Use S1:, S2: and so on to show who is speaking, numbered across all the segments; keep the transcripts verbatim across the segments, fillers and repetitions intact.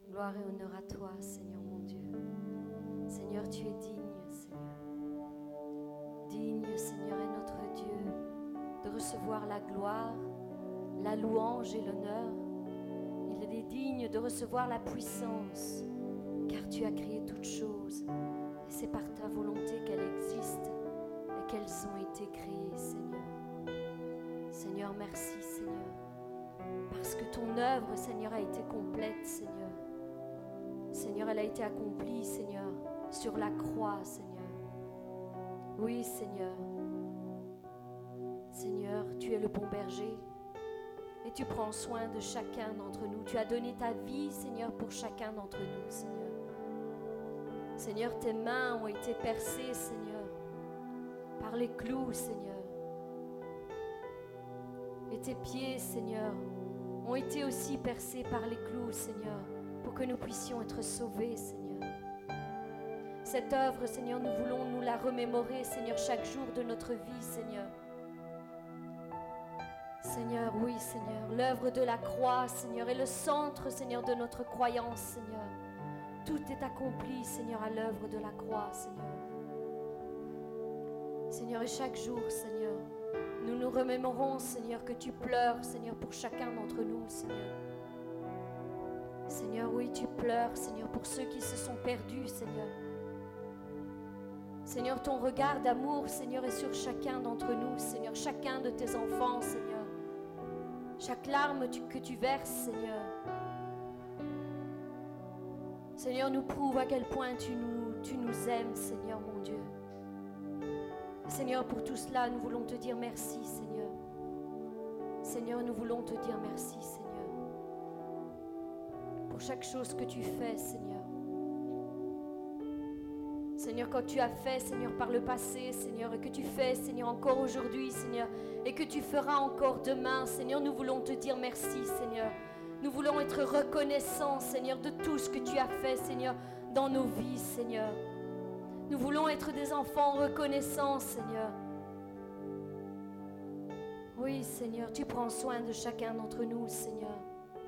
S1: Gloire et honneur à toi, Seigneur mon Dieu. Seigneur, tu es digne, Seigneur. Digne, Seigneur, est notre Dieu de recevoir la gloire, la louange et l'honneur. Il est digne de recevoir la puissance, car tu as créé toutes choses. Et c'est par ta volonté qu'elles existent et qu'elles ont été créées, Seigneur. Seigneur, merci, Seigneur, parce que ton œuvre, Seigneur, a été complète, Seigneur. Seigneur, elle a été accomplie, Seigneur, sur la croix, Seigneur. Oui, Seigneur. Seigneur, tu es le bon berger et tu prends soin de chacun d'entre nous. Tu as donné ta vie, Seigneur, pour chacun d'entre nous, Seigneur. Seigneur, tes mains ont été percées, Seigneur, par les clous, Seigneur. Et tes pieds, Seigneur, ont été aussi percés par les clous, Seigneur, pour que nous puissions être sauvés, Seigneur. Cette œuvre, Seigneur, nous voulons nous la remémorer, Seigneur, chaque jour de notre vie, Seigneur. Seigneur, oui, Seigneur, l'œuvre de la croix, Seigneur, est le centre, Seigneur, de notre croyance, Seigneur. Tout est accompli, Seigneur, à l'œuvre de la croix, Seigneur. Seigneur, et chaque jour, Seigneur, nous nous remémorons, Seigneur, que tu pleures, Seigneur, pour chacun d'entre nous, Seigneur. Seigneur, oui, tu pleures, Seigneur, pour ceux qui se sont perdus, Seigneur. Seigneur, ton regard d'amour, Seigneur, est sur chacun d'entre nous, Seigneur, chacun de tes enfants, Seigneur. Chaque larme que tu verses, Seigneur. Seigneur, nous prouve à quel point tu nous, tu nous aimes, Seigneur, mon Dieu. Seigneur, pour tout cela, nous voulons te dire merci, Seigneur. Seigneur, nous voulons te dire merci, Seigneur. Pour chaque chose que tu fais, Seigneur. Seigneur, quand tu as fait, Seigneur, par le passé, Seigneur, et que tu fais, Seigneur, encore aujourd'hui, Seigneur, et que tu feras encore demain, Seigneur, nous voulons te dire merci, Seigneur. Nous voulons être reconnaissants, Seigneur, de tout ce que tu as fait, Seigneur, dans nos vies, Seigneur. Nous voulons être des enfants reconnaissants, Seigneur. Oui, Seigneur, tu prends soin de chacun d'entre nous, Seigneur.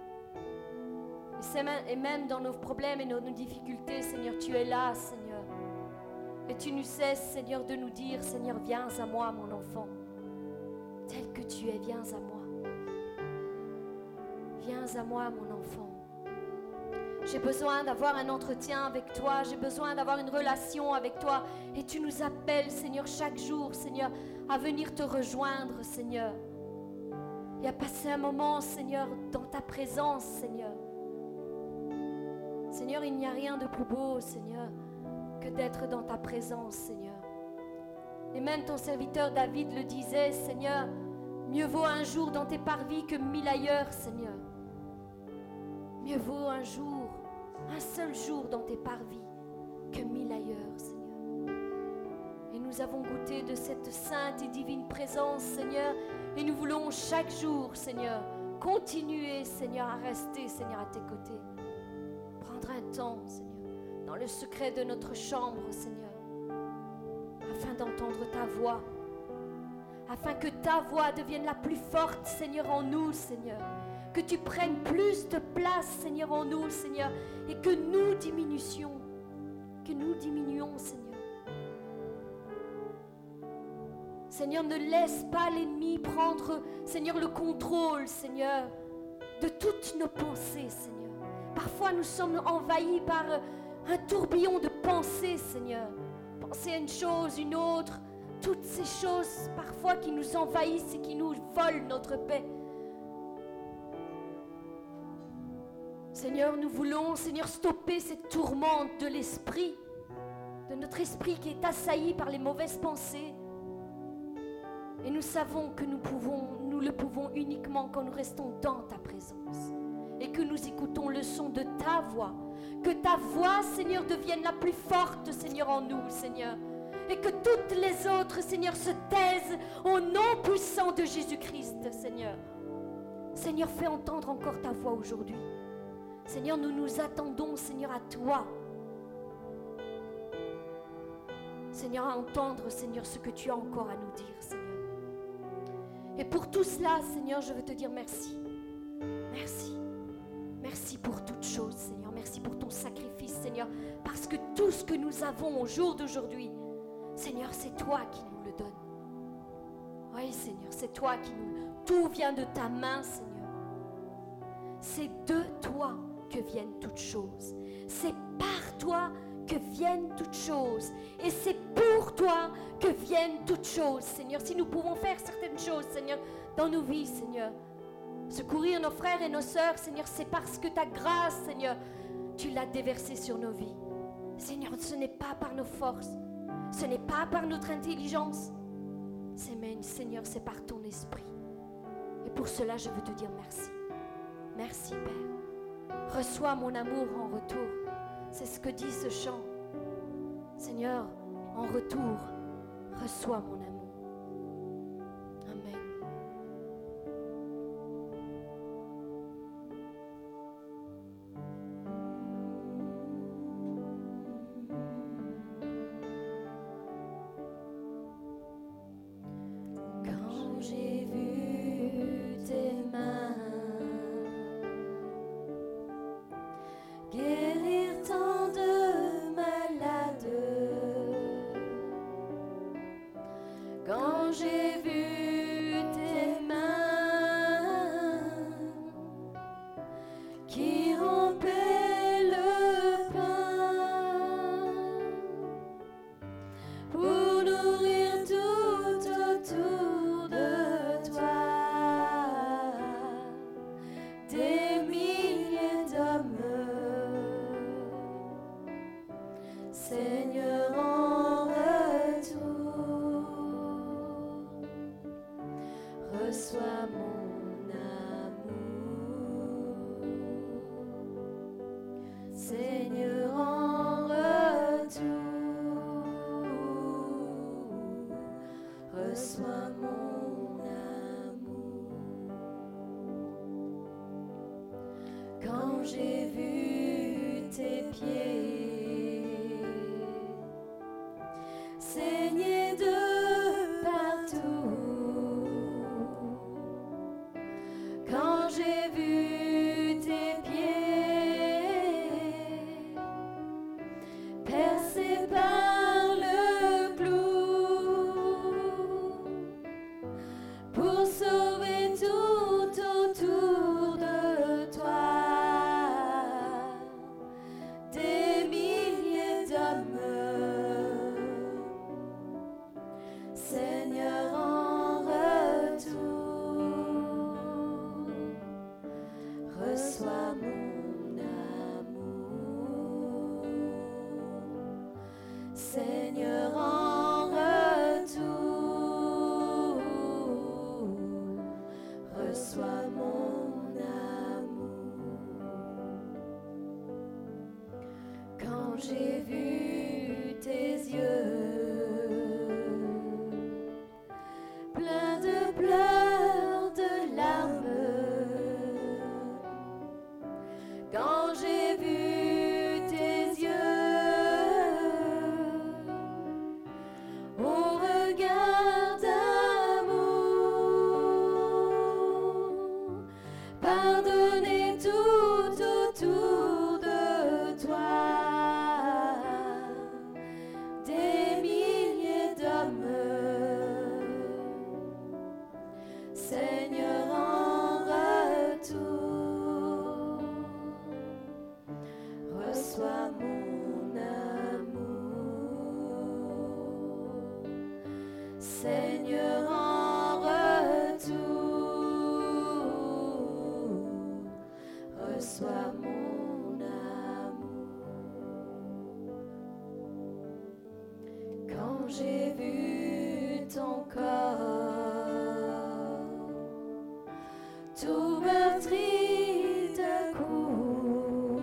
S1: Et même dans nos problèmes et nos difficultés, Seigneur, tu es là, Seigneur. Et tu nous cesses, Seigneur, de nous dire, Seigneur, viens à moi, mon enfant. Tel que tu es, viens à moi. Viens à moi, mon enfant. J'ai besoin d'avoir un entretien avec toi. J'ai besoin d'avoir une relation avec toi. Et tu nous appelles, Seigneur, chaque jour, Seigneur, à venir te rejoindre, Seigneur. Et à passer un moment, Seigneur, dans ta présence, Seigneur. Seigneur, il n'y a rien de plus beau, Seigneur, que d'être dans ta présence, Seigneur. Et même ton serviteur David le disait, Seigneur, mieux vaut un jour dans tes parvis que mille ailleurs, Seigneur. Mieux vaut un jour, un seul jour dans tes parvis que mille ailleurs, Seigneur. Et nous avons goûté de cette sainte et divine présence, Seigneur, et nous voulons chaque jour, Seigneur, continuer, Seigneur, à rester, Seigneur, à tes côtés. Prendre un temps, Seigneur, dans le secret de notre chambre, Seigneur, afin d'entendre ta voix, afin que ta voix devienne la plus forte, Seigneur, en nous, Seigneur. Que tu prennes plus de place, Seigneur, en nous, Seigneur, et que nous diminuions, que nous diminuons, Seigneur. Seigneur, ne laisse pas l'ennemi prendre, Seigneur, le contrôle, Seigneur, de toutes nos pensées, Seigneur. Parfois, nous sommes envahis par un tourbillon de pensées, Seigneur. Penser à une chose, une autre, toutes ces choses, parfois, qui nous envahissent et qui nous volent notre paix. Seigneur, nous voulons, Seigneur, stopper cette tourmente de l'esprit, de notre esprit qui est assailli par les mauvaises pensées. Et nous savons que nous pouvons, nous le pouvons uniquement quand nous restons dans ta présence et que nous écoutons le son de ta voix. Que ta voix, Seigneur, devienne la plus forte, Seigneur, en nous, Seigneur. Et que toutes les autres, Seigneur, se taisent au nom puissant de Jésus-Christ, Seigneur. Seigneur, fais entendre encore ta voix aujourd'hui. Seigneur, nous nous attendons, Seigneur, à toi. Seigneur, à entendre, Seigneur, ce que tu as encore à nous dire, Seigneur. Et pour tout cela, Seigneur, je veux te dire merci. Merci. Merci pour toutes choses, Seigneur. Merci Seigneur, parce que tout ce que nous avons au jour d'aujourd'hui, Seigneur, c'est toi qui nous le donnes. Oui, Seigneur, c'est toi qui nous... Tout vient de ta main, Seigneur. C'est de toi que viennent toutes choses. C'est par toi que viennent toutes choses. Et c'est pour toi que viennent toutes choses, Seigneur. Si nous pouvons faire certaines choses, Seigneur, dans nos vies, Seigneur, secourir nos frères et nos sœurs, Seigneur, c'est parce que ta grâce, Seigneur, tu l'as déversée sur nos vies. Seigneur, ce n'est pas par nos forces, ce n'est pas par notre intelligence, c'est, mais, Seigneur, c'est par ton esprit. Et pour cela, je veux te dire merci. Merci, Père. Reçois mon amour en retour. C'est ce que dit ce chant. Seigneur, en retour, reçois mon amour. Amen. Quand j'ai vu tes mains guérir tant de malades, quand j'ai vu tes mains qui rompaient le pain pour nourrir tout autour de toi des milliers d'hommes, Seigneur, en retour, reçois mon amour. Seigneur, en retour, reçois mon amour. Quand j'ai vu tes pieds saigner de partout, quand j'ai vu tes pieds percés par le clou pour sauver tout autour de toi des milliers d'hommes, Seigneur, en retour, reçois mon amour. Seigneur, en retour, reçois mon amour. Quand j'ai vu tes yeux plein de pleurs, de larmes, quand j'ai vu tes yeux au regard d'amour, pardonner tout autour de toi des milliers d'hommes, Seigneur, en retour, reçois mon amour. Seigneur, en retour, reçois mon amour. Quand j'ai vu ton corps tout meurtri de coups,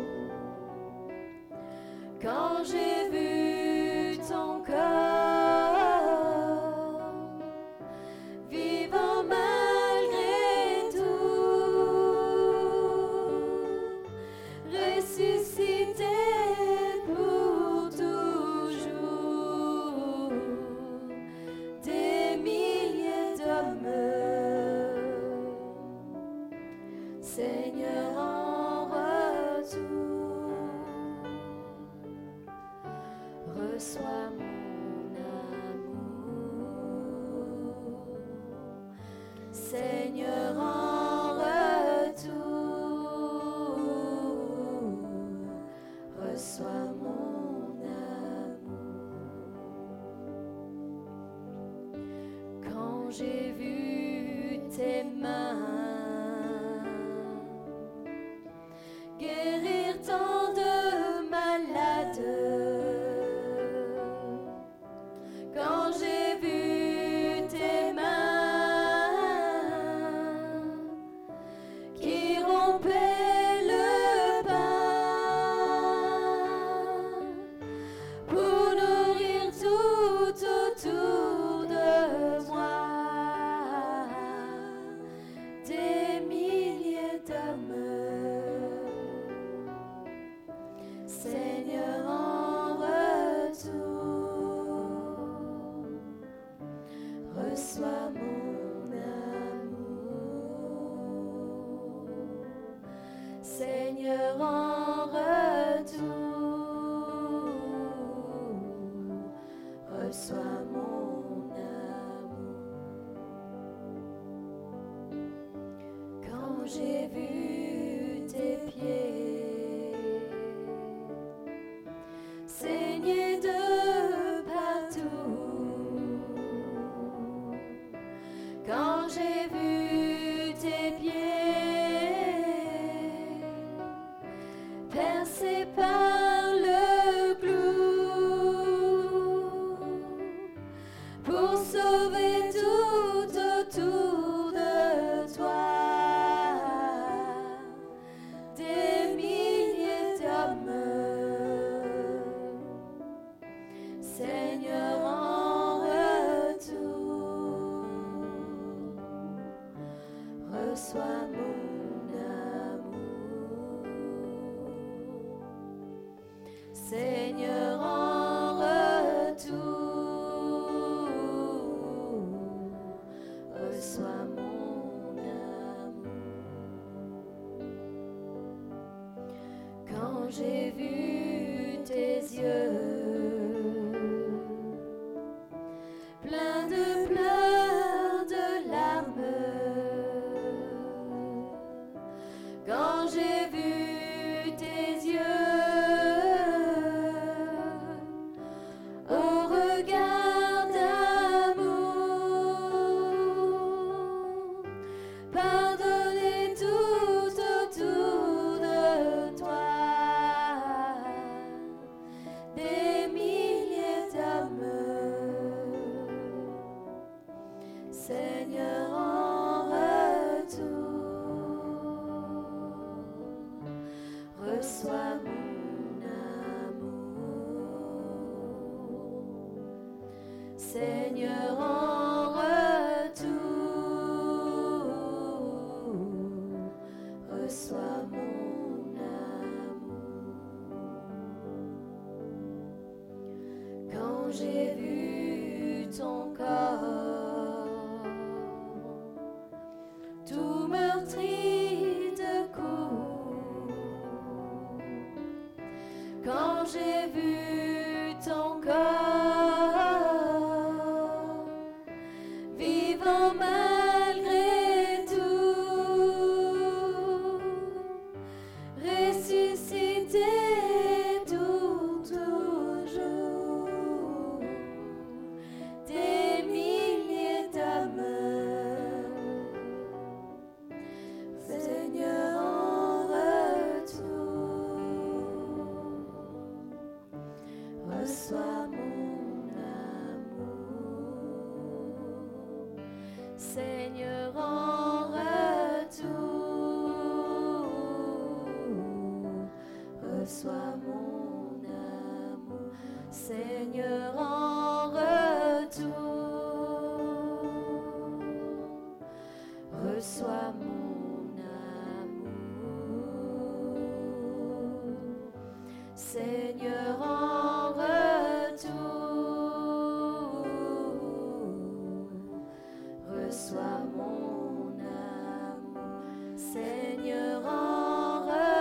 S1: quand j'ai vu ton corps vivant malgré tout, ressuscité pour toujours, j'ai vu tes mains guérir tant de malades, quand j'ai vu tes mains qui rompaient le pain pour nourrir tout autour de moi des milliers d'hommes. Seigneur, en retour, reçois mon amour. Seigneur, en retour, reçois mon amour. Quand j'ai vu tes pieds saigner de partout, quand j'ai vu tes pieds percés par le clou pour sauver tout autour de toi des milliers d'hommes. Seigneur, en retour, reçois mon amour. Seigneur, en retour, reçois mon amour. Quand j'ai vu tes yeux plein de pleurs, de larmes, quand j'ai vu tes yeux au regard d'amour, pardonner tout autour de toi des milliers d'hommes. Seigneur, en retour, reçois mon amour. Seigneur, en retour, reçois mon amour. Quand j'ai vu ton corps tout meurtri de coups, quand j'ai vu ton corps vivant malgré tout, ressuscité tout toujours, des milliers d'hommes. Seigneur, en retour, reçois mon amour. Seigneur, en retour, reçois mon amour. Seigneur, en retour, reçois mon amour. Seigneur, en retour, reçois mon amour. Seigneur, en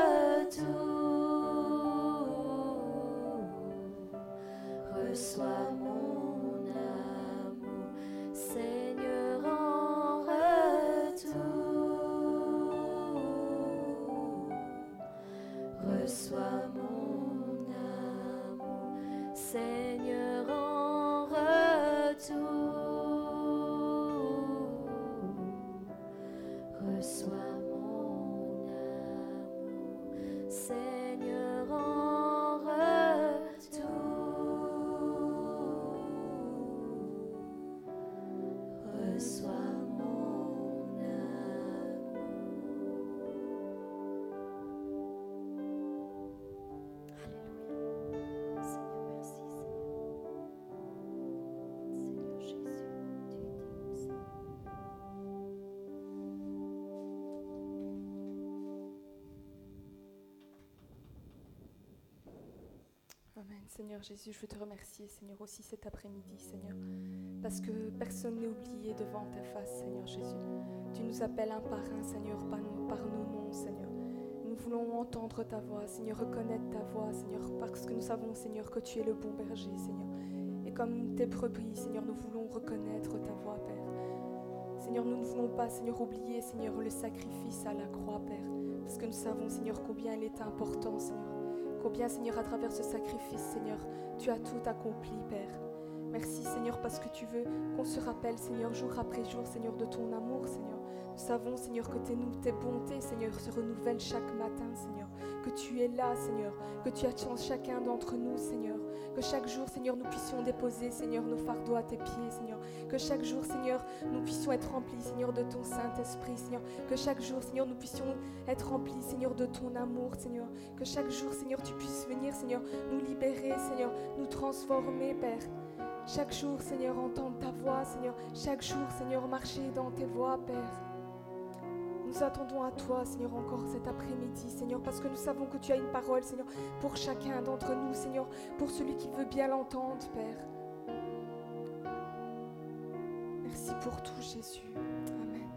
S1: retour, reçois mon amour. Seigneur, en retour, reçois mon amour. Seigneur, en retour, Seigneur, en retour, reçois mon amour. Alléluia. Seigneur, merci, Seigneur. Seigneur Jésus, tu es digne, Seigneur.
S2: Amen. Seigneur Jésus, je veux te remercier, Seigneur, aussi cet après-midi, Seigneur, parce que personne n'est oublié devant ta face, Seigneur Jésus. Tu nous appelles un par un, Seigneur, par, par nos noms, Seigneur. Nous voulons entendre ta voix, Seigneur, reconnaître ta voix, Seigneur, parce que nous savons, Seigneur, que tu es le bon berger, Seigneur. Et comme tes brebis, Seigneur, nous voulons reconnaître ta voix, Père. Seigneur, nous ne voulons pas, Seigneur, oublier, Seigneur, le sacrifice à la croix, Père, parce que nous savons, Seigneur, combien il est important, Seigneur. Combien, Seigneur, à travers ce sacrifice, Seigneur, tu as tout accompli, Père. Merci, Seigneur, parce que tu veux qu'on se rappelle, Seigneur, jour après jour, Seigneur, de ton amour, Seigneur. Nous savons, Seigneur, que tes, tes bontés, Seigneur, se renouvellent chaque matin, Seigneur. Que tu es là, Seigneur. Que tu attends chacun d'entre nous, Seigneur. Que chaque jour, Seigneur, nous puissions déposer, Seigneur, nos fardeaux à tes pieds, Seigneur. Que chaque jour, Seigneur, nous puissions être remplis, Seigneur, de ton Saint-Esprit, Seigneur. Que chaque jour, Seigneur, nous puissions être remplis, Seigneur, de ton amour, Seigneur. Que chaque jour, Seigneur, tu puisses venir, Seigneur, nous libérer, Seigneur, nous transformer, Père. Chaque jour, Seigneur, entendre ta voix, Seigneur. Chaque jour, Seigneur, marcher dans tes voies, Père. Nous attendons à toi, Seigneur, encore cet après-midi, Seigneur, parce que nous savons que tu as une parole, Seigneur, pour chacun d'entre nous, Seigneur, pour celui qui veut bien l'entendre, Père. Merci pour tout, Jésus. Amen.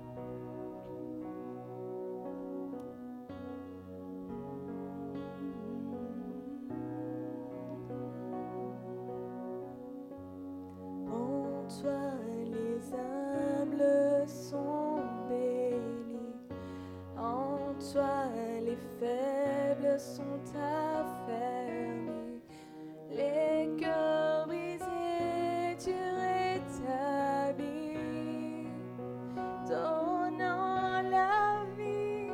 S3: En toi, les humbles sont bénis. En toi, les faibles sont affermis. Les cœurs brisés, tu rétablis, donnant la vie.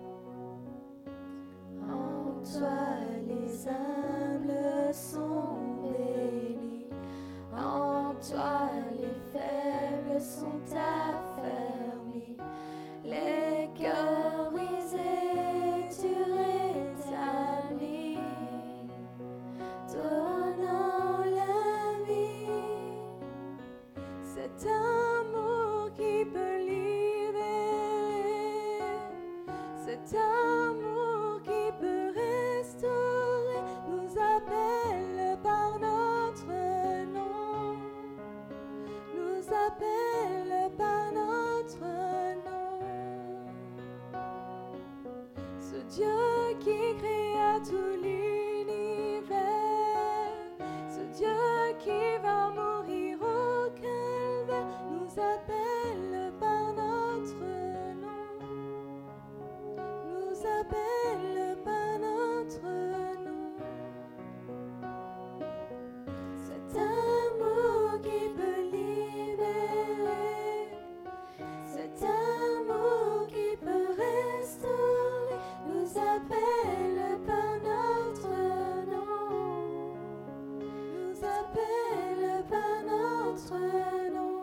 S3: En toi, les humbles sont bénis. En toi, les faibles sont affermis. Les cœurs brisés, tu rétablis, donnant la vie. Cet amour qui peut libérer, cet amour qui peut restaurer, nous appelle par notre nom, nous appelle par notre nom. Ce Dieu qui créa tout l'univers, ce Dieu qui va mourir au calvaire, nous appelle par notre nom, nous appelle par notre nom. Cet amour qui peut libérer, cet amour qui peut restaurer, nous appelle par notre nom, nous appelle par notre nom.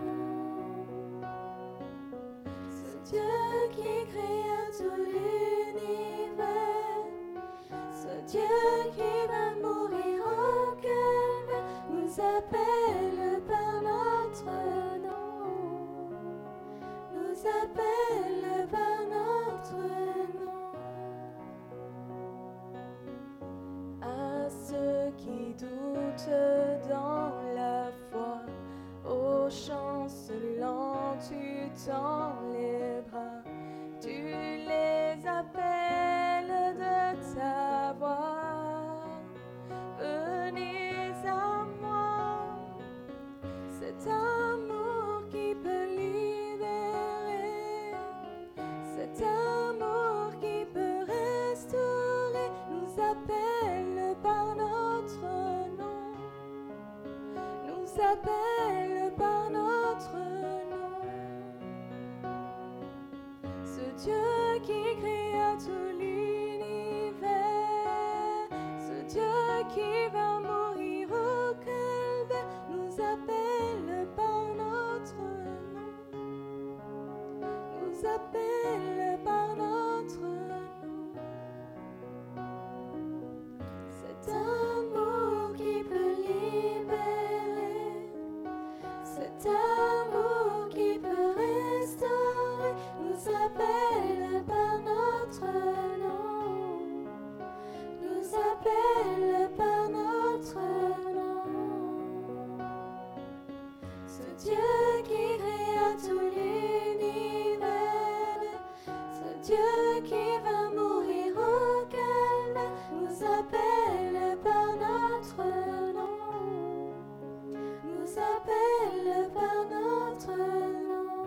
S3: Ce Dieu qui créa tout l'univers, ce Dieu qui va mourir au calvaire, nous appelle par notre nom, nous appelle par notre nom. À ceux qui doutent dans la foi, ô chancelant, tu tends les bras, tu les appelles de ta voix. Venez à moi, cet amour qui peut libérer, cet amour qui peut restaurer, nous appelle par notre nom, nous appelle par notre nom. Ce Dieu qui créa tout l'univers, qui va mourir au calvaire nous appelle par notre nom, nous appelle par notre nom. Cet amour qui peut libérer, cet amour qui peut restaurer, nous appelle par notre nom, nous appelle par notre nom. Ce Dieu qui créa tout l'univers, ce Dieu qui va mourir au calvaire, nous appelle par notre nom, nous appelle par notre nom.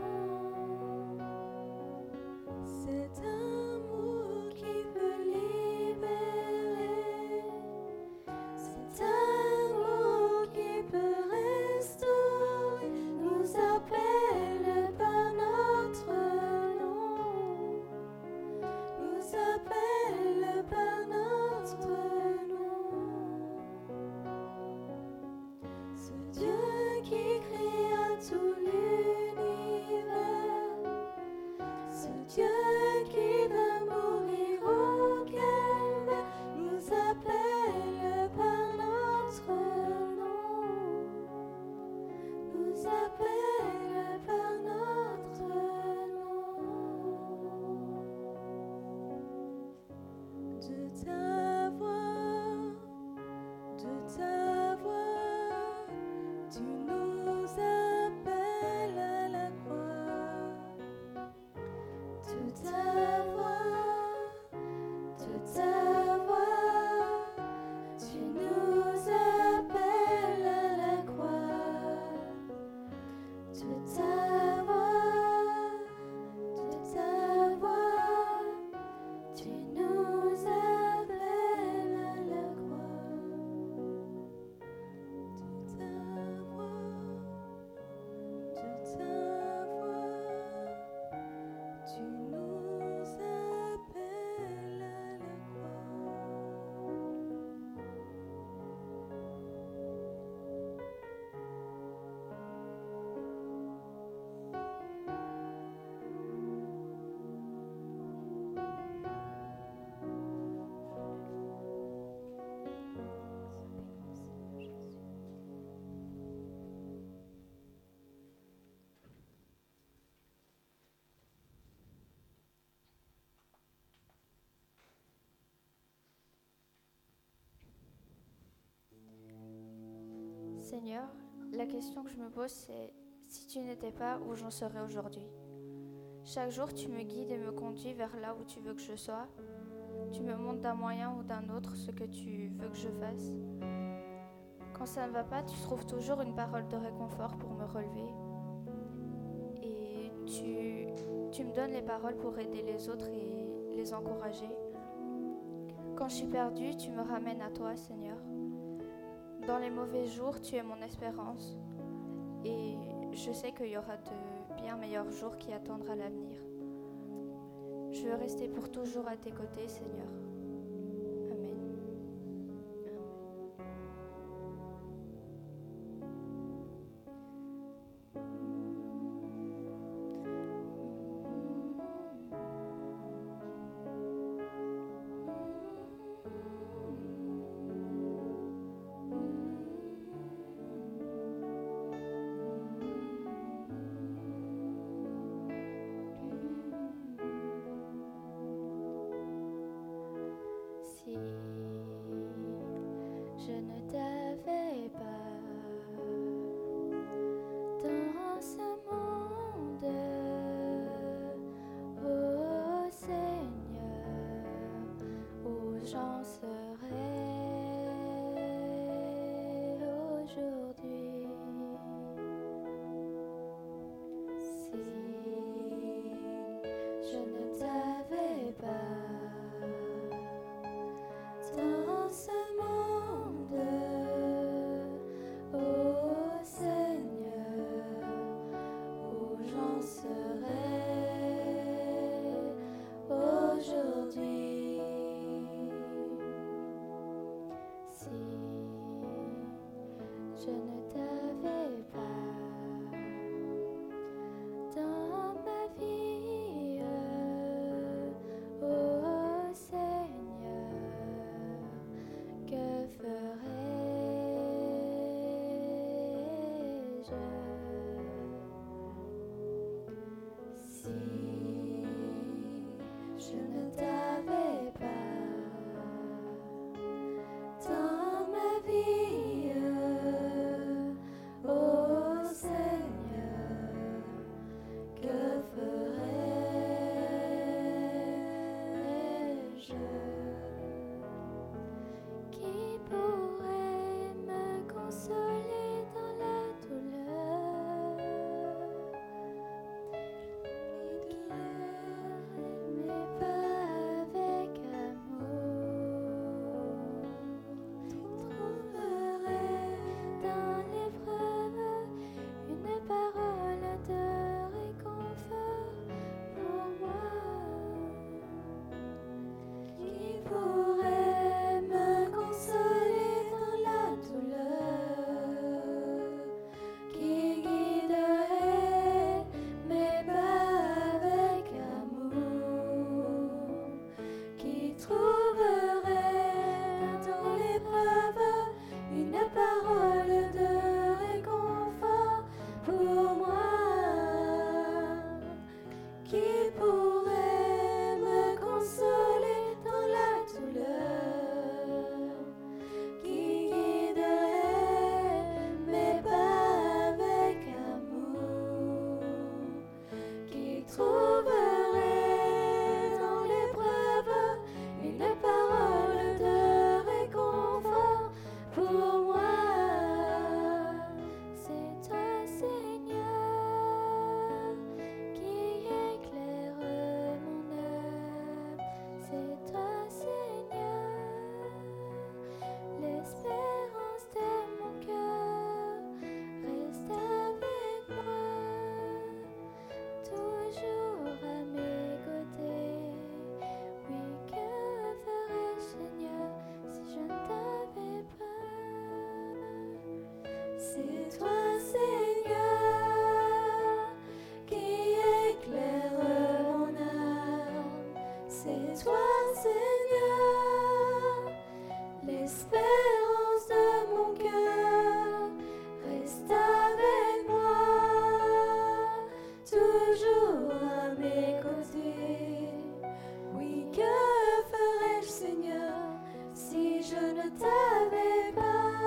S3: Cet amour qui peut libérer, cet amour qui peut restaurer, nous appelle par notre nom, nous appelle par notre nom. Ce Dieu qui créa tout l'univers, ce Dieu qui va mourir au calvaire, nous appelle par notre nom, nous appelle par notre nom. De ta voix, de ta voix, tu nous appelles à la croix. De ta voix, de ta voix, tu nous appelles à la croix. De ta voix, de ta voix, tu nous appelles à la croix. De ta voix, de ta voix, tu nous appelles à la croix.
S4: Seigneur, la question que je me pose, c'est si tu n'étais pas, où j'en serais aujourd'hui. Chaque jour, tu me guides et me conduis vers là où tu veux que je sois. Tu me montres d'un moyen ou d'un autre ce que tu veux que je fasse. Quand ça ne va pas, tu trouves toujours une parole de réconfort pour me relever. Et tu, tu me donnes les paroles pour aider les autres et les encourager. Quand je suis perdue, tu me ramènes à toi, Seigneur. Dans les mauvais jours, tu es mon espérance. Et je sais qu'il y aura de bien meilleurs jours qui attendent à l'avenir. Je veux rester pour toujours à tes côtés, Seigneur. Amen. je ne t'avais pas dans ma vie, ô Seigneur, que ferais-je si je ne t'avais pas dans ma vie, ô Seigneur, que ferais-je? Qui pourrait me consoler dans la douleur? Mais pas avec amour. Trouverais dans l'épreuve une parole de réconfort pour moi. Qui pourrait me consoler dans la douleur? Qui guiderait mes pas avec amour? Qui trouverait dans l'épreuve une parole de réconfort pour moi? Qui pourrait me consoler dans la douleur? Qui guiderait mes pas avec amour? Qui trouverait dans l'épreuve une parole de réconfort pour moi? C'est toi, Seigneur, qui éclaire mon âme. C'est toi, Seigneur, l'espérance de mon cœur. Reste avec moi, toujours à mes côtés. Oui, que ferais-je, Seigneur, si je ne t'avais pas? C'est toi, Seigneur, qui éclaire mon âme. C'est toi, Seigneur, l'espérance de mon cœur. Reste avec moi, toujours à mes côtés. Oui, que ferais-je, Seigneur, si je ne t'avais pas?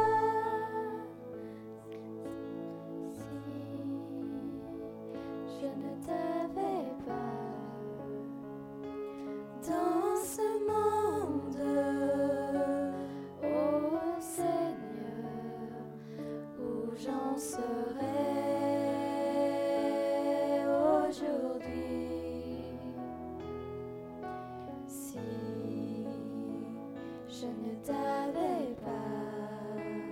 S4: Si je ne t'avais pas dans ce monde, ô Seigneur, où j'en serais aujourd'hui? Si je ne t'avais pas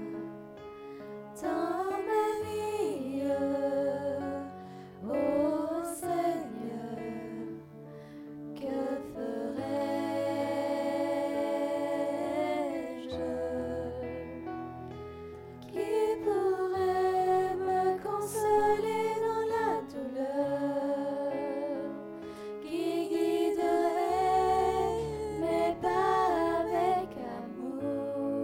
S4: dans ma vie, ô Seigneur, que ferais-je? Qui pourrait me consoler dans la douleur? Qui guiderait mes pas avec amour?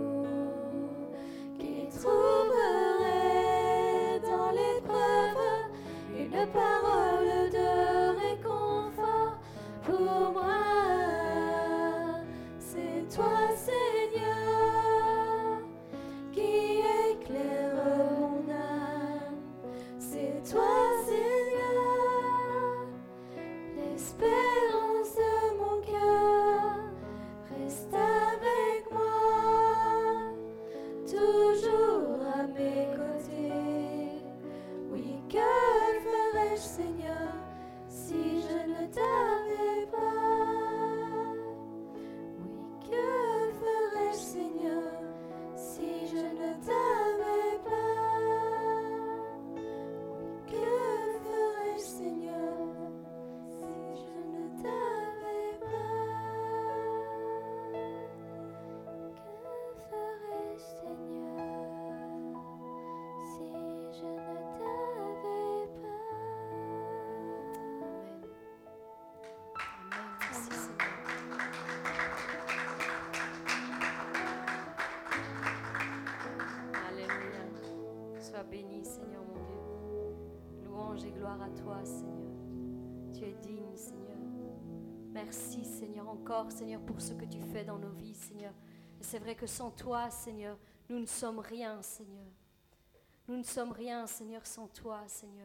S1: louange et gloire à toi, Seigneur. Tu es digne, Seigneur. Merci, Seigneur, encore, Seigneur, pour ce que tu fais dans nos vies, Seigneur. Et c'est vrai que sans toi, Seigneur, nous ne sommes rien, Seigneur. Nous ne sommes rien, Seigneur, sans toi, Seigneur.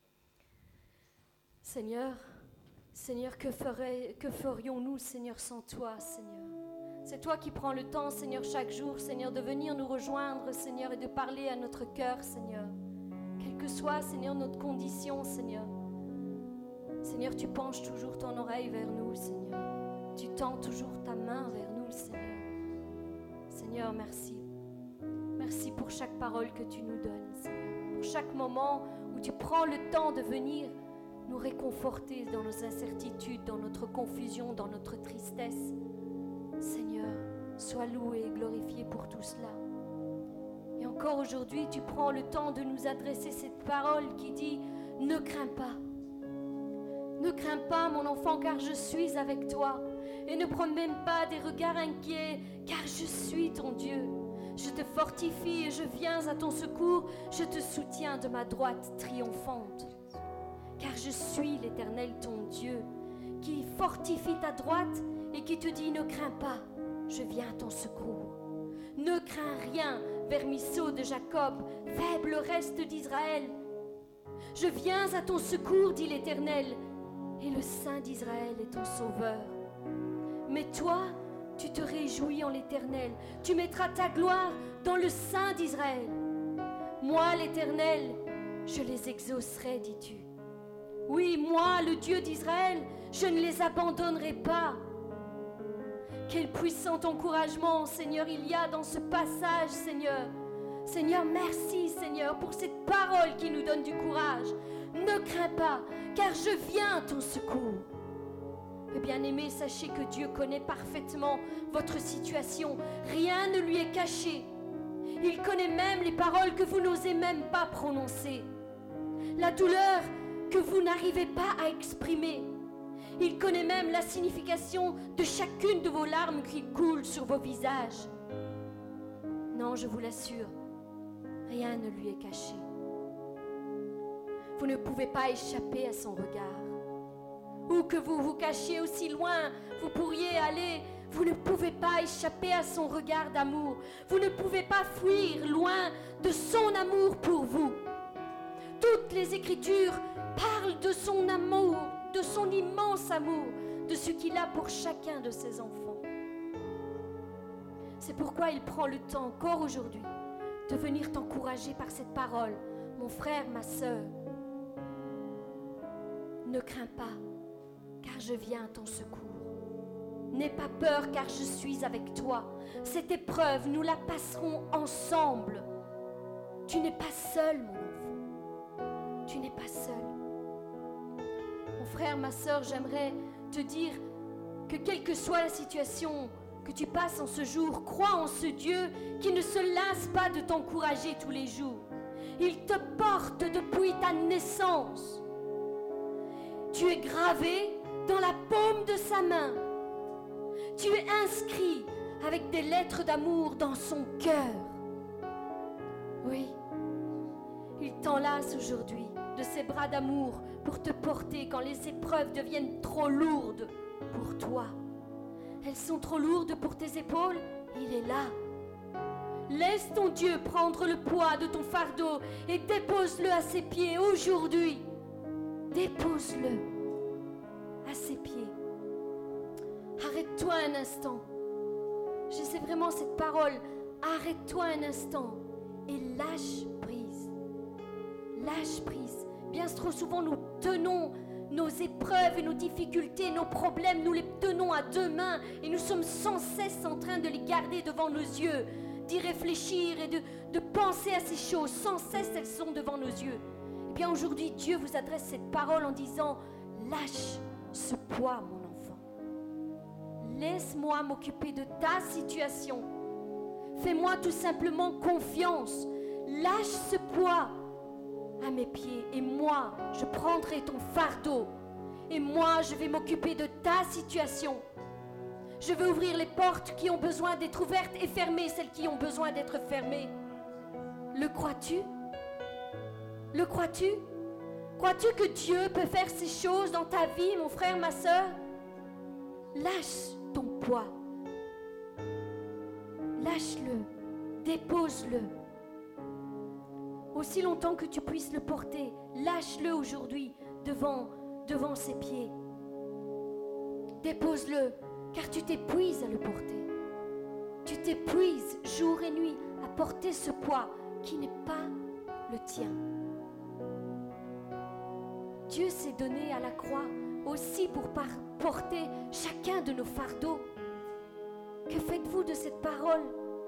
S1: Seigneur, Seigneur, que, ferait, que ferions-nous, Seigneur, sans toi, Seigneur? C'est toi qui prends le temps, Seigneur, chaque jour, Seigneur, de venir nous rejoindre, Seigneur, et de parler à notre cœur, Seigneur. Quelle que soit, Seigneur, notre condition, Seigneur. Seigneur, tu penches toujours ton oreille vers nous, Seigneur. Tu tends toujours ta main vers nous, Seigneur. Seigneur, merci. Merci pour chaque parole que tu nous donnes, Seigneur. Pour chaque moment où tu prends le temps de venir nous réconforter dans nos incertitudes, dans notre confusion, dans notre tristesse. Seigneur, sois loué et glorifié pour tout cela. Et encore aujourd'hui, tu prends le temps de nous adresser cette parole qui dit « Ne crains pas. Ne crains pas, mon enfant, car je suis avec toi. Et ne prends même pas des regards inquiets, car je suis ton Dieu. Je te fortifie et je viens à ton secours. Je te soutiens de ma droite triomphante. Car je suis l'Éternel, ton Dieu, qui fortifie ta droite et qui te dit « Ne crains pas, je viens à ton secours. Ne crains rien, vermisseau de Jacob, faible reste d'Israël. Je viens à ton secours, dit l'Éternel, et le Saint d'Israël est ton sauveur. Mais toi, tu te réjouis en l'Éternel, tu mettras ta gloire dans le Saint d'Israël. Moi, l'Éternel, je les exaucerai, dis-tu. Oui, moi, le Dieu d'Israël, je ne les abandonnerai pas. » Quel puissant encouragement, Seigneur, il y a dans ce passage, Seigneur. Seigneur, merci, Seigneur, pour cette parole qui nous donne du courage. Ne crains pas, car je viens à ton secours. Et bien-aimés, sachez que Dieu connaît parfaitement votre situation. Rien ne lui est caché. Il connaît même les paroles que vous n'osez même pas prononcer. La douleur que vous n'arrivez pas à exprimer. Il connaît même la signification de chacune de vos larmes qui coulent sur vos visages. Non, je vous l'assure, rien ne lui est caché. Vous ne pouvez pas échapper à son regard. Où que vous vous cachiez, aussi loin vous pourriez aller, vous ne pouvez pas échapper à son regard d'amour. Vous ne pouvez pas fuir loin de son amour pour vous. Toutes les Écritures parlent de son amour, de son immense amour, de ce qu'il a pour chacun de ses enfants. C'est pourquoi il prend le temps encore aujourd'hui de venir t'encourager par cette parole. Mon frère, ma sœur, ne crains pas, car je viens à ton secours. N'aie pas peur, car je suis avec toi. Cette épreuve, nous la passerons ensemble. Tu n'es pas seul, mon enfant. Tu n'es pas seul. Mon frère, ma sœur, j'aimerais te dire que quelle que soit la situation que tu passes en ce jour, crois en ce Dieu qui ne se lasse pas de t'encourager tous les jours. Il te porte depuis ta naissance. Tu es gravé dans la paume de sa main. Tu es inscrit avec des lettres d'amour dans son cœur. Oui, il t'enlace aujourd'hui de ses bras d'amour pour te porter quand les épreuves deviennent trop lourdes pour toi. Elles sont trop lourdes pour tes épaules, il est là. Laisse ton Dieu prendre le poids de ton fardeau et dépose-le à ses pieds aujourd'hui. Dépose-le à ses pieds. Arrête-toi un instant. J'essaie vraiment cette parole. Arrête-toi un instant et lâche prise. Lâche prise. Bien trop souvent, nous tenons nos épreuves et nos difficultés, nos problèmes, nous les tenons à deux mains et nous sommes sans cesse en train de les garder devant nos yeux, d'y réfléchir et de, de penser à ces choses. Sans cesse, elles sont devant nos yeux. Et bien aujourd'hui, Dieu vous adresse cette parole en disant « Lâche ce poids, mon enfant. Laisse-moi m'occuper de ta situation. Fais-moi tout simplement confiance. Lâche ce poids à mes pieds et moi, je prendrai ton fardeau et moi, je vais m'occuper de ta situation. Je vais ouvrir les portes qui ont besoin d'être ouvertes et fermer celles qui ont besoin d'être fermées. Le crois-tu? Le crois-tu? Crois-tu que Dieu peut faire ces choses dans ta vie, mon frère, ma sœur? Lâche ton poids. Lâche-le. Dépose-le. Aussi longtemps que tu puisses le porter, lâche-le aujourd'hui devant, devant ses pieds. Dépose-le, car tu t'épuises à le porter. Tu t'épuises jour et nuit à porter ce poids qui n'est pas le tien. Dieu s'est donné à la croix aussi pour porter chacun de nos fardeaux. Que faites-vous de cette parole?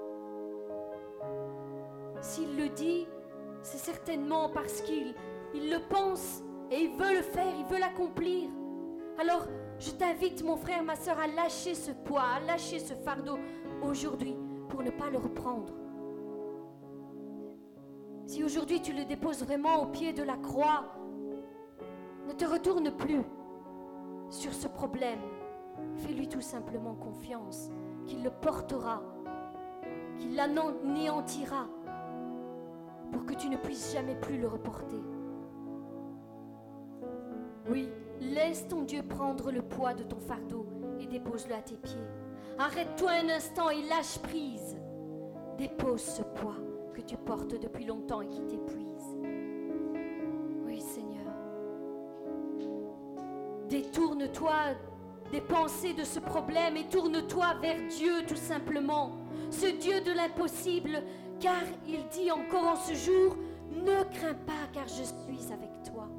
S1: S'il le dit, c'est certainement parce qu'il il le pense et il veut le faire, il veut l'accomplir. Alors, je t'invite, mon frère, ma sœur, à lâcher ce poids, à lâcher ce fardeau aujourd'hui pour ne pas le reprendre. Si aujourd'hui tu le déposes vraiment au pied de la croix, ne te retourne plus sur ce problème. Fais-lui tout simplement confiance, qu'il le portera, qu'il l'anéantira, pour que tu ne puisses jamais plus le reporter. Oui, laisse ton Dieu prendre le poids de ton fardeau et dépose-le à tes pieds. Arrête-toi un instant et lâche prise. Dépose ce poids que tu portes depuis longtemps et qui t'épuise. Oui, Seigneur. Détourne-toi des pensées de ce problème et tourne-toi vers Dieu tout simplement. Ce Dieu de l'impossible, car il dit encore en ce jour, ne crains pas car je suis avec toi.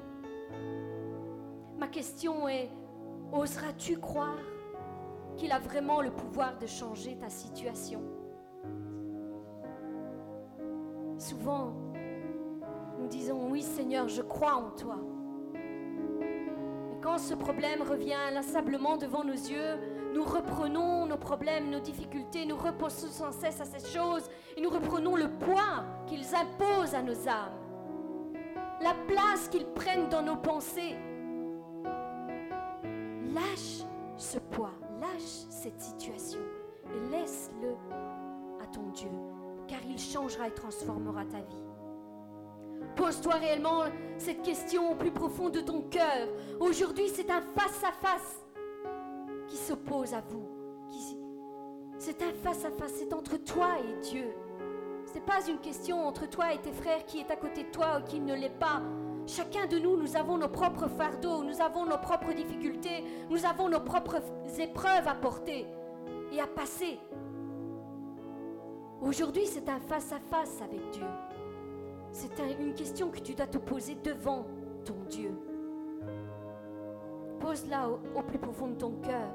S1: Ma question est, oseras-tu croire qu'il a vraiment le pouvoir de changer ta situation? Souvent, nous disons, oui Seigneur, je crois en toi. Mais quand ce problème revient inlassablement devant nos yeux, nous reprenons nos problèmes, nos difficultés, nous repensons sans cesse à ces choses et nous reprenons le poids qu'ils imposent à nos âmes, la place qu'ils prennent dans nos pensées. Lâche ce poids, lâche cette situation et laisse-le à ton Dieu, car il changera et transformera ta vie. Pose-toi réellement cette question au plus profond de ton cœur. Aujourd'hui, c'est un face-à-face qui s'oppose à vous. Qui... C'est un face-à-face, c'est entre toi et Dieu. Ce n'est pas une question entre toi et tes frères qui est à côté de toi ou qui ne l'est pas. Chacun de nous, nous avons nos propres fardeaux, nous avons nos propres difficultés, nous avons nos propres épreuves à porter et à passer. Aujourd'hui, c'est un face-à-face avec Dieu. C'est un, une question que tu dois te poser devant ton Dieu. Pose-la au, au plus profond de ton cœur.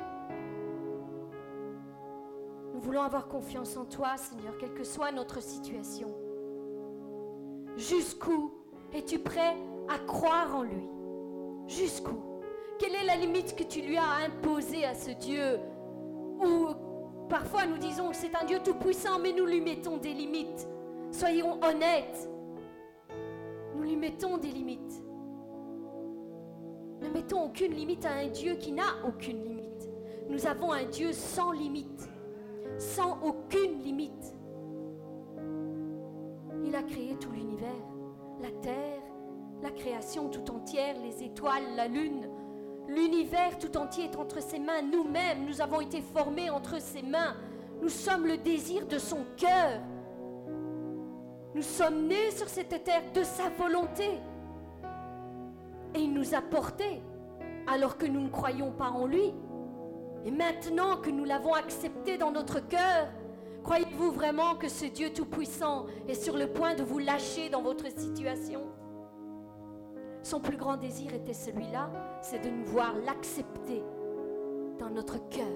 S1: Nous voulons avoir confiance en toi, Seigneur, quelle que soit notre situation. Jusqu'où es-tu prêt à croire en lui? Jusqu'où? Quelle est la limite que tu lui as imposée à ce Dieu? Ou parfois nous disons que c'est un Dieu tout-puissant, mais nous lui mettons des limites. Soyons honnêtes. Nous lui mettons des limites. Ne mettons aucune limite à un Dieu qui n'a aucune limite. Nous avons un Dieu sans limite, sans aucune limite. Il a créé tout l'univers. La terre, la création tout entière, les étoiles, la lune, l'univers tout entier est entre ses mains. Nous-mêmes, nous avons été formés entre ses mains. Nous sommes le désir de son cœur. Nous sommes nés sur cette terre de sa volonté. Et il nous a portés alors que nous ne croyions pas en lui. Et maintenant que nous l'avons accepté dans notre cœur, croyez-vous vraiment que ce Dieu tout-puissant est sur le point de vous lâcher dans votre situation? Son plus grand désir était celui-là, c'est de nous voir l'accepter dans notre cœur.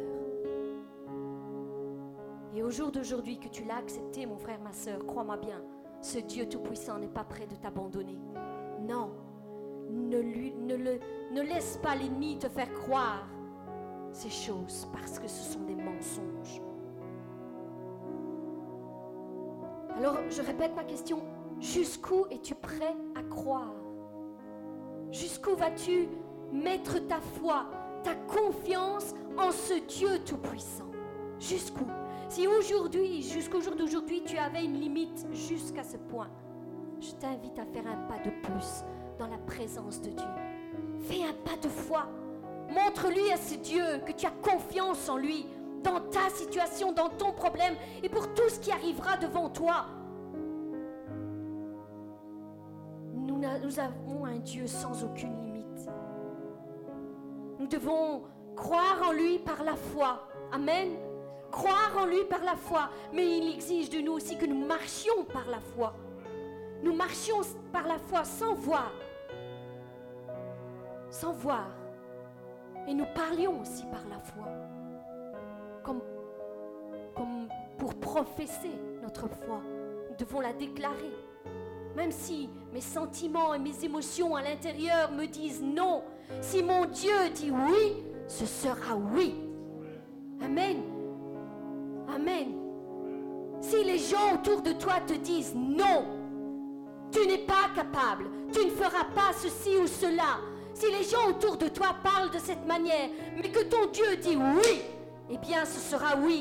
S1: Et au jour d'aujourd'hui que tu l'as accepté, mon frère, ma sœur, crois-moi bien, ce Dieu tout-puissant n'est pas prêt de t'abandonner. Non, ne, lui, ne, le, ne laisse pas l'ennemi te faire croire ces choses parce que ce sont des mensonges. Alors, je répète ma question. Jusqu'où es-tu prêt à croire? Jusqu'où vas-tu mettre ta foi, ta confiance en ce Dieu tout-puissant? Jusqu'où? Si aujourd'hui, jusqu'au jour d'aujourd'hui, tu avais une limite jusqu'à ce point, je t'invite à faire un pas de plus dans la présence de Dieu. Fais un pas de foi. Montre-lui à ce Dieu que tu as confiance en lui, dans ta situation, dans ton problème et pour tout ce qui arrivera devant toi. Nous, nous avons un Dieu sans aucune limite. Nous devons croire en lui par la foi. Amen. Croire en lui par la foi. Mais il exige de nous aussi que nous marchions par la foi. Nous marchions par la foi sans voir. Sans voir. Et nous parlions aussi par la foi. Comme, comme pour professer notre foi. Nous devons la déclarer. Même si mes sentiments et mes émotions à l'intérieur me disent non, si mon Dieu dit oui, ce sera oui. Amen. Amen. Si les gens autour de toi te disent non, tu n'es pas capable, tu ne feras pas ceci ou cela. Si les gens autour de toi parlent de cette manière, mais que ton Dieu dit oui, eh bien ce sera oui.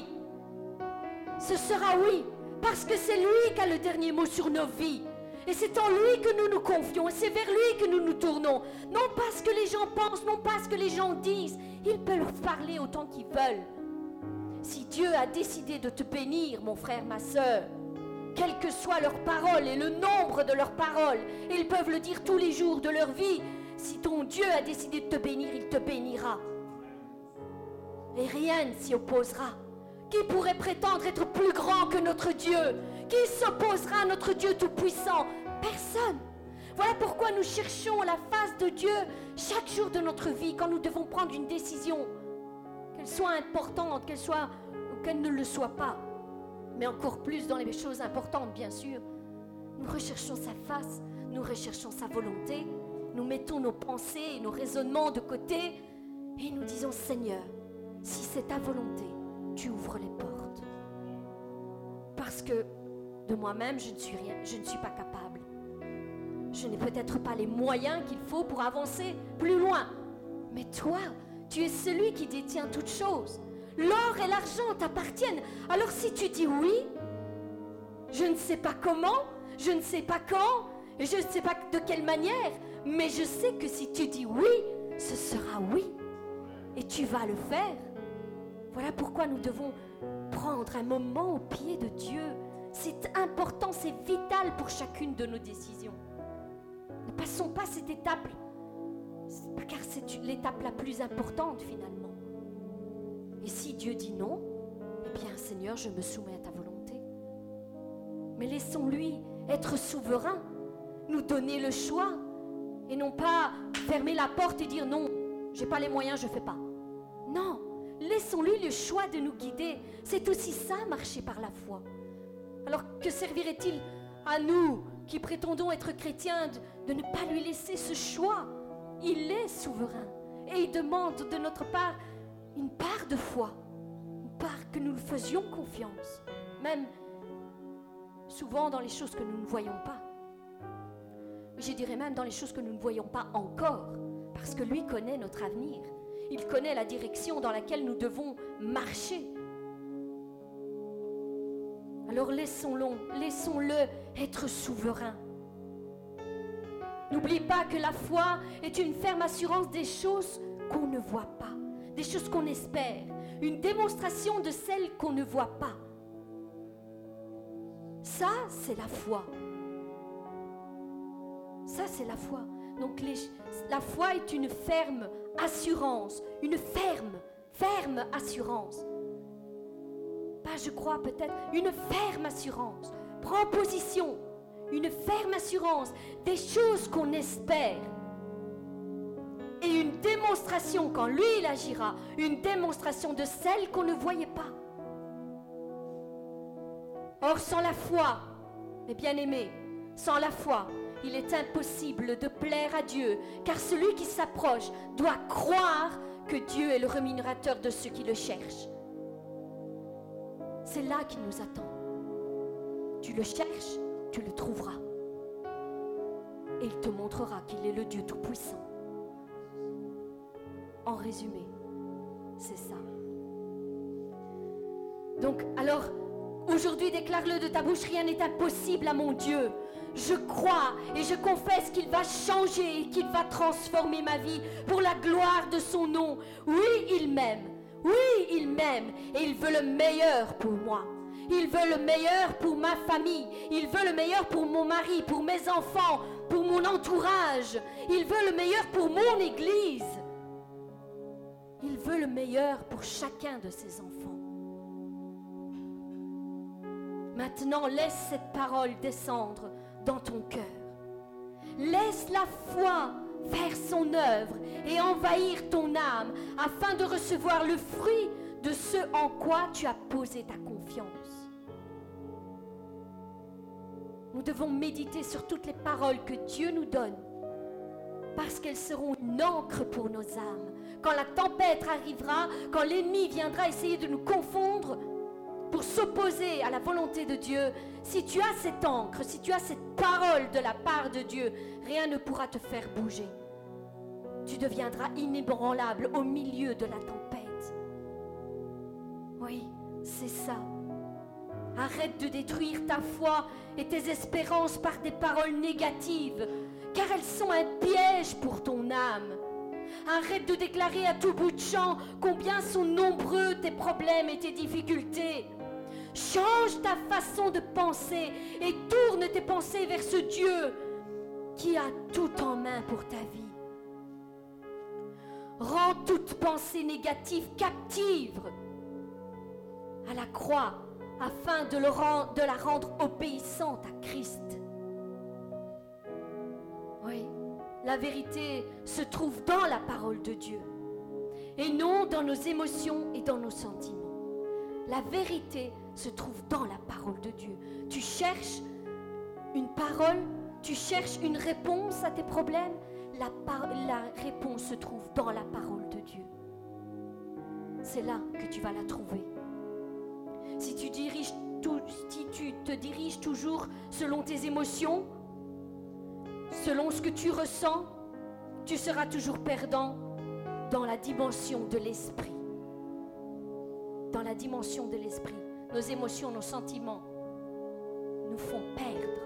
S1: Ce sera oui, parce que c'est lui qui a le dernier mot sur nos vies. Et c'est en lui que nous nous confions, et c'est vers lui que nous nous tournons. Non pas ce que les gens pensent, non pas ce que les gens disent. Ils peuvent parler autant qu'ils veulent. Si Dieu a décidé de te bénir, mon frère, ma sœur, quelles que soient leurs paroles et le nombre de leurs paroles, et ils peuvent le dire tous les jours de leur vie, si ton Dieu a décidé de te bénir, il te bénira. Et rien ne s'y opposera. Qui pourrait prétendre être plus grand que notre Dieu? Qui s'opposera à notre Dieu tout-puissant? Personne. Voilà pourquoi nous cherchons la face de Dieu chaque jour de notre vie quand nous devons prendre une décision, qu'elle soit importante, qu'elle soit ou qu'elle ne le soit pas, mais encore plus dans les choses importantes, bien sûr. Nous recherchons sa face, nous recherchons sa volonté, nous mettons nos pensées et nos raisonnements de côté et nous disons: Seigneur, si c'est ta volonté, tu ouvres les portes. Parce que de moi-même, je ne suis rien, je ne suis pas capable. Je n'ai peut-être pas les moyens qu'il faut pour avancer plus loin. Mais toi, tu es celui qui détient toutes choses. L'or et l'argent t'appartiennent. Alors si tu dis oui, je ne sais pas comment, je ne sais pas quand, et je ne sais pas de quelle manière, mais je sais que si tu dis oui, ce sera oui. Et tu vas le faire. Voilà pourquoi nous devons prendre un moment au pied de Dieu. C'est important, c'est vital pour chacune de nos décisions. Ne passons pas cette étape, car c'est l'étape la plus importante finalement. Et si Dieu dit non, eh bien Seigneur, je me soumets à ta volonté. Mais laissons-lui être souverain, nous donner le choix, et non pas fermer la porte et dire non, j'ai pas les moyens, je fais pas. Non. Laissons-lui le choix de nous guider. C'est aussi ça, marcher par la foi. Alors que servirait-il à nous, qui prétendons être chrétiens, de, de ne pas lui laisser ce choix? Il est souverain. Et il demande de notre part une part de foi. Une part que nous lui faisions confiance. Même souvent dans les choses que nous ne voyons pas. Je dirais même dans les choses que nous ne voyons pas encore. Parce que lui connaît notre avenir. Il connaît la direction dans laquelle nous devons marcher. Alors laissons-le, laissons-le être souverain. N'oublie pas que la foi est une ferme assurance des choses qu'on ne voit pas, des choses qu'on espère, une démonstration de celles qu'on ne voit pas. Ça, c'est la foi. Ça, c'est la foi. Donc les, la foi est une ferme assurance, une ferme, ferme assurance. Pas je crois peut-être, une ferme assurance. Prends position, une ferme assurance des choses qu'on espère. Et une démonstration quand lui il agira, une démonstration de celles qu'on ne voyait pas. Or sans la foi, mes bien-aimés, sans la foi, il est impossible de plaire à Dieu, car celui qui s'approche doit croire que Dieu est le rémunérateur de ceux qui le cherchent. C'est là qu'il nous attend. Tu le cherches, tu le trouveras. Et il te montrera qu'il est le Dieu Tout-Puissant. En résumé, c'est ça. Donc, alors, Aujourd'hui, déclare-le de ta bouche, rien n'est impossible à mon Dieu. Je crois et je confesse qu'il va changer et qu'il va transformer ma vie pour la gloire de son nom. Oui, il m'aime. Oui, il m'aime et il veut le meilleur pour moi. Il veut le meilleur pour ma famille. Il veut le meilleur pour mon mari, pour mes enfants, pour mon entourage. Il veut le meilleur pour mon église. Il veut le meilleur pour chacun de ses enfants. Maintenant, laisse cette parole descendre dans ton cœur. Laisse la foi faire son œuvre et envahir ton âme afin de recevoir le fruit de ce en quoi tu as posé ta confiance. Nous devons méditer sur toutes les paroles que Dieu nous donne parce qu'elles seront une encre pour nos âmes. Quand la tempête arrivera, quand l'ennemi viendra essayer de nous confondre pour s'opposer à la volonté de Dieu, si tu as cette encre, si tu as cette parole de la part de Dieu, rien ne pourra te faire bouger. Tu deviendras inébranlable au milieu de la tempête. Oui, c'est ça. Arrête de détruire ta foi et tes espérances par des paroles négatives, car elles sont un piège pour ton âme. Arrête de déclarer à tout bout de champ combien sont nombreux tes problèmes et tes difficultés. Change ta façon de penser et tourne tes pensées vers ce Dieu qui a tout en main pour ta vie. Rends toute pensée négative captive à la croix afin de, le rend, de la rendre obéissante à Christ. Oui, la vérité se trouve dans la parole de Dieu et non dans nos émotions et dans nos sentiments. La vérité se trouve dans la parole de Dieu. Tu cherches une parole, tu cherches une réponse à tes problèmes, la, par- la réponse se trouve dans la parole de Dieu. C'est là que tu vas la trouver. Si tu, diriges tout, si tu te diriges toujours selon tes émotions, selon ce que tu ressens, tu seras toujours perdant dans la dimension de l'esprit. Dans la dimension de l'esprit, nos émotions, nos sentiments nous font perdre.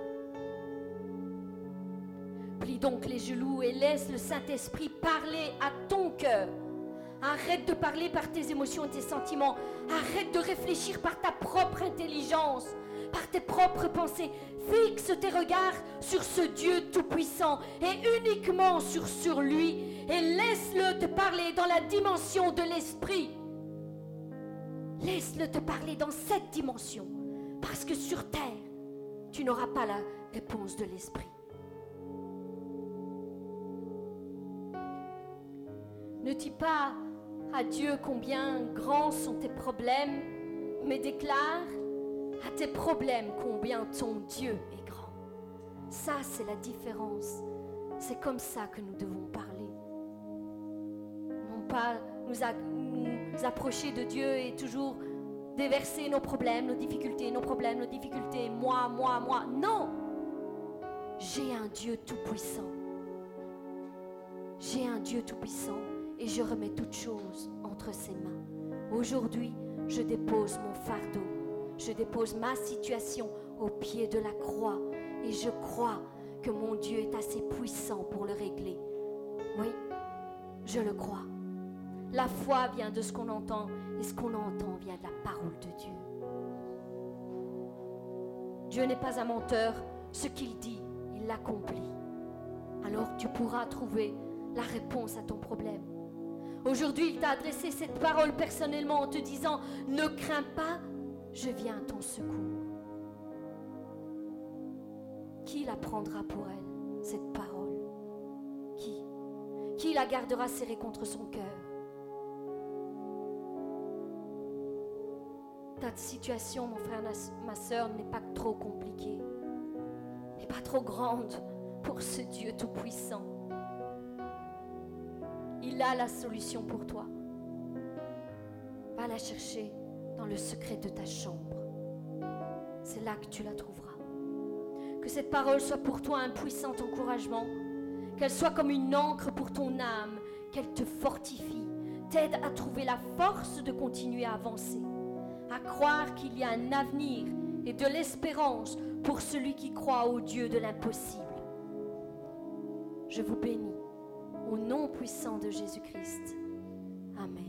S1: Plie donc les genoux et laisse le Saint-Esprit parler à ton cœur. Arrête de parler par tes émotions et tes sentiments. Arrête de réfléchir par ta propre intelligence, par tes propres pensées. Fixe tes regards sur ce Dieu tout-puissant et uniquement sur, sur lui et laisse-le te parler dans la dimension de l'esprit. Laisse-le te parler dans cette dimension, parce que sur terre, tu n'auras pas la réponse de l'esprit. Ne dis pas à Dieu combien grands sont tes problèmes, mais déclare à tes problèmes combien ton Dieu est grand. Ça, c'est la différence. C'est comme ça que nous devons parler. Non pas nous, a, nous approcher de Dieu et toujours déverser nos problèmes, nos difficultés, nos problèmes, nos difficultés, moi, moi, moi. Non! J'ai un Dieu tout-puissant. J'ai un Dieu tout-puissant et je remets toutes choses entre ses mains. Aujourd'hui, je dépose mon fardeau. Je dépose ma situation au pied de la croix et je crois que mon Dieu est assez puissant pour le régler. Oui, je le crois. La foi vient de ce qu'on entend et ce qu'on entend vient de la parole de Dieu. Dieu n'est pas un menteur. Ce qu'il dit, il l'accomplit. Alors tu pourras trouver la réponse à ton problème. Aujourd'hui, il t'a adressé cette parole personnellement en te disant « Ne crains pas, je viens à ton secours. » Qui la prendra pour elle, cette parole? Qui? Qui la gardera serrée contre son cœur? Ta situation, mon frère, ma soeur, n'est pas trop compliquée, n'est pas trop grande pour ce Dieu tout-puissant. Il a la solution pour toi. Va la chercher dans le secret de ta chambre. C'est là que tu la trouveras. Que cette parole soit pour toi un puissant encouragement, qu'elle soit comme une encre pour ton âme, qu'elle te fortifie, t'aide à trouver la force de continuer à avancer, à croire qu'il y a un avenir et de l'espérance pour celui qui croit au Dieu de l'impossible. Je vous bénis au nom puissant de Jésus-Christ. Amen.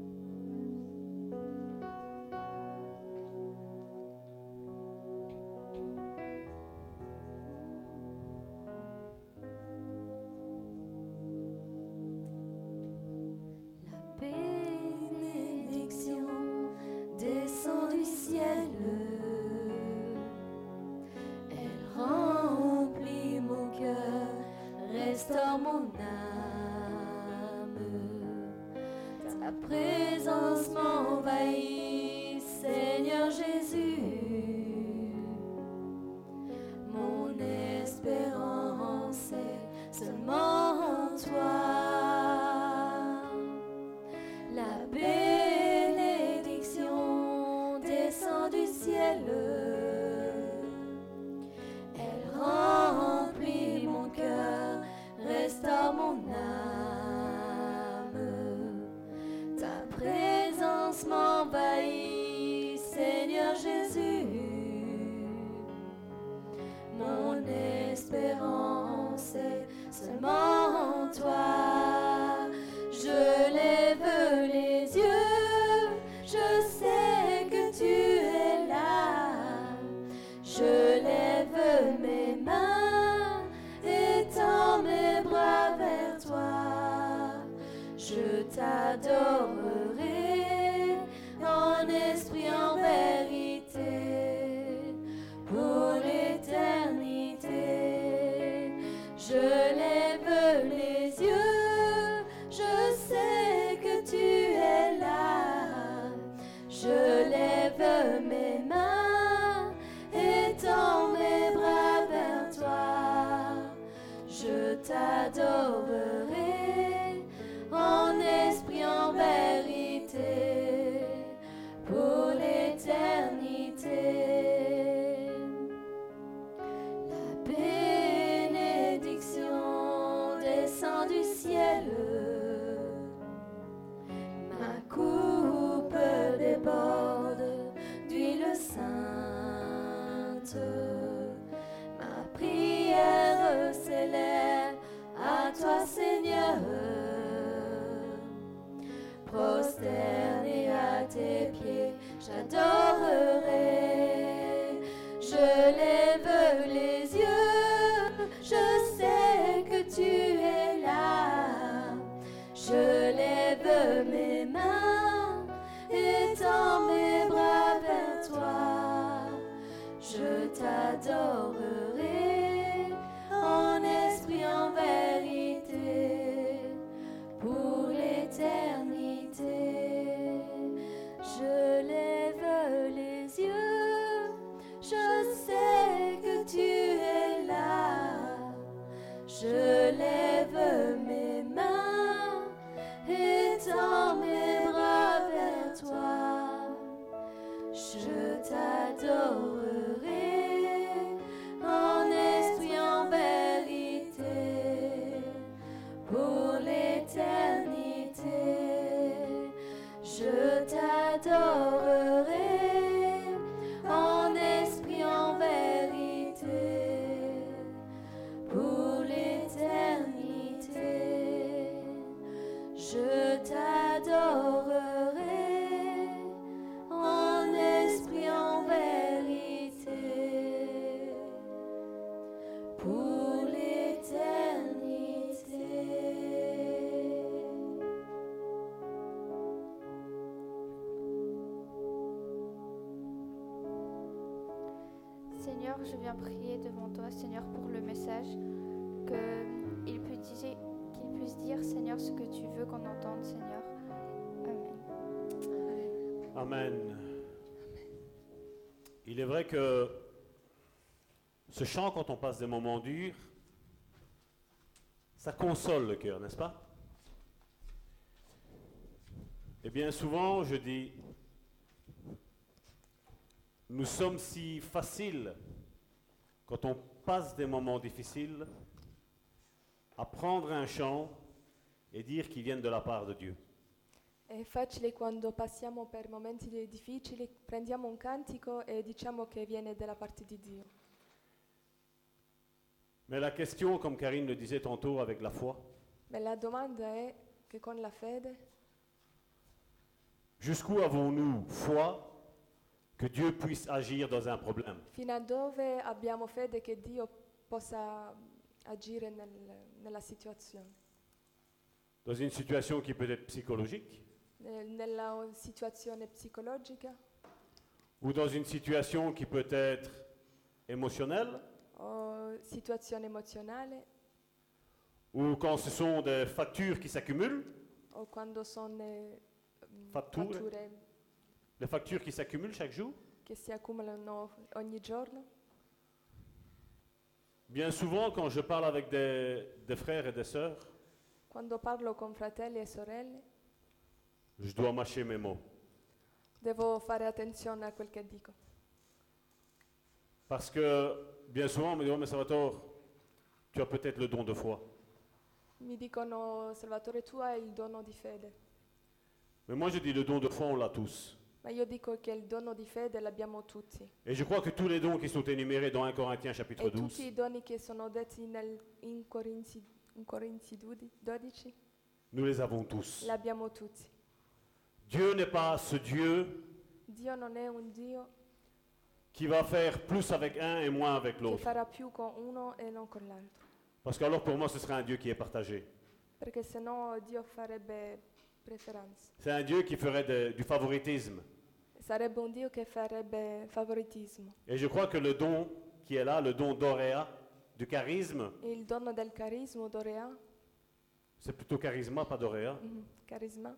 S4: Seigneur, je viens prier devant toi, Seigneur, pour le message, qu'il puisse dire, qu'il puisse dire, Seigneur, ce que tu veux qu'on entende, Seigneur. Amen.
S5: Amen. Il est vrai que ce chant, quand on passe des moments durs, ça console le cœur, n'est-ce pas? Et bien souvent, je dis, nous sommes si faciles, quand on passe des moments difficiles, à prendre un chant et dire qu'ils viennent de la part de Dieu.
S2: È facile quando passiamo per momenti difficili, prendiamo un cantico e diciamo che viene dalla parte di Dio.
S5: Mais la question, comme Karine le disait tantôt avec la foi,
S2: Ma la domanda è che con la fede,
S5: jusqu'où avons-nous foi que Dieu puisse agir dans un problème?
S2: fino a dove abbiamo fede che Dio possa agire nel- nella situazione?
S5: Dans une situation qui peut être psychologique
S2: Nel- nella situazione psicologica
S5: ou dans une situation qui peut être émotionnelle
S2: o situazione emozionale
S5: ou quand ce sont des factures qui s'accumulent,
S2: o quando sono eh,
S5: Fatture.
S2: fatture
S5: les factures qui s'accumulent chaque jour.
S2: che si accumulano ogni giorno.
S5: Bien souvent, quand je parle avec des, des frères et des sœurs,
S2: Quando parlo con fratelli e sorelle
S5: je dois mâcher mes mots.
S2: devo fare attenzione a quel che dico,
S5: Parce que bien souvent, on me dit, oh, mais Salvatore, tu as peut-être le don de foi.
S2: mi dicono Salvatore tu hai il dono di fede,
S5: Mais moi, je dis, le don de foi, on l'a tous.
S2: ma io dico che il dono di fede l'abbiamo tutti
S5: Et je crois que tous les dons qui sont énumérés dans un Corinthiens chapitre
S2: e tutti
S5: douze,
S2: i doni che sono detti nel- in Corinzi, in Corinzi dodici
S5: nous les avons tous.
S2: l'abbiamo tutti.
S5: Dieu n'est pas ce Dieu
S2: Dio non è un Dio
S5: qui va faire plus avec un et moins avec
S2: che
S5: l'autre.
S2: farà più con uno e non con l'altro,
S5: Parce qu'alors, pour moi, ce serait un Dieu qui est partagé.
S2: perché sennò Dio farebbe preferenze.
S5: C'est un Dieu qui ferait de- du favoritisme.
S2: Sarebbe un Dio che farebbe favoritismo.
S5: Et je crois que le don qui est là, le don d'Oréa, du charisme,
S2: Il dono del carisma, Dorea,
S5: c'est plutôt charisma, pas d'Oréa.
S2: mhm, carisma,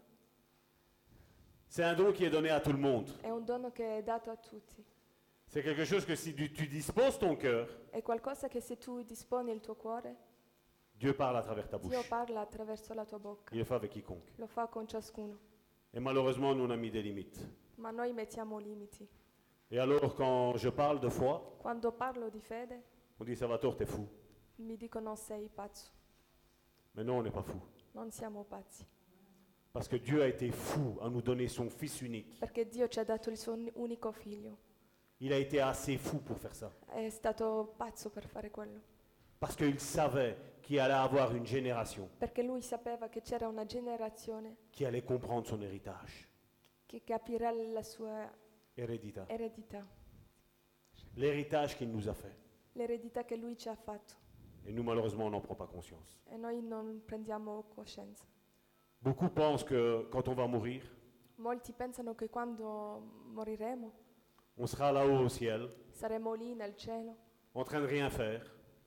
S5: C'est un don qui est donné à tout le monde.
S2: è un dono che è dato a tutti.
S5: C'est quelque chose que si tu, tu disposes ton cœur,
S2: È qualcosa che se tu disponi il tuo cuore,
S5: Dieu parle à travers ta
S2: Dio
S5: bouche.
S2: parla attraverso la tua bocca.
S5: Il le fait avec quiconque.
S2: Lo fa con ciascuno.
S5: Et malheureusement, nous on a mis des limites.
S2: Ma noi mettiamo limiti.
S5: Et alors, quand je parle de foi,
S2: Quando parlo di fede,
S5: on dit Salvatore, t'es fou.
S2: mi dicono sei pazzo.
S5: Mais non, on n'est pas fou.
S2: Non siamo pazzi.
S5: Parce que Dieu a été fou à nous donner son Fils unique.
S2: Perché Dio ci ha dato il suo uni- unico figlio.
S5: Il a été assez fou pour faire ça.
S2: È stato pazzo per fare quello.
S5: Parce qu'il savait qu'il allait avoir une génération
S2: Perché lui sapeva che c'era una generazione
S5: qui allait comprendre son héritage.
S2: che capirà la sua
S5: Hérédité.
S2: eredità.
S5: L'héritage qu'il nous a fait.
S2: L'eredità che lui ci ha fatto.
S5: Et nous, malheureusement, on n'en prend pas conscience.
S2: E noi non prendiamo coscienza.
S5: Beaucoup pensent que quand on va mourir,
S2: Molti pensano che quando moriremo
S5: on sera là-haut au ciel,
S2: saremo lì nel cielo
S5: en train de rien faire,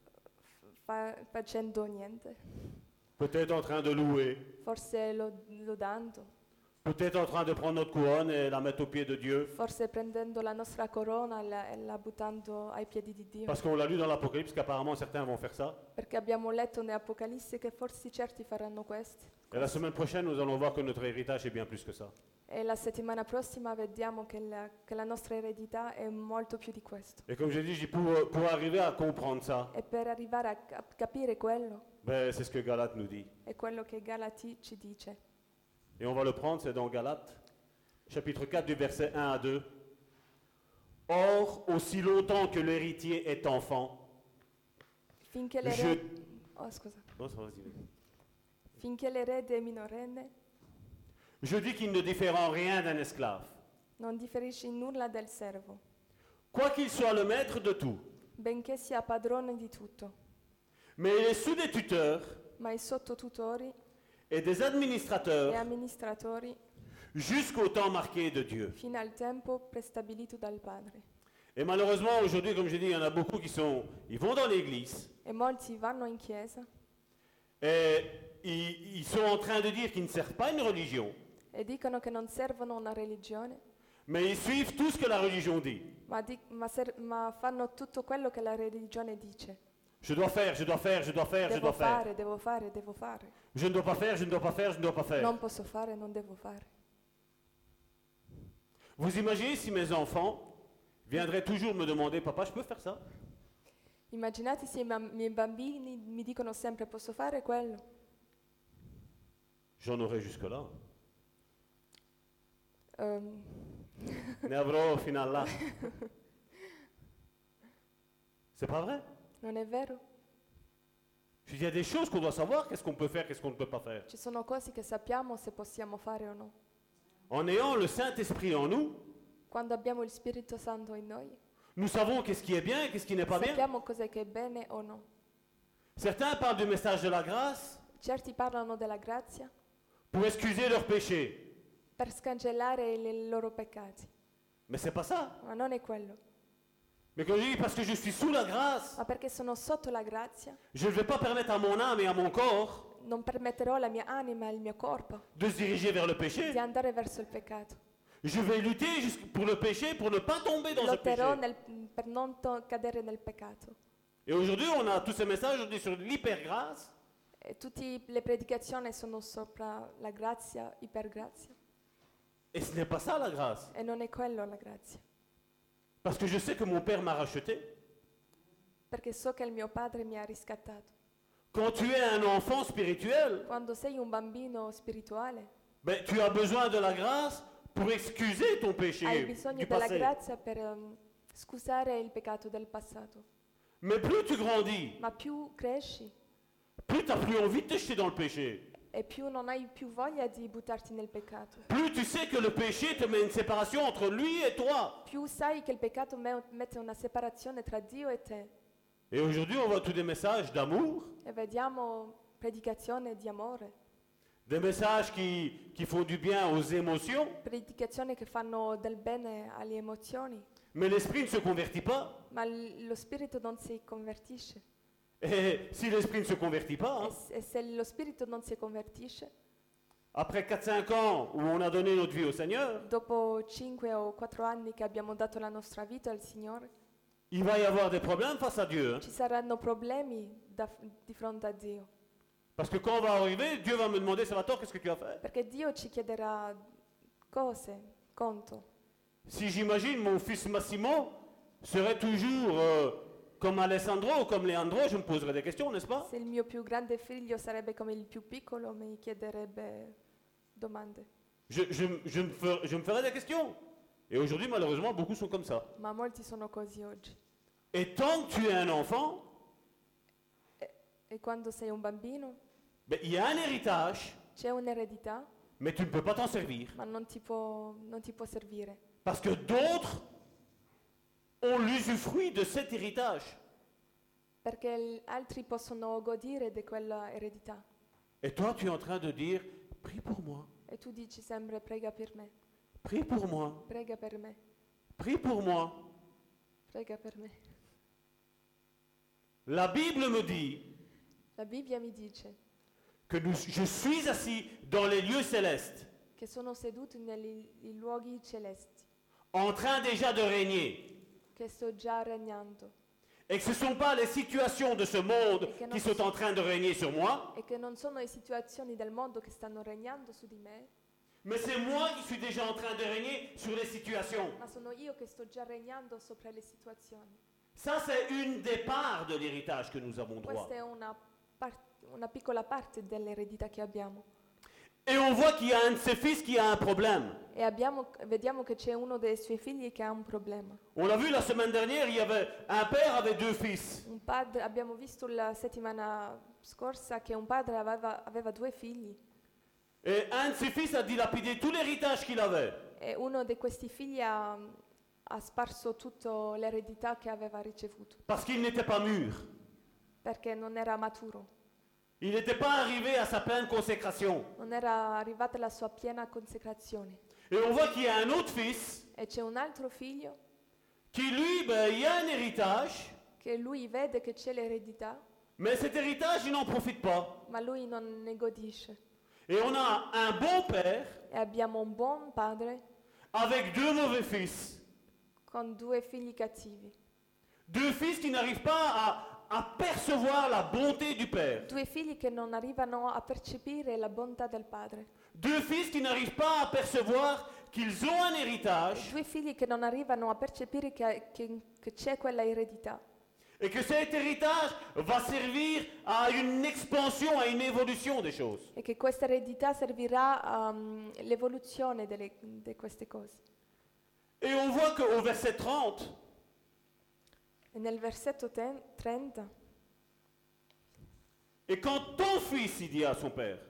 S2: fa- facendo niente,
S5: peut-être en train de louer,
S2: forse lo- lodando,
S5: peut-être en train de prendre notre couronne et la mettre aux pieds de Dieu.
S2: forse prendendo la nostra corona e la, e la buttando ai piedi di Dio.
S5: Parce qu'on l'a lu dans l'Apocalypse qu'apparemment certains vont faire ça.
S2: Perché abbiamo letto nell'Apocalisse che forse certi faranno questo.
S5: Et la semaine prochaine, nous allons voir que notre héritage est bien plus que ça.
S2: E la settimana prossima vediamo che la, che la nostra eredità è molto più di questo.
S5: Et comme je dis, je dis, pour, pour arriver à comprendre ça,
S2: E per arrivare a cap- capire quello,
S5: ben, c'est ce que Galate nous dit.
S2: è quello che Galati ci dice.
S5: Et on va le prendre, c'est dans Galates, chapitre quatre, du verset un à deux. Or, aussi longtemps que l'héritier est enfant,
S2: Finché
S5: Je-
S2: l'erede, oh, scusa.
S5: non, ça va, vas-y.
S2: Finché l'erede è minorenne,
S5: Je dis qu'il ne diffère en rien d'un esclave,
S2: non differisce in nulla del servo,
S5: quoiqu'il soit le maître de tout.
S2: benché sia padrone di tutto,
S5: Mais il est sous des tuteurs
S2: ma è sotto tutori
S5: et des
S2: e
S5: administrateurs
S2: amministratori
S5: jusqu'au temps marqué de Dieu.
S2: fino al tempo prestabilito dal Padre.
S5: Et malheureusement, aujourd'hui, comme je dis, il y en a beaucoup qui sont, ils vont dans l'église
S2: E molti vanno in chiesa
S5: et ils, ils sont en train de dire qu'ils ne servent pas une religion,
S2: e dicono che non servono una religione,
S5: mais ils suivent tout ce que la religion dit.
S2: ma, di- ma ser- ma fanno tutto quello che la religione dice.
S5: Je dois faire, je dois faire, je dois faire, je
S2: Devo
S5: dois faire.
S2: fare, devo fare, devo fare.
S5: Je ne dois pas faire, je ne dois pas faire, je ne dois pas faire.
S2: Non posso fare, non devo fare.
S5: Vous imaginez si mes enfants viendraient toujours me demander, papa, je peux faire ça?
S2: Immaginate se i mam- miei bambini mi dicono sempre posso fare quello.
S5: J'en aurais jusque-là.
S2: Ehm,
S5: Ne avrò fino là. C'est pas vrai?
S2: non è vero?
S5: Je dis, il y a des choses qu'on doit savoir, qu'est-ce qu'on peut faire, qu'est-ce qu'on ne peut pas faire.
S2: Ci sono cose che sappiamo se possiamo fare o no.
S5: En ayant le Saint-Esprit en nous,
S2: Quando abbiamo il Spirito Santo in noi,
S5: nous savons qu'est-ce qui est bien et qu'est-ce qui n'est pas bien.
S2: sappiamo cos'è che è bene o no.
S5: Certains parlent du message de la grâce
S2: Certi parlano della grazia
S5: pour excuser leurs péchés.
S2: per scancellare i loro peccati,
S5: Mais c'est pas ça.
S2: ma non è quello.
S5: Mais quand je dis parce que je suis sous la grâce,
S2: Ma perché sono sotto la grazia,
S5: je ne vais pas permettre à mon âme et à mon corps
S2: non permetterò alla mia anima e al mio corpo
S5: de se diriger vers le
S2: di
S5: péché.
S2: andare verso il peccato.
S5: Je vais lutter jusqu- pour le péché pour ne pas tomber dans ce
S2: Lotterò
S5: péché.
S2: nel- per non to- cadere nel peccato.
S5: Et aujourd'hui, on a tous ces messages aujourd'hui sur l'hypergrâce.
S2: E tutte le predicazioni sono sopra la grazia, ipergrazia.
S5: Et ce n'est pas ça la grâce.
S2: E non è quello la grazia.
S5: Parce que je sais que mon Père m'a racheté.
S2: Perché so che il mio padre mi ha riscattato.
S5: Quand tu es un enfant spirituel,
S2: Quando sei un bambino spirituale,
S5: ben, tu as besoin de la grâce pour excuser ton péché
S2: hai bisogno
S5: du
S2: della
S5: passé.
S2: grazia per ehm, scusare il peccato del passato.
S5: Mais plus tu grandis,
S2: Ma più cresci
S5: plus tu n'as plus envie de te jeter dans le péché.
S2: e più non hai più voglia di buttarti nel peccato.
S5: Plus tu sais que le péché te met une séparation entre lui et toi.
S2: Più sai che il peccato me- mette una separazione tra Dio e te.
S5: Et aujourd'hui, on voit tous des messages d'amour,
S2: E vediamo predicazione di amore,
S5: des messages qui, qui font du bien aux émotions,
S2: predicazioni che fanno del bene alle emozioni,
S5: mais l'esprit ne se convertit pas.
S2: ma l- lo spirito non si convertisce.
S5: Et si l'esprit ne se convertit pas,
S2: E,
S5: hein,
S2: s- e se lo spirito non si convertisce,
S5: après quatre cinq ans où on a donné notre vie au Seigneur,
S2: dopo cinque o quattro anni che abbiamo dato la nostra vita al Signore,
S5: il va y avoir des problèmes face à Dieu. hein.
S2: ci saranno problemi da- di fronte a Dio.
S5: Parce que quand on va arriver, Dieu va me demander, Salvatore, qu'est-ce que tu as fait?
S2: Perché Dio ci chiederà cose, conto.
S5: Si j'imagine mon fils Massimo serait toujours euh, comme Alessandro ou comme Leandro, je me poserais des questions, n'est-ce pas?
S2: Se il mio più grande figlio sarebbe come il più piccolo, mi chiederebbe domande.
S5: Je, je- je me fer- je me ferais des questions. Et aujourd'hui, malheureusement, beaucoup sont comme ça.
S2: Ma molti sono così oggi.
S5: Et tant que tu es un enfant,
S2: E quando sei un bambino
S5: ben, il y a un héritage,
S2: c'è un'eredità,
S5: mais tu ne peux pas t'en servir.
S2: ma non ti può, non ti può servire.
S5: Parce que d'autres ont l'usufruit de cet héritage.
S2: Perché l- altri possono godere di quella eredità.
S5: Et toi, tu es en train de dire, prie pour moi,
S2: E tu dici sempre prega per me,
S5: prie pour moi,
S2: prega per me,
S5: prie pour moi.
S2: prega per me.
S5: La Bible me dit
S2: La Bibbia mi dice
S5: que nous- je suis assis dans les lieux célestes,
S2: che sono seduto nei nei luoghi celesti,
S5: en train déjà de régner.
S2: che sto già regnando
S5: Et que ce ne sont pas les situations de ce monde
S2: Et que non-
S5: qui sont en train de régner sur moi,
S2: e che non sono le situazioni del mondo che stanno regnando su di me,
S5: mais c'est moi qui suis déjà en train de régner sur les situations.
S2: ma sono io che sto già regnando sopra le situazioni.
S5: Ça, c'est une des parts de l'héritage que nous avons droit.
S2: Questa è una, par- una piccola parte dell'eredità che abbiamo.
S5: Et on voit qu'il y a un de ses fils qui a un problème.
S2: E abbiamo- vediamo che c'è uno dei suoi figli che ha un problema.
S5: On l'a vu la semaine dernière, il y avait un père avait deux fils.
S2: Un padre, abbiamo visto la settimana scorsa che un padre aveva, aveva due figli
S5: Et un de ses fils a dilapidé tout l'héritage qu'il avait.
S2: e uno di questi figli ha, ha sparso tutta l'eredità che aveva ricevuto
S5: Parce qu'il n'était pas mûr.
S2: perché non era maturo,
S5: Il n'était pas arrivé à sa pleine consécration.
S2: non era arrivata la sua piena consacrazione.
S5: Et on voit qu'il y a un autre fils
S2: E c'è un altro figlio
S5: qui, lui, ben, il y a un héritage,
S2: che lui vede che c'è l'eredità,
S5: mais cet héritage, il n'en profite pas.
S2: ma lui non ne godisce.
S5: Et on a un bon père
S2: E abbiamo un buon padre
S5: avec deux mauvais fils.
S2: con due figli cattivi,
S5: Deux fils qui n'arrivent pas à, à percevoir la bonté du père.
S2: due figli che non arrivano a percepire la bontà del padre,
S5: Deux fils qui n'arrivent pas à percevoir qu'ils ont un héritage
S2: due figli che non arrivano a percepire che, che- che c'è quella eredità
S5: Et que cet héritage va servir à une expansion, à une évolution des choses.
S2: e che questa eredità servirà all'evoluzione delle- di queste cose.
S5: Et on voit qu'au verset trente,
S2: E nel versetto ten- trenta,
S5: et quand ton fils, il dit à son père,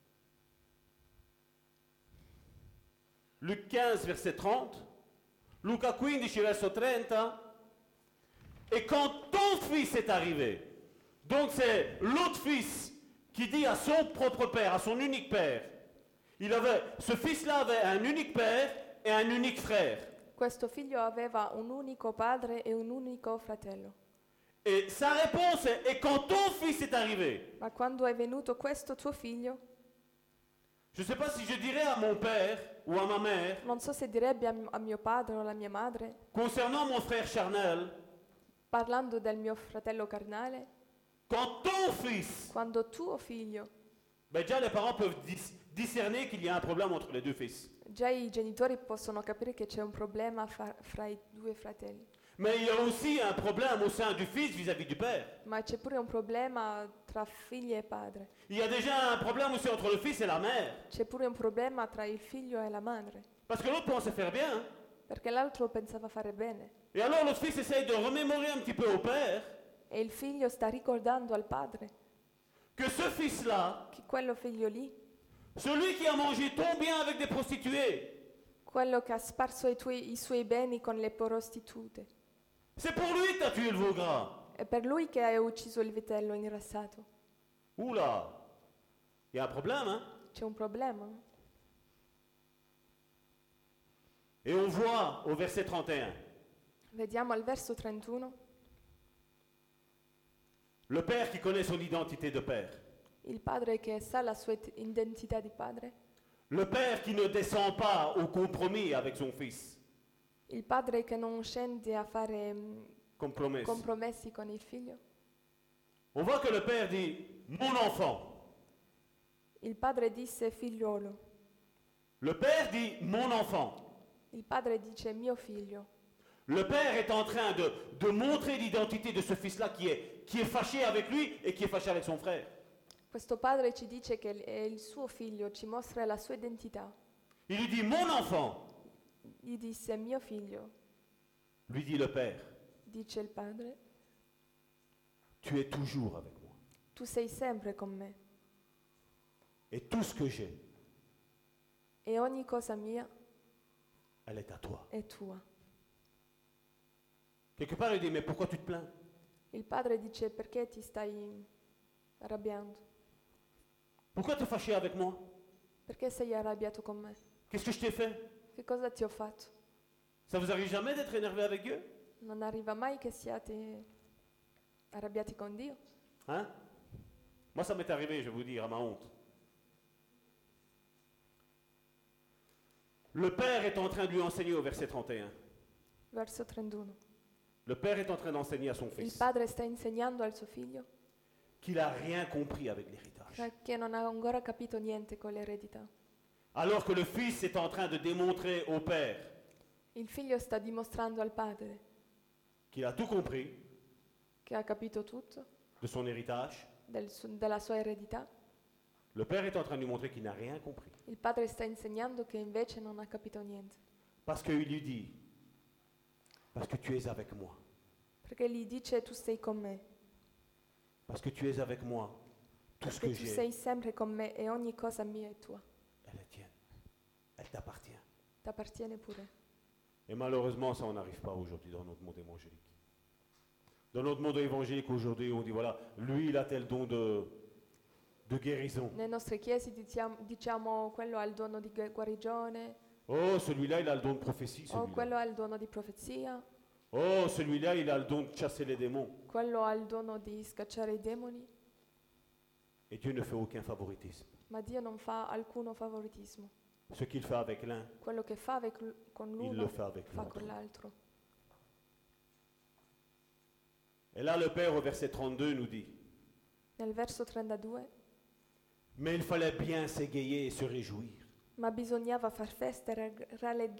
S5: Luc quinze, verset trente, Luca quindici, verset trenta, et quand ton fils est arrivé, donc c'est l'autre fils qui dit à son propre père, à son unique père, il avait, ce fils-là avait un unique père et un unique frère.
S2: questo figlio aveva un unico padre e un unico fratello.
S5: Et sa réponse est, et quand ton fils est arrivé,
S2: Ma quando è venuto questo tuo figlio,
S5: je ne sais pas si je dirais à mon père ou à ma mère,
S2: non so se direbbe a, m- a mio padre o alla mia madre,
S5: concernant mon frère charnel,
S2: parlando del mio fratello carnale,
S5: quand ton fils,
S2: quando tuo figlio,
S5: ben déjà les parents peuvent dis- discerner qu'il y a un problème entre les deux fils.
S2: già i genitori possono capire che c'è un problema fa- fra i due fratelli,
S5: Mais il y a aussi un problème au sein du fils vis-à-vis du père.
S2: ma c'è pure un problema tra figli e padre,
S5: Il y a déjà un problème aussi entre le fils et la mère.
S2: c'è pure un problema tra il figlio e la madre,
S5: Parce que l'autre pense faire bien. Hein.
S2: perché l'altro pensava fare bene
S5: Et alors l'autre fils essaye de remémorer un petit peu au père
S2: e il figlio sta ricordando al padre
S5: que ce fils-là,
S2: che quello figlio lì,
S5: celui qui a mangé ton bien avec des prostituées,
S2: quello che ha sparso i, tuoi- i suoi beni con le prostitute,
S5: c'est pour lui que tu as tué le veau gras.
S2: è per lui che hai ucciso il vitello ingrassato.
S5: Oula, il y a un problème, hein.
S2: C'è un problema?
S5: Et on voit au verset trente et un,
S2: Vediamo al verso trentuno,
S5: le père qui connaît son identité de père.
S2: il padre che sa la sua it- identità di padre,
S5: Le père qui ne descend pas au compromis avec son fils.
S2: il padre che non scende a fare mm,
S5: Compromis.
S2: compromessi con il figlio.
S5: On voit que le père dit, mon enfant.
S2: Il padre disse figliolo,
S5: Le père dit, mon enfant.
S2: il padre dice mio figlio.
S5: Le père est en train de, de montrer l'identité de ce fils-là qui est, qui est fâché avec lui et qui est fâché avec son frère.
S2: Questo padre ci dice che è il suo figlio, ci mostra la sua identità.
S5: Il lui dit, mon enfant.
S2: Gli disse mio figlio,
S5: Lui dit le père,
S2: dice il padre,
S5: tu es toujours avec moi.
S2: tu sei sempre con me
S5: Et tout ce que j'ai,
S2: e ogni cosa mia
S5: elle est à toi.
S2: è tua.
S5: Quelque part, il dit, mais pourquoi tu te plains?
S2: Il padre dice perché ti stai arrabbiando?
S5: Pourquoi tu es fâché avec moi?
S2: Perché sei arrabbiato con me?
S5: Qu'est-ce que je t'ai fait?
S2: Che cosa ti ho fatto?
S5: Ça vous arrive jamais d'être énervé avec Dieu?
S2: Non arriva mai che siate arrabbiati con Dio?
S5: Hein? Moi, ça m'est arrivé, je vais vous dire, à ma honte. Le père est en train de lui enseigner au verset trente et un.
S2: Verso trentuno.
S5: Le père est en train d'enseigner à son
S2: Il
S5: fils
S2: padre sta insegnando al suo figlio
S5: qu'il n'a rien compris avec l'héritage.
S2: che non ha ancora capito niente con l'eredità.
S5: Alors que le fils est en train de démontrer au père
S2: Il figlio sta dimostrando al padre
S5: qu'il a tout compris
S2: che ha capito tutto
S5: de son héritage.
S2: del su- della sua eredità.
S5: Le père est en train de lui montrer qu'il n'a rien compris.
S2: Il padre sta insegnando che invece non ha capito niente.
S5: Parce qu'il lui dit, parce que tu es avec moi.
S2: Perché gli dice tu sei con me.
S5: Parce que tu es avec moi. Tout ce
S2: Perché
S5: que
S2: tu
S5: j'ai,
S2: sei sempre con me e ogni cosa mia è tua.
S5: elle est tienne. Elle t'appartient.
S2: T'appartiene pure.
S5: Et malheureusement, ça, on n'arrive pas aujourd'hui dans notre monde évangélique. Dans notre monde évangélique aujourd'hui, on dit, voilà, lui, il a tel don de, de guérison.
S2: Nelle nostre chiese diciamo, diciamo quello ha il dono di gu- guarigione,
S5: Oh, celui-là, il a le don de prophétie,
S2: o quello
S5: celui-là.
S2: ha il dono di profezia,
S5: Oh, celui-là, il a le don de chasser les démons.
S2: quello ha il dono di scacciare i demoni,
S5: Et Dieu ne fait aucun favoritisme.
S2: ma Dio non fa alcuno favoritismo.
S5: Ce qu'il fait avec l'un,
S2: Quello che fa avec l- con
S5: il
S2: l'uno
S5: le fait avec
S2: fa
S5: l'autre.
S2: con l'altro.
S5: Et là, le Père, au verset trente-deux, nous dit,
S2: Nel verso trentadue,
S5: mais il fallait bien s'égayer et se réjouir.
S2: ma bisognava far festa e rag-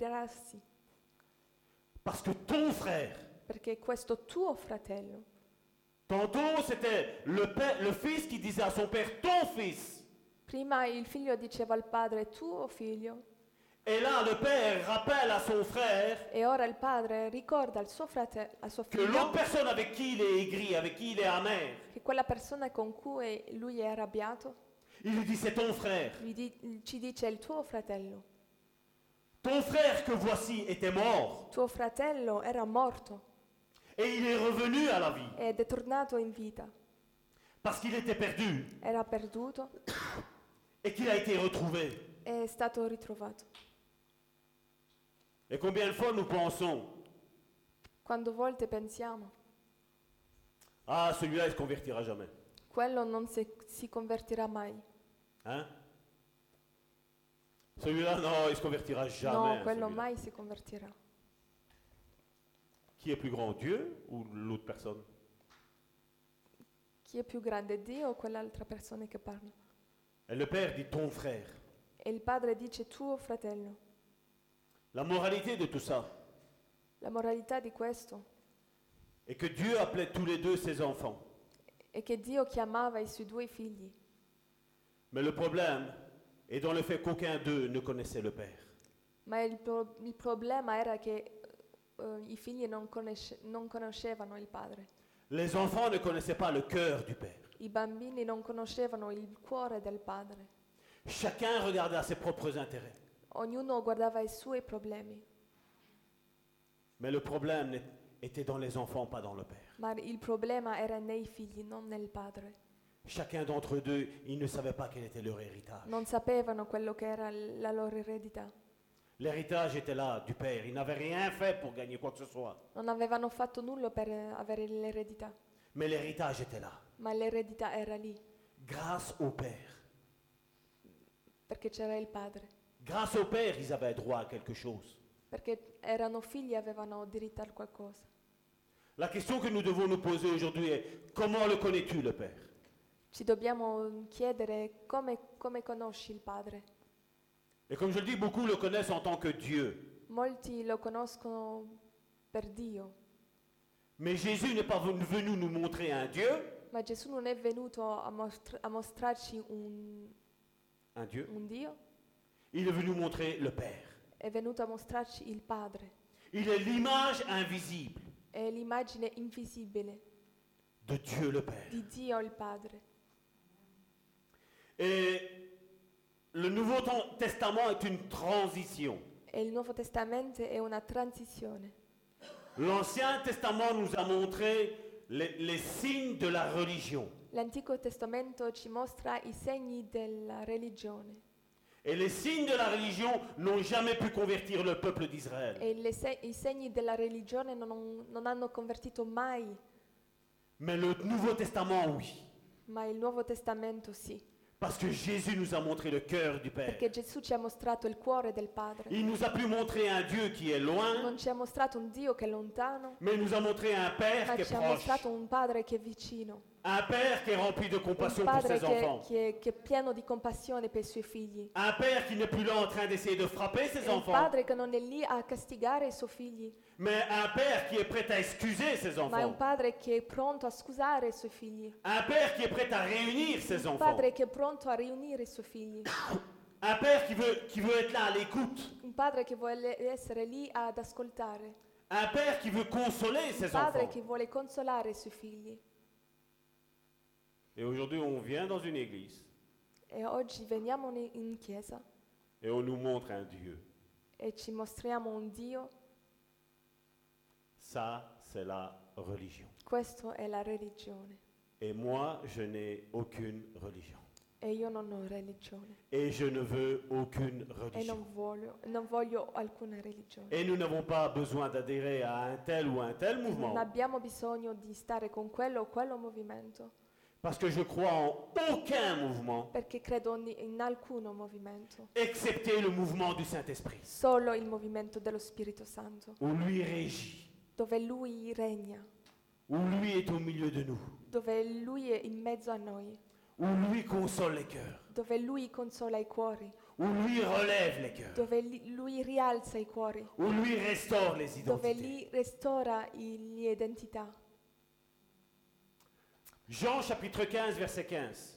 S2: rallegrarsi,
S5: Parce que ton frère,
S2: perché questo tuo fratello,
S5: Tantôt, c'était le, père- le fils qui disait à son père, ton fils.
S2: Prima il figlio diceva al padre tuo figlio
S5: Et là, le père rappelle à son frère
S2: e ora il padre ricorda al suo fratello, al suo
S5: que l'autre
S2: figlio
S5: personne avec qui il est aigri, avec qui il est amer,
S2: che quella persona con cui lui è arrabbiato
S5: il lui dit, c'est ton frère.
S2: gli di- ci dice il tuo fratello.
S5: Ton frère que voici était mort
S2: Tuo fratello era morto
S5: et il est revenu à la vie
S2: ed è tornato in vita.
S5: parce qu'il était perdu
S2: Era perduto
S5: et qu'il a été retrouvé.
S2: e è stato ritrovato.
S5: Et combien de fois nous pensons,
S2: Quando volte pensiamo,
S5: ah, celui-là, il ne se convertira jamais.
S2: quello non si, si convertirà mai.
S5: Hein? Celui-là, non, il ne se convertira jamais.
S2: No,
S5: hein,
S2: quello
S5: celui-là.
S2: mai si convertirà.
S5: Qui est plus grand, Dieu ou l'autre personne?
S2: Chi è più grande, Dio o quell'altra persona che parla?
S5: Et le père dit ton frère.
S2: E il padre dice tuo fratello.
S5: La moralité de tout ça
S2: La moralità di questo
S5: est que Dieu appelait tous les deux ses enfants.
S2: è che Dio chiamava i suoi due figli,
S5: Mais le problème est dans le fait qu'aucun d'eux ne connaissait le Père.
S2: ma il, pro- il problema era che eh, i figli non, conosce- non conoscevano il padre.
S5: Les enfants ne connaissaient pas le cœur du Père.
S2: I bambini non conoscevano il cuore del padre.
S5: Chacun regardait à ses propres intérêts.
S2: Ognuno guardava i suoi problemi,
S5: Mais le problème n'est- était dans les enfants, pas dans le Père.
S2: ma il problema era nei figli, non nel padre.
S5: Chacun d'entre eux deux, ils ne savaient pas quel était leur héritage.
S2: Non sapevano quello che era l- la loro eredità.
S5: L'héritage était là, du Père. Ils n'avaient rien fait pour gagner quoi que ce soit.
S2: Non avevano fatto nulla per eh, avere l'eredità,
S5: Mais l'héritage était là,
S2: ma l'eredità era lì,
S5: grâce au Père.
S2: perché c'era il padre.
S5: Grâce au Père, ils avaient droit à quelque chose.
S2: Perché erano figli e avevano diritto a qualcosa.
S5: La question que nous devons nous poser aujourd'hui est, comment le connais-tu, le Père?
S2: Ci dobbiamo chiedere come, come conosci il padre.
S5: Et comme je le dis, beaucoup le connaissent en tant que Dieu.
S2: Molti lo conoscono per Dio,
S5: Mais Jésus n'est pas venu venu nous montrer un Dieu,
S2: ma Gesù non è venuto a, mostr- a mostrarci un,
S5: un Dieu.
S2: un Dio,
S5: Il est venu montrer le Père.
S2: è venuto a mostrarci il padre.
S5: Il est l'image invisible
S2: È l'immagine invisibile
S5: de Dieu le Père.
S2: di Dio il padre.
S5: Et le Nouveau Ten- Testament est une transition.
S2: E il Nuovo Testamento è una transizione.
S5: L'Ancien Testament nous a montré les, les signes de la religion.
S2: L'Antico Testamento ci mostra i segni della religione.
S5: Et les signes de la religion n'ont jamais pu convertir le peuple d'Israël.
S2: E le se- i segni della religione non, non hanno convertito mai,
S5: Mais le Nouveau Testament, oui.
S2: ma il Nuovo Testamento sì.
S5: Parce que Jésus nous a montré le cœur du Père.
S2: Perché Gesù ci ha mostrato il cuore del Padre.
S5: Il nous a plus montré un Dieu qui est loin,
S2: Non ci ha mostrato un Dio che è lontano,
S5: mais il nous a montré un Père
S2: ma
S5: qui est
S2: ci ha
S5: proche.
S2: mostrato un Padre che è vicino.
S5: Un Père qui est rempli de
S2: Un
S5: compassion pour
S2: Padre
S5: ses
S2: che,
S5: enfants.
S2: che è- che è pieno di compassione per i suoi figli.
S5: Un Père qui n'est plus là en train d'essayer de frapper ses
S2: Un
S5: enfants,
S2: Padre che non è lì a castigare i suoi figli,
S5: mais un Père qui est prêt à excuser ses
S2: ma è un
S5: enfants.
S2: Padre che è pronto a scusare i suoi figli.
S5: Un Père qui est prêt à réunir ses
S2: Un
S5: enfants.
S2: Padre che è pronto a riunire i suoi figli.
S5: Un Père qui veut, qui veut être là à l'écoute.
S2: Un Padre che vuole essere lì ad ascoltare.
S5: Un Père qui veut consoler
S2: Un
S5: ses
S2: Padre
S5: enfants.
S2: che vuole consolare i suoi figli.
S5: Et aujourd'hui, on vient dans une église
S2: E oggi veniamo in in chiesa
S5: et on nous montre un Dieu.
S2: e ci mostriamo un Dio.
S5: Ça, c'est la religion.
S2: Questo è la religione.
S5: Et moi, je n'ai aucune religion.
S2: E io non ho religione.
S5: Et je ne veux aucune
S2: E
S5: religion.
S2: non voglio, non voglio alcuna religione.
S5: Et nous n'avons pas besoin d'adhérer à un tel ou un tel
S2: Non
S5: mouvement.
S2: abbiamo bisogno di stare con quello o quello movimento,
S5: Parce que je crois en aucun mouvement,
S2: perché credo in, in alcuno movimento.
S5: excepté le mouvement du Saint-Esprit,
S2: Solo il movimento dello Spirito Santo,
S5: où lui régit,
S2: dove Lui regna,
S5: où lui est au milieu de nous,
S2: dove Lui è in mezzo a noi,
S5: où lui console les cœurs,
S2: dove Lui consola i cuori,
S5: où lui relève les cœurs,
S2: dove li- Lui rialza i cuori,
S5: où lui restaure les
S2: dove
S5: identités.
S2: Lui restaura i- le identità.
S5: Jean chapitre quinze, verset quinze.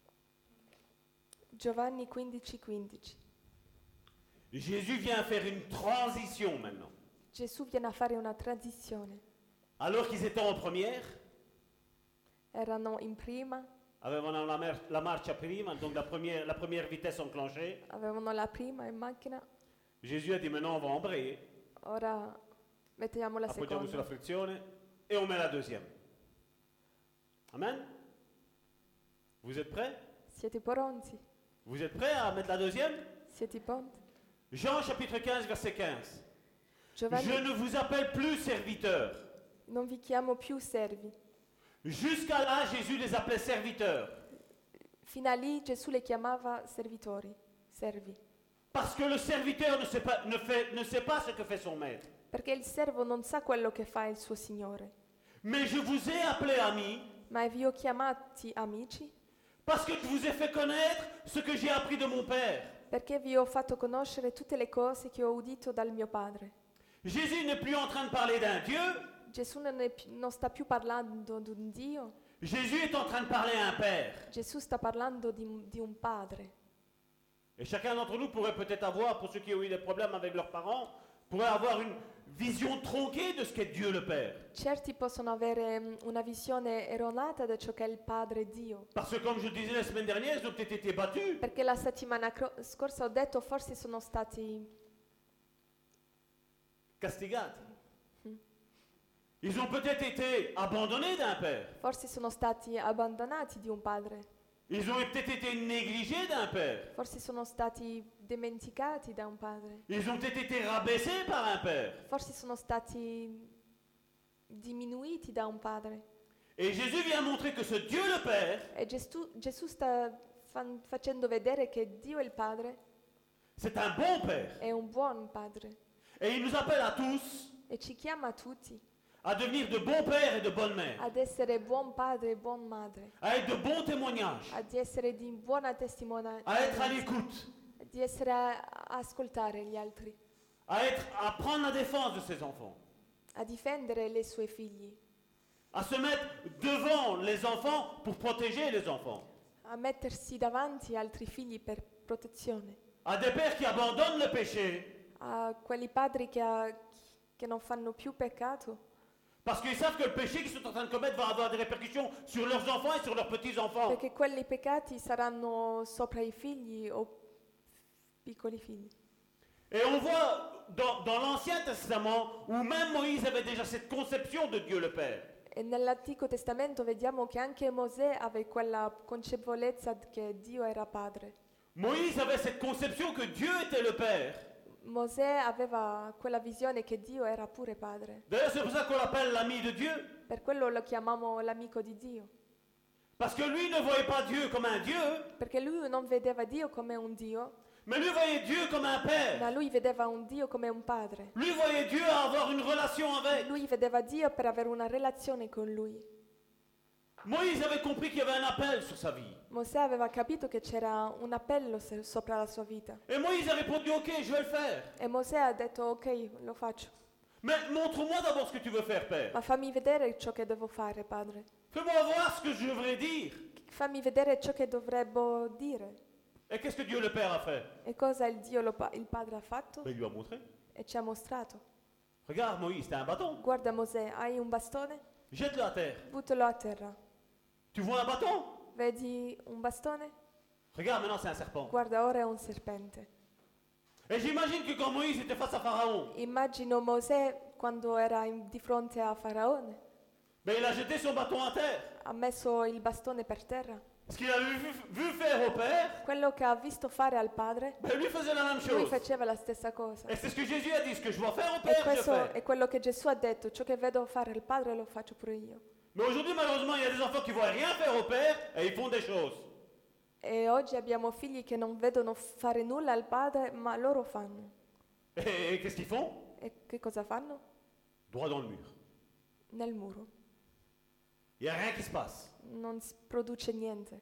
S2: Giovanni quindici quindici.
S5: Jésus vient faire une transition maintenant.
S2: Gesù viene a fare una transizione.
S5: Alors qu'ils étaient en première,
S2: Erano in prima,
S5: avevano la, mer- la marcia prima, donc la première, la première vitesse enclenchée.
S2: avevano la prima in macchina,
S5: Jésus a dit maintenant on va embrayer,
S2: ora mettiamo la
S5: appoggiamo sulla
S2: seconda.
S5: frizione et on met la deuxième. Amen. Vous êtes prêts?
S2: Siete pronti?
S5: Vous êtes prêts à mettre la deuxième?
S2: Siete pronti?
S5: Jean chapitre quinze, verset quinze.
S2: Giovanni,
S5: Je ne vous appelle plus serviteurs.
S2: non vi chiamo più servi.
S5: Jusqu'à là, Jésus les appelait serviteurs.
S2: Fino a lì Gesù le chiamava servitori, servi.
S5: Parce que le serviteur ne sait pas, ne fait, ne sait pas ce que fait son maître.
S2: Perché il servo non sa quello che fa il suo Signore.
S5: Mais je vous ai appelés amis
S2: Ma vi ho chiamati amici
S5: parce que je vous ai fait connaître ce que j'ai appris de mon Père.
S2: perché vi ho fatto conoscere tutte le cose che ho udito dal mio Padre.
S5: Jésus n'est plus en train de parler d'un Dieu,
S2: Gesù non, è pi- non sta più parlando di un Dio,
S5: Jésus est en train de parler à un Père.
S2: Gesù sta parlando di, un- di un Padre.
S5: Et chacun d'entre nous pourrait peut-être avoir, pour ceux qui ont eu des problèmes avec leurs parents, pourrait avoir une vision tronquée de ce qu'est Dieu le Père.
S2: Certi possono avere mm, una visione erronata da ciò che è il Padre Dio.
S5: Parce que comme je le disais la semaine dernière, ils ont peut-être été battus.
S2: Perché la settimana cro- scorsa ho detto forse sono stati
S5: Castigati. Ils ont peut-être été abandonnés d'un père.
S2: forse sono stati abbandonati di un padre,
S5: Ils ont peut-être été négligés d'un père.
S2: forse sono stati dimenticati da un padre,
S5: Ils ont peut-être été rabaissés par un père.
S2: forse sono stati diminuiti da un padre.
S5: Et Jésus vient montrer que ce Dieu le Père,
S2: E Gesù, Gesù sta fan- facendo vedere che Dio il Padre
S5: c'est un bon Père.
S2: è un buon Padre
S5: Et il nous appelle à tous
S2: e ci chiama a tutti
S5: à devenir de bons pères et de bonnes mères,
S2: ad essere buon padre e buon madre,
S5: à être de bons témoignages,
S2: ad essere di buona testimonianza,
S5: à être à l'écoute,
S2: di essere a, a ascoltare gli altri,
S5: à, être, à prendre la défense de ses enfants,
S2: a difendere le sue figli,
S5: à se mettre devant les enfants pour protéger les enfants,
S2: a mettersi davanti altri figli per protezione,
S5: à des pères qui abandonnent le péché
S2: a quelli padri che, ha- che non fanno più peccato,
S5: parce qu'ils savent que le péché qu'ils sont en train de commettre va avoir des répercussions sur leurs enfants et sur leurs petits-enfants.
S2: perché quelli peccati saranno sopra i figli o piccoli figli.
S5: Et on voit dans, dans l'Ancien Testament où même Moïse avait déjà cette conception de Dieu le Père.
S2: E nell'Antico Testamento vediamo che anche Mosè aveva quella concevolezza che Dio era padre.
S5: Moïse avait cette conception que Dieu était le Père.
S2: Mosè aveva quella visione che Dio era pure padre.
S5: D'ailleurs, c'est pour ça qu'on l'appelle l'ami de Dieu.
S2: Per quello lo chiamiamo l'amico di Dio,
S5: Parce que lui ne voyait pas Dieu comme un Dieu,
S2: perché lui non vedeva Dio come un Dio,
S5: mais lui voyait Dieu comme un Père.
S2: ma lui vedeva un Dio come un padre.
S5: Lui voyait Dieu avoir une relation avec.
S2: Lui vedeva Dio per avere una relazione con lui.
S5: Moïse avait compris qu'il y avait un appel sur sa vie.
S2: Mosè aveva capito che c'era un appello se- sopra la sua vita.
S5: Et Moïse a répondu, ok, je vais le faire.
S2: E Mosè ha detto ok, lo faccio,
S5: Mais montre-moi d'abord ce que tu veux faire, Père.
S2: ma fammi vedere ciò che devo fare, padre.
S5: Fais-moi voir ce que je devrais dire.
S2: Fammi vedere ciò che dovrebbe dire.
S5: Et qu'est-ce que Dieu le Père a fait?
S2: E cosa il Dio, lo pa- il Padre ha fatto?
S5: Ben, il lui a montré.
S2: E ci ha mostrato.
S5: Regarde Moïse, t'as un bâton.
S2: Guarda Mosè, hai un bastone?
S5: Jette-le à terre.
S2: Buttalo a terra.
S5: Tu vois un bâton?
S2: Vedi un bastone?
S5: Regarde, maintenant c'est un serpent.
S2: Guarda, ora è un serpente.
S5: Et j'imagine que quand Moïse était face à Pharaon,
S2: Immagino Mosè quando era in- di fronte a Faraone.
S5: ben, il a jeté son bâton à terre.
S2: Ha messo il bastone per terra.
S5: Ce qu'il a vu, vu faire au Père,
S2: Quello che ha visto fare al Padre,
S5: ben, lui faisait la même
S2: lui
S5: chose.
S2: faceva la stessa cosa.
S5: Et c'est ce que Jésus a dit, ce que je dois faire au
S2: E
S5: Père, je
S2: questo
S5: fais.
S2: è quello che Gesù ha detto. Ciò che vedo fare al Padre lo faccio pure io.
S5: Mais aujourd'hui, malheureusement, il y a des enfants qui ne voient rien faire au Père et ils font des choses.
S2: E oggi abbiamo figli che non vedono fare nulla al Padre, ma loro fanno.
S5: Et, et qu'est-ce qu'ils font?
S2: E che cosa fanno?
S5: Droit dans le mur.
S2: Nel muro.
S5: Il n'y a rien qui se passe.
S2: Non si produce niente.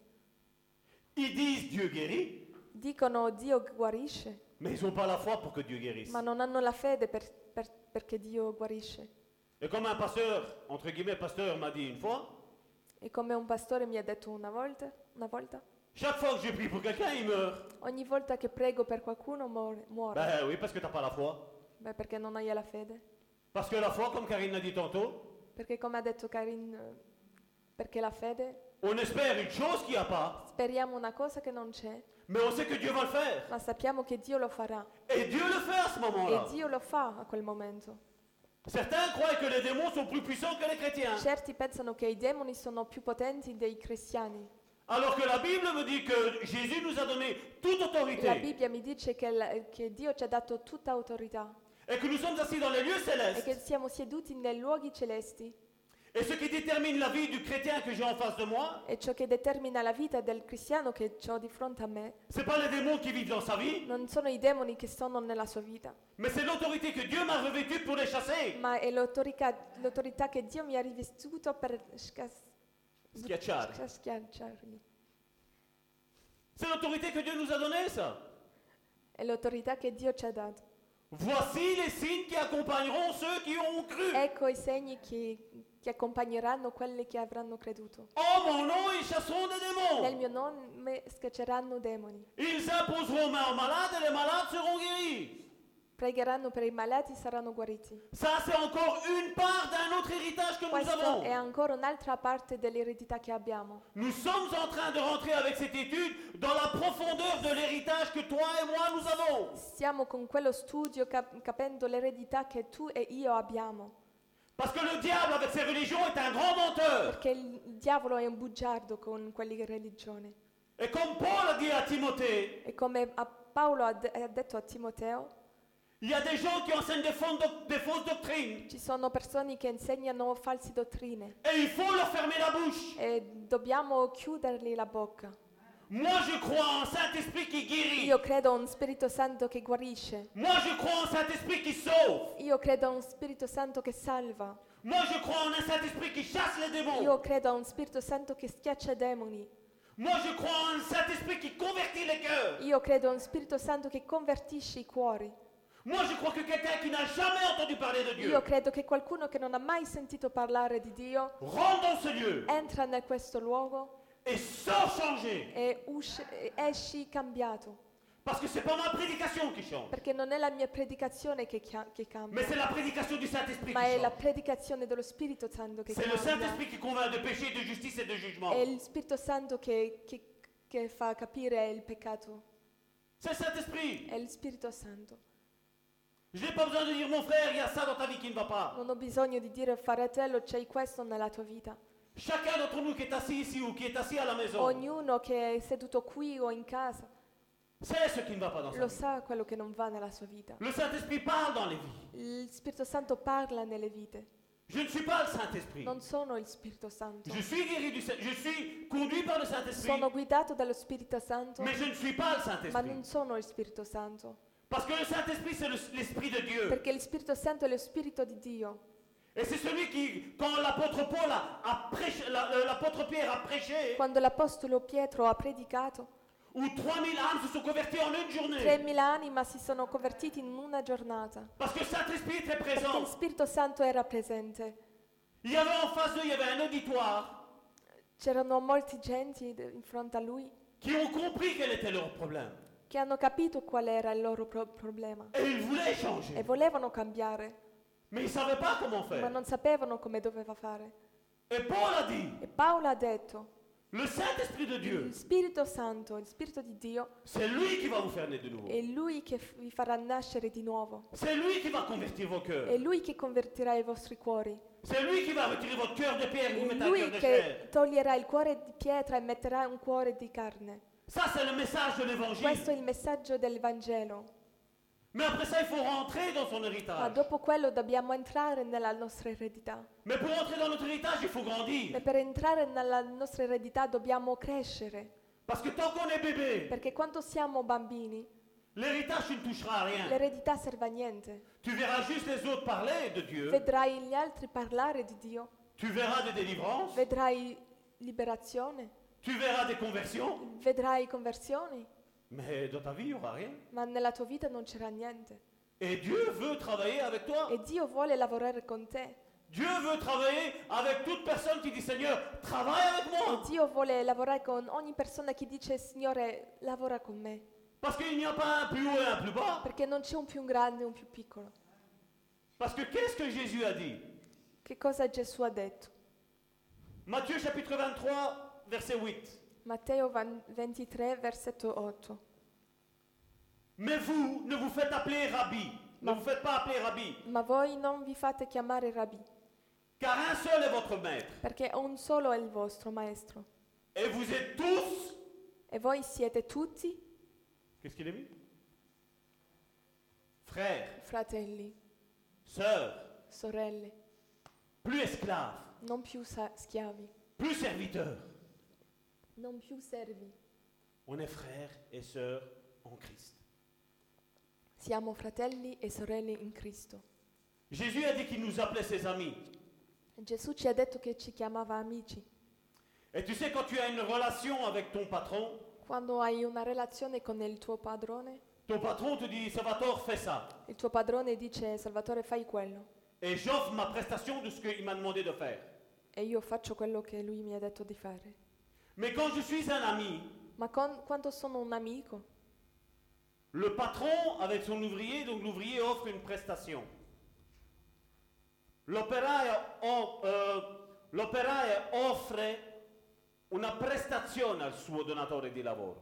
S5: Ils disent Dieu guérit,
S2: Dicono Dio guarisce,
S5: mais ils n'ont pas la foi pour que Dieu guérisse.
S2: ma non hanno la fede per- per- perché Dio guarisce.
S5: Et comme un pasteur, entre guillemets, pasteur m'a dit une fois,
S2: E come un pastore mi ha detto una volta, una volta,
S5: Chaque fois que je prie pour quelqu'un, il meurt.
S2: ogni volta che prego per qualcuno muore. muore.
S5: Ben oui, parce que tu n'as pas la foi.
S2: Beh, perché non hai la fede.
S5: Parce que la foi, comme Karine l'a dit tantôt,
S2: Perché come ha detto Karin, eh, perché la fede,
S5: on espère une chose qu'il n'y a pas,
S2: speriamo una cosa che non c'è,
S5: mais on sait que Dieu va le faire.
S2: ma sappiamo che Dio lo farà.
S5: Et Dieu le fait à ce
S2: E
S5: moment-là.
S2: Dio lo fa a quel momento.
S5: Certains croient que les démons sont plus puissants que les chrétiens.
S2: Certi pensano che i demoni sono più potenti dei cristiani.
S5: Alors que la Bible me dit que Jésus nous a donné toute
S2: La
S5: autorité
S2: Bibbia mi dice che, la- che Dio ci ha dato tutta autorità
S5: et que nous sommes assis dans les lieux
S2: e che
S5: célestes.
S2: siamo seduti nei luoghi celesti,
S5: Et ce qui détermine la vie du chrétien que j'ai en face de moi,
S2: e ciò che determina la vita del cristiano che ho di fronte a me
S5: c'est pas les démons qui vivent dans sa vie,
S2: non sono i demoni che sono nella sua vita,
S5: mais c'est l'autorité que Dieu m'a revêtue pour les chasser.
S2: ma è l'autorità, l'autorità che Dio mi ha rivestuto per scas-
S5: Schiacciare.
S2: sca- schiacciarli.
S5: C'est l'autorité que Dieu nous a donnée, ça.
S2: È l'autorità che Dio ci ha dato.
S5: Voici les signes qui accompagneront ceux qui ont cru.
S2: Ecco i segni che, che accompagneranno quelli che avranno creduto.
S5: En mon nom, ils chasseront des
S2: Nel
S5: démons.
S2: mio nome scacceranno demoni.
S5: Ils imposeront main aux malades et les malades seront guéris.
S2: Pregheranno per i malati e saranno guariti.
S5: Ça, c'est encore une part d'un autre héritage que nous
S2: Questa
S5: avons.
S2: è ancora un'altra parte dell'eredità che abbiamo.
S5: Nous sommes en train de rentrer avec cette étude dans la profondeur de l'héritage que toi et moi nous avons.
S2: Stiamo con quello studio cap- capendo l'eredità che tu e io abbiamo.
S5: Parce que le diable, avec ses religions, est un grand menteur.
S2: Perché il il diavolo è un bugiardo con quelle religioni.
S5: Et comme Paul a dit à Timothée,
S2: E come a Paolo ha, de- ha detto a Timoteo,
S5: il y a des gens qui enseignent des fausses, doc- des fausses doctrines.
S2: ci sono persone che insegnano false dottrine
S5: Et il faut leur fermer la bouche.
S2: e dobbiamo chiudergli la bocca.
S5: Moi, je crois en Saint-Esprit qui guérit.
S2: Io credo a un Spirito Santo che guarisce.
S5: Moi, je crois en Saint-Esprit qui sauve.
S2: Io credo a un Spirito Santo che salva.
S5: Moi, je crois en un Saint-Esprit qui chasse les démons.
S2: Io credo a un Spirito Santo che schiaccia demoni.
S5: Moi, je crois en un Saint-Esprit qui convertit les cœurs.
S2: Io credo a un Spirito Santo che convertisce i cuori.
S5: Moi, je crois que quelqu'un qui n'a jamais entendu parler de Dieu
S2: Io credo che qualcuno che non ha mai sentito parlare di Dio
S5: rentre dans ce lieu
S2: entra in questo luogo
S5: et sort changé.
S2: e usci- e esci cambiato.
S5: Parce que c'est pas ma prédication qui change,
S2: Perché non è la mia predicazione che, chia- che cambia,
S5: mais c'est la prédication du Saint-Esprit
S2: ma
S5: qui
S2: è la
S5: change.
S2: predicazione dello Spirito Santo che
S5: C'est le
S2: cambia.
S5: Saint-Esprit qui convainc de péché, de justice et de jugement.
S2: È il Spirito Santo che, che- che fa capire il peccato.
S5: C'est le Saint-Esprit.
S2: È il Spirito Santo.
S5: Je n'ai pas besoin de dire, mon frère, il y a ça dans ta vie qui ne va pas.
S2: Non ho bisogno di dire fratello c'hai questo nella tua vita.
S5: Chacun d'entre nous qui est assis ici ou qui est assis à la maison
S2: Ognuno che è seduto qui o in casa
S5: sait ce qui ne va pas dans sa
S2: lo
S5: vie.
S2: sa quello che non va nella sua vita.
S5: Le Saint-Esprit parle dans les vies.
S2: Il Spirito Santo parla nelle vite.
S5: Je ne suis pas le Saint-Esprit.
S2: Non sono il Spirito Santo.
S5: Je suis guéri du Saint- je suis conduit par le Saint-Esprit,
S2: Sono guidato dallo Spirito Santo,
S5: mais je ne suis pas le
S2: ma
S5: Saint-Esprit.
S2: non sono il Spirito Santo.
S5: Parce que le Saint-Esprit, c'est le- l'Esprit de Dieu.
S2: Perché il Spirito Santo è lo Spirito di Dio.
S5: Et c'est celui qui, quand l'apôtre Paul a, a prêché, la- le- l'apôtre Pierre a prêché,
S2: Quando l'Apostolo Pietro ha predicato,
S5: où trois mille âmes se sont converties en une journée.
S2: tremila anime si sono convertiti in una giornata.
S5: Parce que le Saint-Esprit est très
S2: Perché
S5: présent.
S2: il Spirito Santo era presente.
S5: Il y avait en face d'eux, il y avait un auditoire
S2: C'erano molti genti de- in fronte a lui
S5: qui ont compris quel était leur problème.
S2: che hanno capito qual era il loro pro- problema
S5: Et ils voulaient
S2: e
S5: changer.
S2: volevano cambiare,
S5: Mais ils ne savaient pas comment
S2: ma
S5: faire.
S2: non sapevano come doveva fare.
S5: Et Paul a dit,
S2: E Paolo ha detto,
S5: le Saint-Esprit de Dieu,
S2: il Spirito Santo, il Spirito di Dio,
S5: c'est lui qui va vous faire naître de nouveau.
S2: è lui che f- vi farà nascere di nuovo.
S5: C'est lui qui va convertir vos cœurs.
S2: È lui che convertirà i vostri cuori.
S5: C'est lui qui va retirer votre cœur de pierre et vous
S2: È
S5: mettre un cœur
S2: lui
S5: de
S2: che
S5: chair.
S2: toglierà il cuore di pietra e metterà un cuore di carne.
S5: Ça, c'est le message de
S2: Questo
S5: l'évangile.
S2: è il messaggio del Vangelo.
S5: Mais après ça, il faut rentrer dans son
S2: Ma
S5: héritage.
S2: dopo quello dobbiamo entrare nella nostra eredità.
S5: Mais pour entrer dans notre héritage, il faut grandir.
S2: E per entrare nella nostra eredità dobbiamo crescere.
S5: Parce que tant qu'on est bébé,
S2: Perché quando siamo bambini,
S5: l'héritage, tu ne toucheras à rien.
S2: l'eredità serve a niente.
S5: Tu verras juste les autres parler de Dieu.
S2: Vedrai gli altri parlare di Dio,
S5: Tu verras des délivrances.
S2: vedrai liberazione,
S5: Tu verras des conversions.
S2: vedrai conversioni,
S5: Mais dans ta vie, il n'y aura rien.
S2: ma nella tua vita non c'era niente.
S5: Et Dieu veut travailler avec toi.
S2: E Dio vuole lavorare con te.
S5: Dieu veut travailler avec toute personne qui dit Seigneur, travaille avec
S2: E
S5: moi.
S2: Dio vuole lavorare con ogni persona che dice Signore, lavora con me.
S5: Parce qu'il n'y a pas un plus haut et un plus bas.
S2: Perché non c'è un più grande e un più piccolo.
S5: Parce que qu'est-ce que Jésus a dit?
S2: Che cosa Gesù ha detto?
S5: Matthieu chapitre vingt-trois, verset huit.
S2: Matteo ventitré, versetto otto.
S5: Mais vous ne vous faites appeler rabbi. Ne
S2: Ma-
S5: vous faites pas appeler rabbi.
S2: Ma voi non vi fate chiamare Rabbi,
S5: Car un seul est votre maître.
S2: perché un solo è il vostro maestro.
S5: Et vous êtes tous.
S2: E voi siete tutti
S5: Qu'est-ce qu'il a mis? Frères,
S2: fratelli,
S5: sœurs,
S2: sorelle,
S5: plus esclaves,
S2: non più sa- schiavi,
S5: plus serviteurs.
S2: non più servi.
S5: On est frères et sœurs en Christ.
S2: Siamo fratelli e sorelle in Cristo.
S5: Jésus a dit qu'il nous appelait ses amis.
S2: Gesù ci ha detto che ci chiamava amici.
S5: Et tu sais, quand tu as une relation avec ton patron,
S2: Quando hai una relazione con il tuo padrone,
S5: ton patron te dit Salvatore, fais ça.
S2: il tuo padrone dice Salvatore fai quello
S5: Et j'offre ma prestation de ce qu'il m'a demandé de faire.
S2: e io faccio quello che lui mi ha detto di fare.
S5: Mais quand je suis un ami,
S2: Ma con- quando sono un amico,
S5: le patron avec son ouvrier, donc l'ouvrier offre une prestation. L'operaio, o- eh, l'operaio offre una prestazione al suo donatore di lavoro.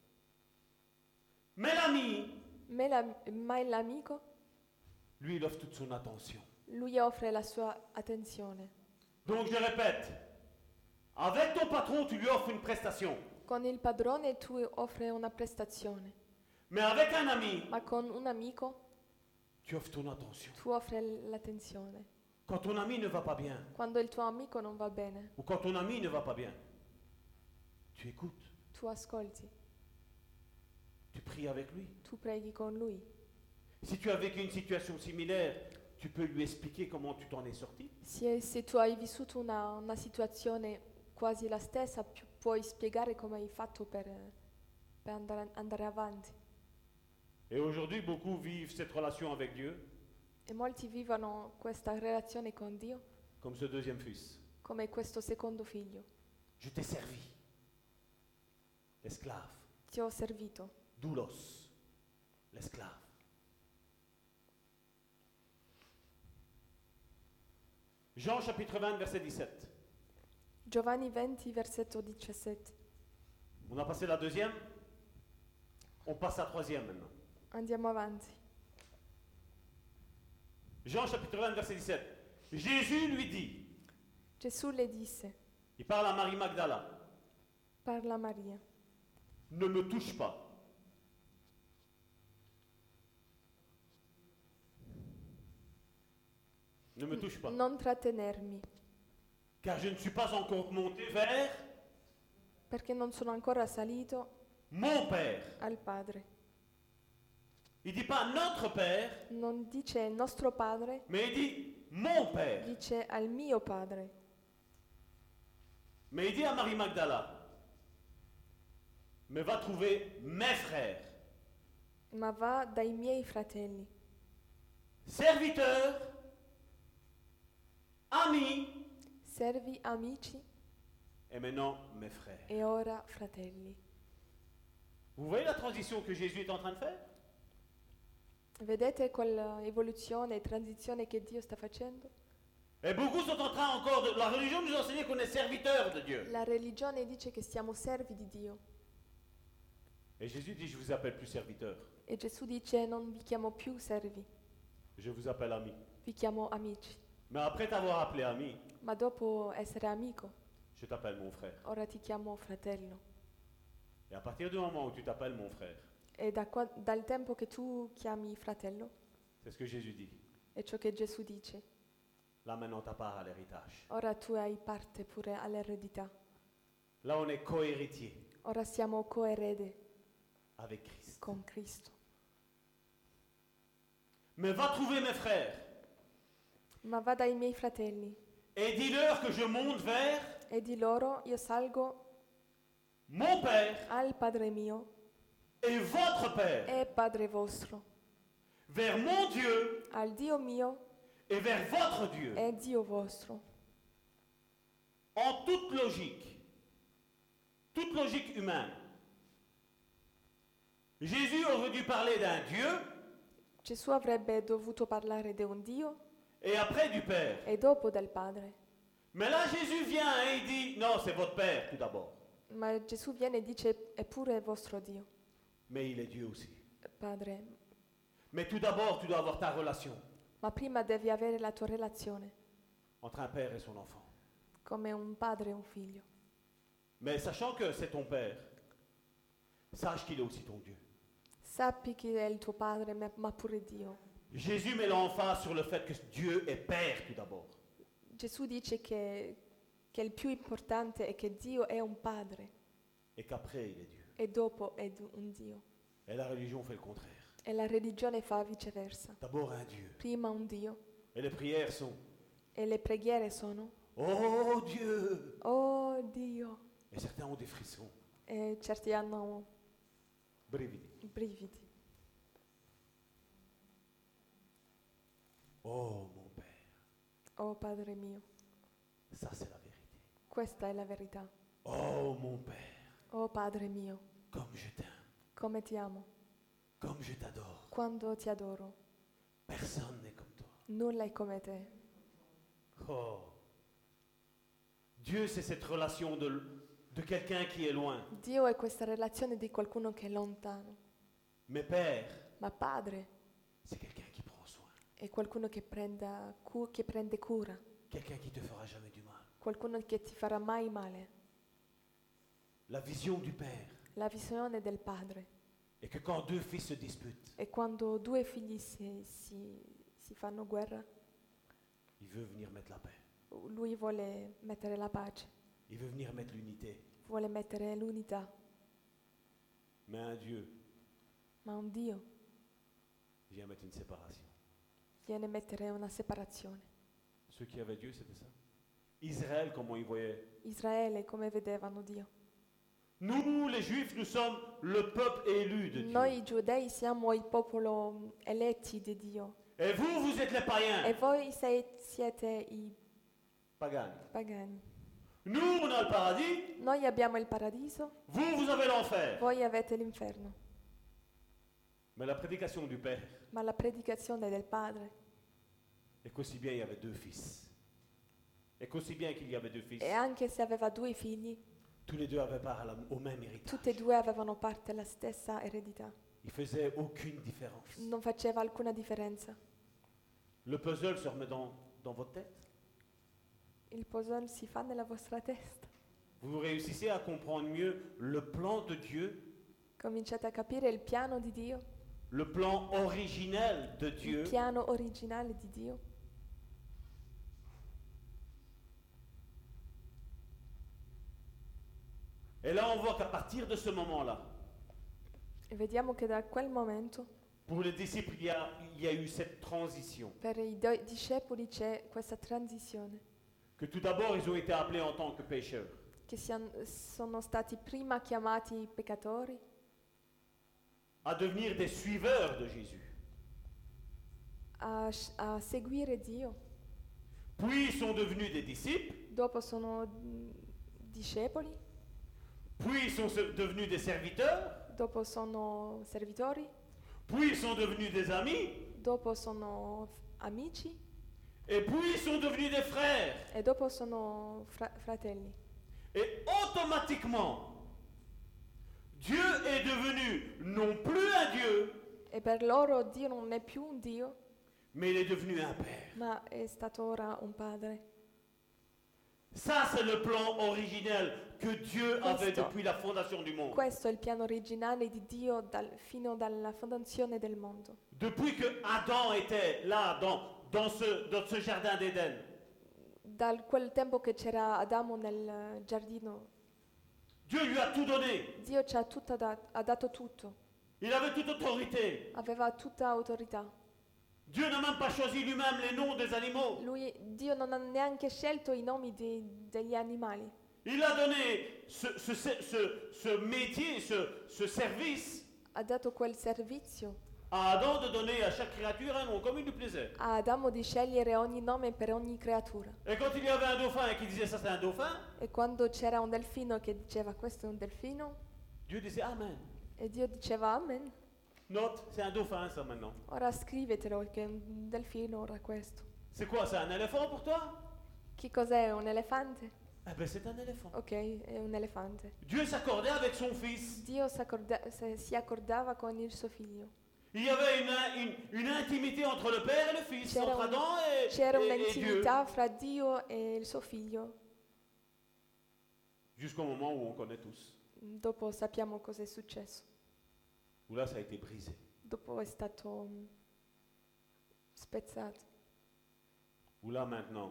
S5: Mais l'ami,
S2: me la- ma l'amico,
S5: lui, il offre toute son attention.
S2: lui offre la sua attenzione.
S5: Donc je répète, avec ton patron, tu lui offres une prestation.
S2: Con il padrone tu offri una prestazione,
S5: Mais avec un ami,
S2: ma con un amico
S5: tu offres ton attention.
S2: tu offri l'attenzione.
S5: Quand ton ami ne va pas bien,
S2: Quando il tuo amico non va bene,
S5: ou quand ton ami ne va pas bien, tu écoutes,
S2: tu ascolti,
S5: tu pries avec lui.
S2: tu preghi con lui.
S5: Si tu as vécu une situation similaire, tu peux lui expliquer comment tu t'en es sorti.
S2: Se, se tu hai vissuto una, una situazione quasi la stessa, pi- puoi spiegare come hai fatto per, per andare, andare avanti.
S5: Et aujourd'hui, beaucoup vivent cette relation avec Dieu
S2: E molti vivono questa relazione con Dio
S5: comme ce deuxième fils.
S2: come questo secondo figlio.
S5: Je t'ai servi. L'esclave.
S2: Ti ho servito.
S5: Doulos. L'esclave. Jean chapitre vingt, verset dix-sept.
S2: Giovanni venti, versetto diciassette.
S5: On a passé la deuxième. On passe à la troisième maintenant.
S2: Andiamo avanti.
S5: Jean chapitre vingt, verset dix-sept. Jésus lui dit,
S2: Gesù le disse,
S5: il parle à Marie Magdala,
S2: parla a Maria,
S5: ne me touche pas. Ne me touche pas.
S2: non trattenermi,
S5: Car je ne suis pas encore monté vers
S2: perché non sono ancora salito
S5: mon Père.
S2: al Padre.
S5: Il dit pas notre Père,
S2: Non dice nostro Padre,
S5: mais il dit mon Père.
S2: dice al mio Padre.
S5: Mais il dit à Marie Magdala, mais va trouver mes frères,
S2: Ma va dai miei fratelli,
S5: serviteurs, amis,
S2: servi, amici
S5: et maintenant mes frères.
S2: e ora fratelli.
S5: Vous voyez la transition que Jésus est en train de faire?
S2: Vedete quell'evoluzione e transizione che Dio sta facendo?
S5: Et beaucoup sont en train encore de... La religion nous enseigne qu'on est serviteurs de Dieu.
S2: La religione dice che siamo servi di Dio
S5: Et Jésus dit, je vous appelle plus serviteurs,
S2: e Gesù dice non vi chiamo più servi,
S5: je vous appelle amis.
S2: vi chiamo amici.
S5: Mais après t'avoir appelé ami,
S2: Ma dopo essere amico,
S5: je t'appelle mon frère.
S2: ora ti chiamo fratello.
S5: Et à partir du moment où tu t'appelles mon frère,
S2: E da qua- dal tempo che tu chiami fratello,
S5: c'est ce que Jésus dit.
S2: è ciò che Gesù dice.
S5: Là maintenant ta part à l'héritage.
S2: Ora tu hai parte pure all'eredità.
S5: Là on est co-héritier
S2: Ora siamo coerede
S5: avec Christ.
S2: con Cristo.
S5: Mais va trouver mes frères
S2: Ma va dai miei fratelli
S5: et dis-leur que je monte vers
S2: e di loro io salgo
S5: mon Père
S2: al Padre mio
S5: et votre Père,
S2: e Padre vostro,
S5: vers mon Dieu
S2: al Dio mio
S5: et vers votre Dieu.
S2: è Dio vostro.
S5: En toute logique, toute logique humaine, Jésus aurait dû parler d'un Dieu
S2: Gesù avrebbe dovuto parlare di un Dio
S5: et après du Père.
S2: e dopo del Padre.
S5: Mais là, Jésus vient et il dit, non, c'est votre Père tout d'abord.
S2: Ma Gesù viene e dice, eppure è vostro Dio,
S5: Mais il est Dieu aussi.
S2: Padre.
S5: Mais tout d'abord, tu dois avoir ta relation
S2: Ma prima devi avere la tua relazione,
S5: entre un père et son enfant.
S2: come un padre e un figlio.
S5: Mais sachant que c'est ton Père, sache qu'il est aussi ton Dieu.
S2: Sappi chi è il tuo padre, ma ma pure Dio.
S5: Jésus met l'emphase sur le fait que Dieu est Père tout d'abord.
S2: Gesù dice che, che il più importante è che Dio è un padre
S5: Et qu'après, il est Dieu.
S2: e dopo è du- un Dio.
S5: Et la religion fait le contraire.
S2: E la religione fa viceversa.
S5: D'abord un Dieu.
S2: Prima un Dio
S5: Et les prières sont,
S2: e le preghiere sono
S5: oh Dieu.
S2: oh Dio.
S5: Et certains ont des frissons,
S2: E certi hanno
S5: brividi.
S2: i brividi.
S5: Oh mon Père,
S2: Oh Padre mio,
S5: ça c'est la vérité.
S2: questa è la verità.
S5: Oh mon Père,
S2: Oh Padre mio,
S5: comme je t'aime,
S2: come ti amo,
S5: comme je t'adore.
S2: quando ti adoro.
S5: Personne n'est comme toi.
S2: Nulla è come te.
S5: Oh. Dieu, c'est cette relation de, de quelqu'un qui est loin.
S2: Dio è questa relazione di qualcuno che è lontano,
S5: Mais Père,
S2: ma Padre
S5: c'est quelqu'un qui prend soin.
S2: è qualcuno che, prenda cu- che prende cura,
S5: Quelqu'un qui te fera jamais du mal.
S2: qualcuno che ti farà mai male.
S5: La vision du Père
S2: La visione del Padre
S5: est que quand deux fils se disputent,
S2: è quando due figli si, si, si fanno guerra,
S5: il veut venir mettre la paix.
S2: lui vuole mettere la pace,
S5: Il veut venir mettre l'unité.
S2: vuole mettere l'unità,
S5: Mais un Dieu
S2: ma un Dio
S5: vient mettre une séparation.
S2: viene a mettere una separazione.
S5: Ceux qui avaient Dieu, c'était ça. Israël, comment ils voyaient.
S2: Israele come vedevano Dio.
S5: Nous, les Juifs, nous sommes le peuple élu de Dieu.
S2: Noi giudei siamo il popolo eletti di Dio
S5: Et vous, vous êtes les
S2: e
S5: païens,
S2: voi sei- siete i
S5: pagani.
S2: pagani.
S5: Nous, on a le paradis,
S2: Noi abbiamo il paradiso,
S5: vous, vous avez l'enfer.
S2: voi avete l'inferno.
S5: Mais la prédication du Père
S2: Ma la predicazione del Padre
S5: est qu'aussi bien il y avait deux fils. Et qu'aussi bien qu'il y avait deux fils,
S2: e anche se aveva due figli,
S5: tous les deux avaient part à la- au même héritage.
S2: tutti e due avevano parte alla stessa eredità.
S5: Il faisait aucune différence.
S2: Non faceva alcuna differenza.
S5: Le puzzle se remet dans, dans votre tête.
S2: Il puzzle si fa nella vostra testa.
S5: Vous réussissez à comprendre mieux le plan de Dieu,
S2: Cominciate a capire il piano di Dio,
S5: le plan originel de
S2: il
S5: Dieu.
S2: piano originale di Dio.
S5: Et là, on voit qu'à partir de ce moment-là,
S2: E vediamo che da quel momento
S5: pour les disciples, il y a, il y a eu cette transition.
S2: per i do- discepoli c'è questa transizione,
S5: Que tout d'abord, ils ont été appelés en tant que pécheurs.
S2: che siano, sono stati prima chiamati peccatori
S5: À devenir des suiveurs de Jésus.
S2: a, a seguire Dio,
S5: Puis ils sont devenus des disciples.
S2: dopo sono mm, discepoli,
S5: Puis ils sont se- devenus des serviteurs.
S2: dopo sono servitori,
S5: Puis ils sont devenus des amis.
S2: dopo sono f- amici
S5: Et puis ils sont devenus des frères.
S2: e dopo sono fra- fratelli.
S5: Et automatiquement, Dieu est devenu non plus un Dieu,
S2: E per loro Dio non è più un Dio,
S5: mais il est devenu un Père.
S2: ma è stato ora un padre.
S5: Ça, c'est le plan originel que Dieu avait
S2: Questo-
S5: depuis la fondation du monde.
S2: Questo è il piano originale di Dio dal- fino dalla fondazione del mondo.
S5: Depuis que Adam était là, dans, dans, ce, dans ce jardin d'Éden,
S2: Da quel tempo che c'era Adamo nel giardino,
S5: Dieu lui a tout donné.
S2: Dio ci ha, tutta dat- ha dato tutto,
S5: Il avait toute autorité.
S2: aveva tutta autorità.
S5: Dieu n'a même pas choisi lui-même les noms des animaux.
S2: Lui, Dio non ha neanche scelto i nomi di- degli animali.
S5: Il a donné ce, ce, ce, ce- ce métier, ce, ce service
S2: Ha dato quel servizio
S5: à Adam de donner à chaque créature un nom, comme il lui plaisait.
S2: a Adamo di scegliere ogni nome per ogni creatura.
S5: Et quand il y avait un dauphin et qui disait ça c'est un dauphin,
S2: E quando c'era un delfino che diceva questo è un delfino,
S5: Dieu disait Amen.
S2: e Dio diceva amen,
S5: Note, c'est un dauphin ça maintenant.
S2: ora scrivetelo che è un delfino, ora questo.
S5: C'est quoi, c'est un éléphant pour toi?
S2: Che cos'è, un elefante?
S5: Eh ben c'est un éléphant.
S2: Ok, è un elefante.
S5: Dieu s'accordait avec son fils.
S2: Dio s'accorda- se- si accordava con il suo figlio.
S5: Il y avait une, une, une intimité entre le Père et le Fils,
S2: C'era,
S5: entre
S2: un-
S5: Adam et,
S2: c'era
S5: et- et Dieu.
S2: un'intimità fra Dio e il suo figlio.
S5: Jusqu'au moment où on connaît tous.
S2: Dopo sappiamo cosa è successo.
S5: Où là ça a été brisé.
S2: Dopo è stato mm, spezzato.
S5: Où là maintenant,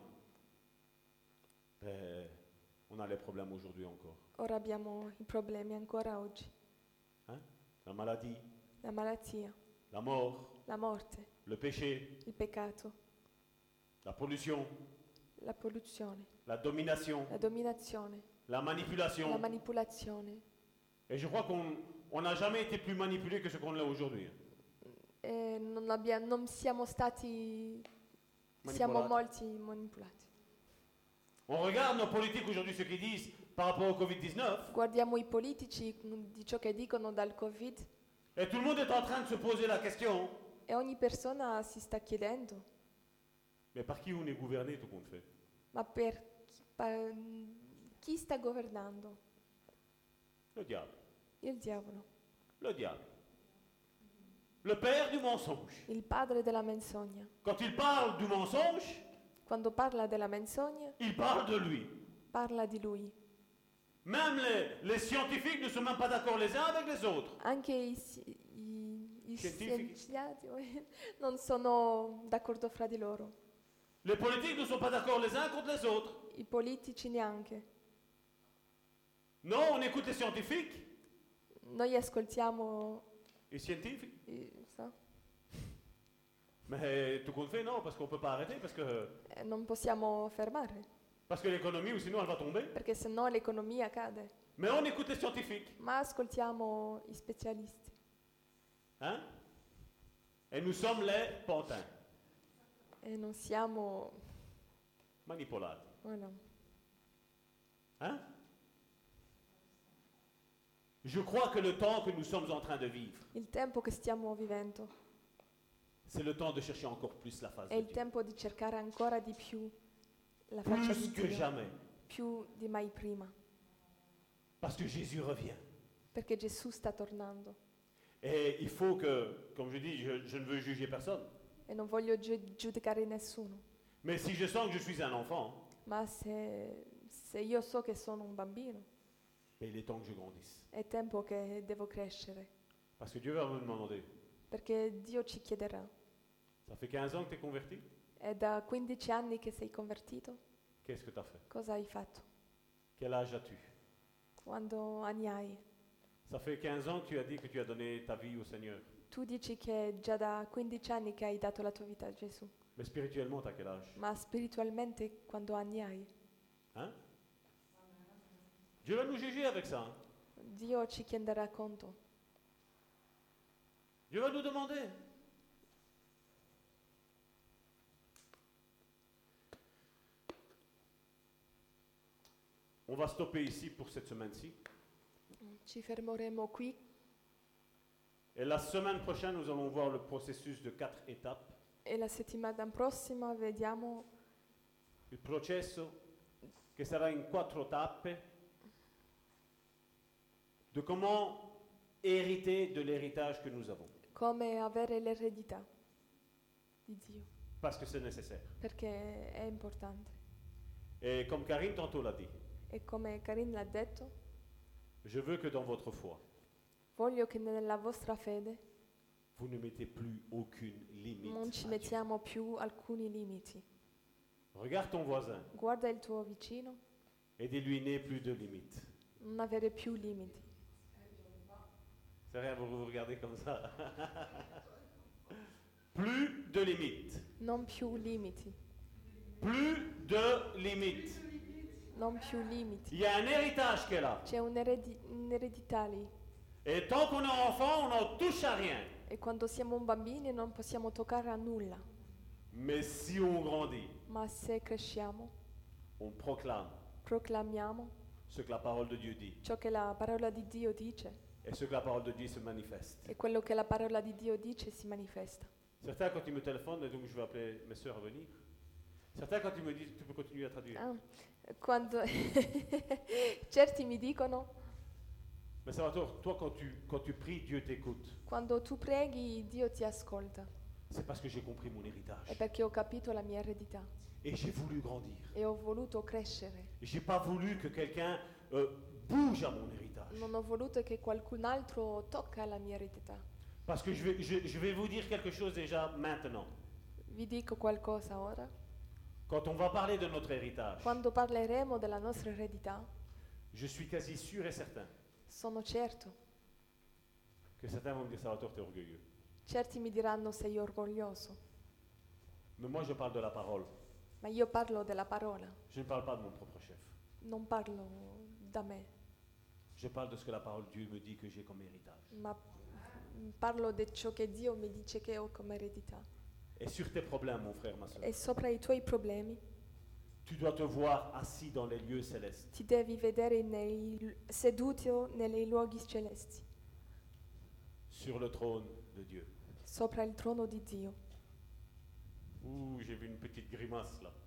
S5: ben, on a les problèmes aujourd'hui encore.
S2: Ora abbiamo i problemi ancora oggi.
S5: Hein? La maladie,
S2: La malattia,
S5: la mort,
S2: la morte,
S5: le péché,
S2: il peccato,
S5: la pollution,
S2: la polluzione,
S5: la domination,
S2: la dominazione,
S5: la manipulation.
S2: la manipolazione.
S5: Et je crois qu'on on n'a jamais été plus manipulé que ce qu'on l'est aujourd'hui.
S2: E non, abbia- non siamo stati, siamo
S5: Manipolati.
S2: molti manipolati.
S5: On regarde nos politiques aujourd'hui, ce qu'ils disent par rapport au covid dix-neuf,
S2: Guardiamo i politici mm, di ciò che dicono dal Covid
S5: et tout le monde est en train de se poser la question,
S2: e ogni persona si sta chiedendo,
S5: mais par qui on est gouverné tout compte fait?
S2: ma per chi, pa- chi sta governando?
S5: Le diable.
S2: Il diavolo,
S5: Le diable. Le père du mensonge.
S2: il padre della menzogna.
S5: Quand il parle du mensonge,
S2: Quando parla della menzogna,
S5: il parle de lui.
S2: parla di lui.
S5: Même les, les scientifiques ne sont même pas d'accord les uns avec les autres.
S2: Anche i, si- i- i
S5: Scientifici.
S2: scienziati non sono d'accordo fra di loro,
S5: Les politiques ne sont pas d'accord les uns contre les autres.
S2: i politici neanche.
S5: Non, on écoute les scientifiques.
S2: Noi ascoltiamo,
S5: Les scientifiques.
S2: i- sa,
S5: Mais tout compte fait, non, parce qu'on ne peut pas arrêter, parce que,
S2: eh, non possiamo fermare,
S5: parce que l'économie, ou sinon elle va tomber.
S2: perché sennò l'economia cade.
S5: Mais on écoute les scientifiques.
S2: Ma ascoltiamo i specialisti
S5: Hein? Et nous sommes les pantins,
S2: e non siamo,
S5: manipolati.
S2: voilà.
S5: Hein? Je crois que le temps que nous sommes en train de vivre,
S2: Il tempo che stiamo vivendo
S5: c'est le temps de chercher encore plus la face
S2: è
S5: de
S2: il
S5: Dieu.
S2: tempo di cercare ancora di più la faccia
S5: Plus
S2: di
S5: que
S2: Dio,
S5: jamais.
S2: più di mai prima,
S5: Parce que Jésus revient.
S2: perché Gesù sta tornando.
S5: Et il faut que, comme je dis, je, je ne veux juger personne.
S2: E non voglio giu- giudicare nessuno,
S5: Mais si je sens que je suis un enfant,
S2: ma se, se io so che sono un bambino,
S5: ben, il est temps que je grandisse.
S2: è tempo che devo crescere,
S5: Parce que Dieu va me demander,
S2: perché Dio ci chiederà.
S5: ça fait quinze ans que tu es converti?
S2: È da quindici anni che sei convertito?
S5: Qu'est-ce que tu as fait?
S2: Cosa hai fatto?
S5: Quel âge as-tu?
S2: Quando anni hai?
S5: Ça fait quinze ans que tu as dit que tu as donné ta vie au Seigneur.
S2: Tu dici che è già da quindici anni che hai dato la tua vita a Gesù,
S5: Mais spirituellement, tu as quel âge?
S2: ma spiritualmente quando anni hai?
S5: Hein? Dieu va nous juger avec ça. hein.
S2: Dio ci chiederà conto.
S5: Dieu va nous demander. On va stopper ici pour cette semaine-ci.
S2: Ci fermeremo qui
S5: Et la semaine prochaine, nous allons voir le processus de quatre étapes.
S2: e la settimana prossima vediamo
S5: Il processo che sarà in quattro tappe de comment hériter de l'héritage que nous avons.
S2: come avere l'eredità di Dio,
S5: Parce que c'est nécessaire.
S2: perché è importante.
S5: Et comme Karine tantôt l'a dit,
S2: E come Karin l'ha detto,
S5: je veux que dans votre foi,
S2: voglio che nella vostra fede
S5: vous ne mettez plus aucune limite.
S2: non ci
S5: à Dieu.
S2: mettiamo più alcuni limiti.
S5: Regarde ton voisin
S2: Guarda il tuo vicino,
S5: et dis-lui n'aie plus de limites.
S2: non avere più limiti.
S5: C'est rien, vous vous regardez comme ça. Plus de limites.
S2: Non più limiti,
S5: Plus de limites.
S2: non più limiti.
S5: Il y a un héritage qui est là.
S2: C'è un'eredi- un'eredità lì
S5: Et tant qu'on est enfant, on n'en touche à rien.
S2: E quando siamo bambini non possiamo toccare a nulla,
S5: Mais si on grandit,
S2: ma se cresciamo,
S5: on proclame
S2: proclamiamo
S5: ce que la parole de Dieu dit.
S2: ciò che la parola di Dio dice
S5: Et ce que la parole de Dieu se manifeste.
S2: e quello che la parola di Dio dice si manifesta.
S5: Certains, quand ils me téléphonent, et donc je vais appeler mes soeurs à venir, certains, quand ils me disent, tu peux continuer à traduire.
S2: Ah, quando certi mi dicono,
S5: Mais Salvatore, toi, quand tu, quand tu pries, Dieu t'écoute.
S2: quando tu preghi Dio ti ascolta,
S5: C'est parce que j'ai compris mon héritage.
S2: è perché ho capito la mia eredità
S5: Et j'ai voulu grandir.
S2: e ho voluto crescere.
S5: Et j'ai pas voulu que quelqu'un euh, bouge à mon héritage.
S2: Non ho voluto che qualcun altro tocca la mia eredità.
S5: Parce que je vais, je, je vais vous dire quelque chose déjà maintenant.
S2: Vi dico qualcosa ora.
S5: Quand on va parler de notre héritage,
S2: Quando parleremo della nostra eredità,
S5: je suis quasi sûr et certain
S2: sono certo,
S5: que certains vont me dire, Salvatore, t'es orgueilleux.
S2: certi mi diranno sei orgoglioso,
S5: Mais moi, je parle de la parole.
S2: ma io parlo della parola,
S5: Je ne parle pas de mon propre chef.
S2: non parlo da me,
S5: Je parle de ce que la parole de Dieu me dit que j'ai comme héritage.
S2: ma parlo di ciò che Dio mi dice che ho come eredità.
S5: Et sur tes problèmes, mon frère, ma soeur,
S2: E sopra i tuoi problemi
S5: tu dois te voir assis dans les lieux célestes,
S2: ti devi vedere nei, seduto nei luoghi celesti,
S5: sur le trône de Dieu.
S2: sopra il trono di Dio.
S5: Ouh, j'ai vu une petite grimace là.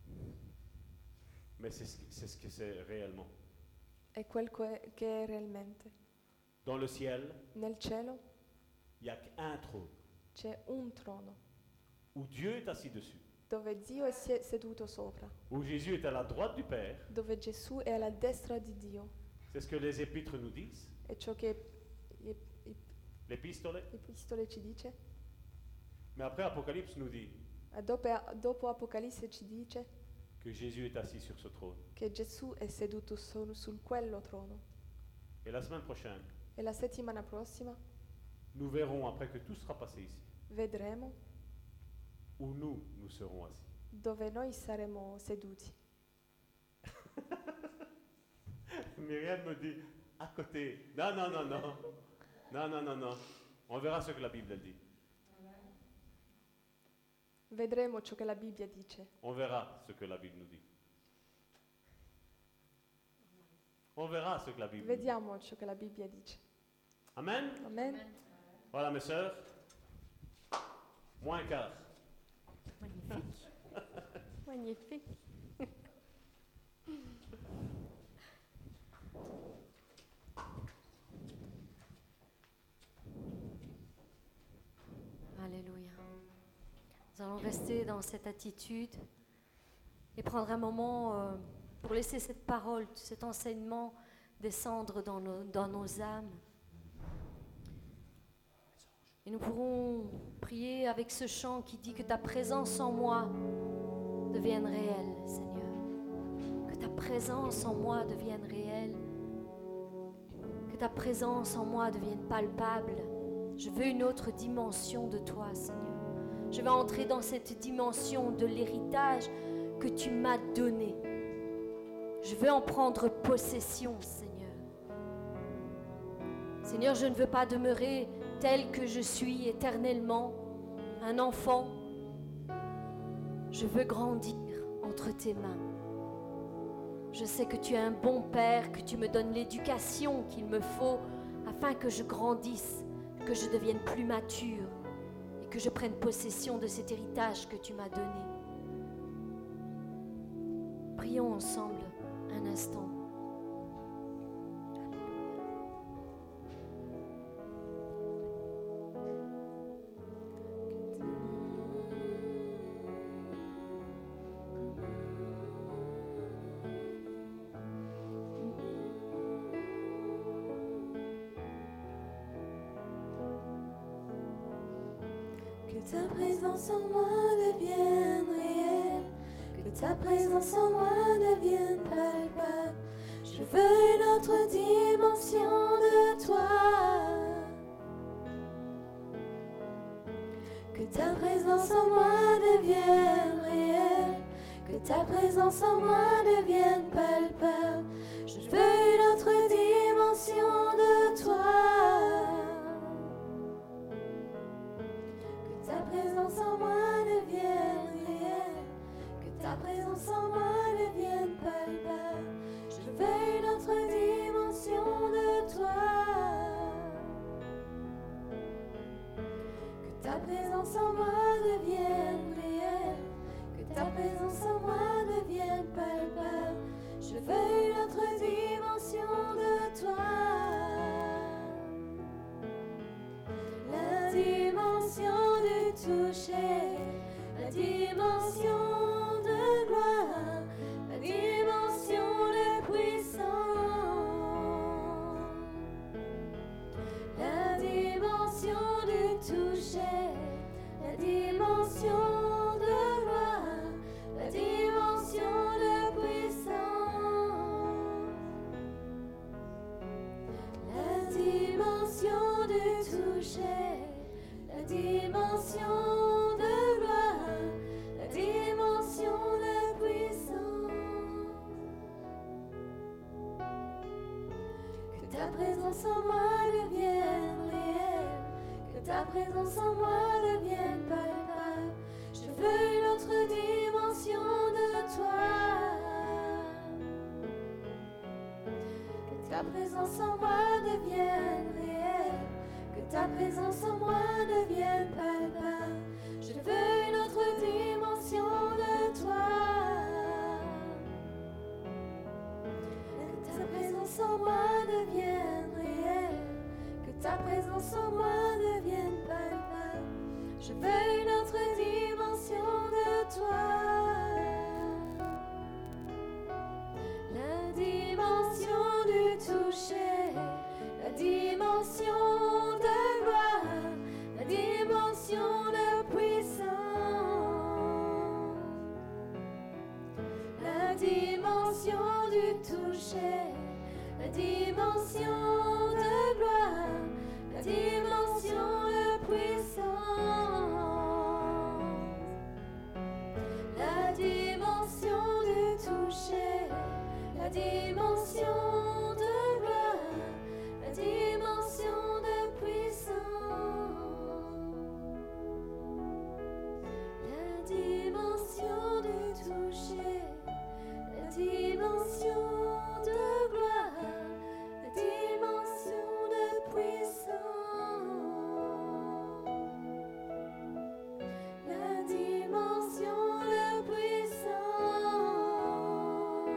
S5: Mais c'est ce, c'est ce que c'est réellement.
S2: È quel que che è realmente.
S5: Dans le ciel,
S2: Nel cielo
S5: il n'y a qu'un trône
S2: c'è un trono
S5: où Dieu est assis dessus,
S2: dove Dio è sie- seduto sopra,
S5: où Jésus est à la droite du Père.
S2: dove Gesù è alla destra di Dio.
S5: C'est ce que les épîtres nous disent,
S2: È ciò che i- i-
S5: l'épistole.
S2: l'Epistole ci dice.
S5: Mais après, Apocalypse nous dit
S2: E dopo, dopo Apocalisse ci dice
S5: que Jésus est assis sur ce trône.
S2: che Gesù è seduto su, su quello trono.
S5: Et la semaine prochaine,
S2: E la settimana prossima
S5: nous verrons, après que tout sera passé ici,
S2: vedremo
S5: où nous, nous serons assis.
S2: dove noi saremo seduti.
S5: Myriam me dit, à côté. Non, non, non, non. Non, non, non, non. On verra ce que la Bible elle dit.
S2: Vedremo ciò che la Bibbia dice.
S5: On verra ce que la Bible nous dit. On verra ce que la Bible nous dit.
S2: Vediamo ciò che la Bibbia dice.
S5: Amen.
S2: Amen.
S5: Voilà, mes sœurs. Moins quart.
S1: Magnifique. Alléluia. Nous allons rester dans cette attitude et prendre un moment euh, pour laisser cette parole, cet enseignement descendre dans nos, dans nos âmes. Et nous pourrons prier avec ce chant qui dit que ta présence en moi devienne réelle, Seigneur. Que ta présence en moi devienne réelle. Que ta présence en moi devienne palpable. Je veux une autre dimension de toi, Seigneur. Je veux entrer dans cette dimension de l'héritage que tu m'as donné. Je veux en prendre possession, Seigneur. Seigneur, je ne veux pas demeurer tel que je suis éternellement, un enfant. Je veux grandir entre tes mains. Je sais que tu es un bon Père, que tu me donnes l'éducation qu'il me faut afin que je grandisse, que je devienne plus mature et que je prenne possession de cet héritage que tu m'as donné. Prions ensemble un instant.
S3: Que ta présence en moi devienne réelle, que ta présence en moi devienne palpable. Je veux une autre dimension de toi. Que ta présence en moi devienne réelle, que ta présence en moi devienne palpable. Je veux une autre dimension de toi. autre dimension de toi. La dimension du toucher, la dimension de gloire, la dimension de puissance. La dimension du toucher, la dimension de gloire, la dimension de puissance. La dimension du toucher, la dimension de gloire, la dimension de puissance. Que ta présence en moi devienne réelle, que ta présence en moi devienne palpable. Je veux une autre dimension de toi. Que ta présence en moi devienne réelle, que ta présence en moi devienne palpable. Je veux une autre dimension de toi. Que ta présence en moi devienne réelle, que ta présence en moi devienne palpable. Je veux une autre dimension de toi. La dimension du toucher, la dimension de gloire, la dimension de puissance. La dimension du toucher, la dimension de gloire, la dimension de puissance. La dimension du toucher, la dimension de gloire, la dimension de puissance. La dimension du toucher, la dimension de gloire, la dimension de puissance. La dimension de puissance.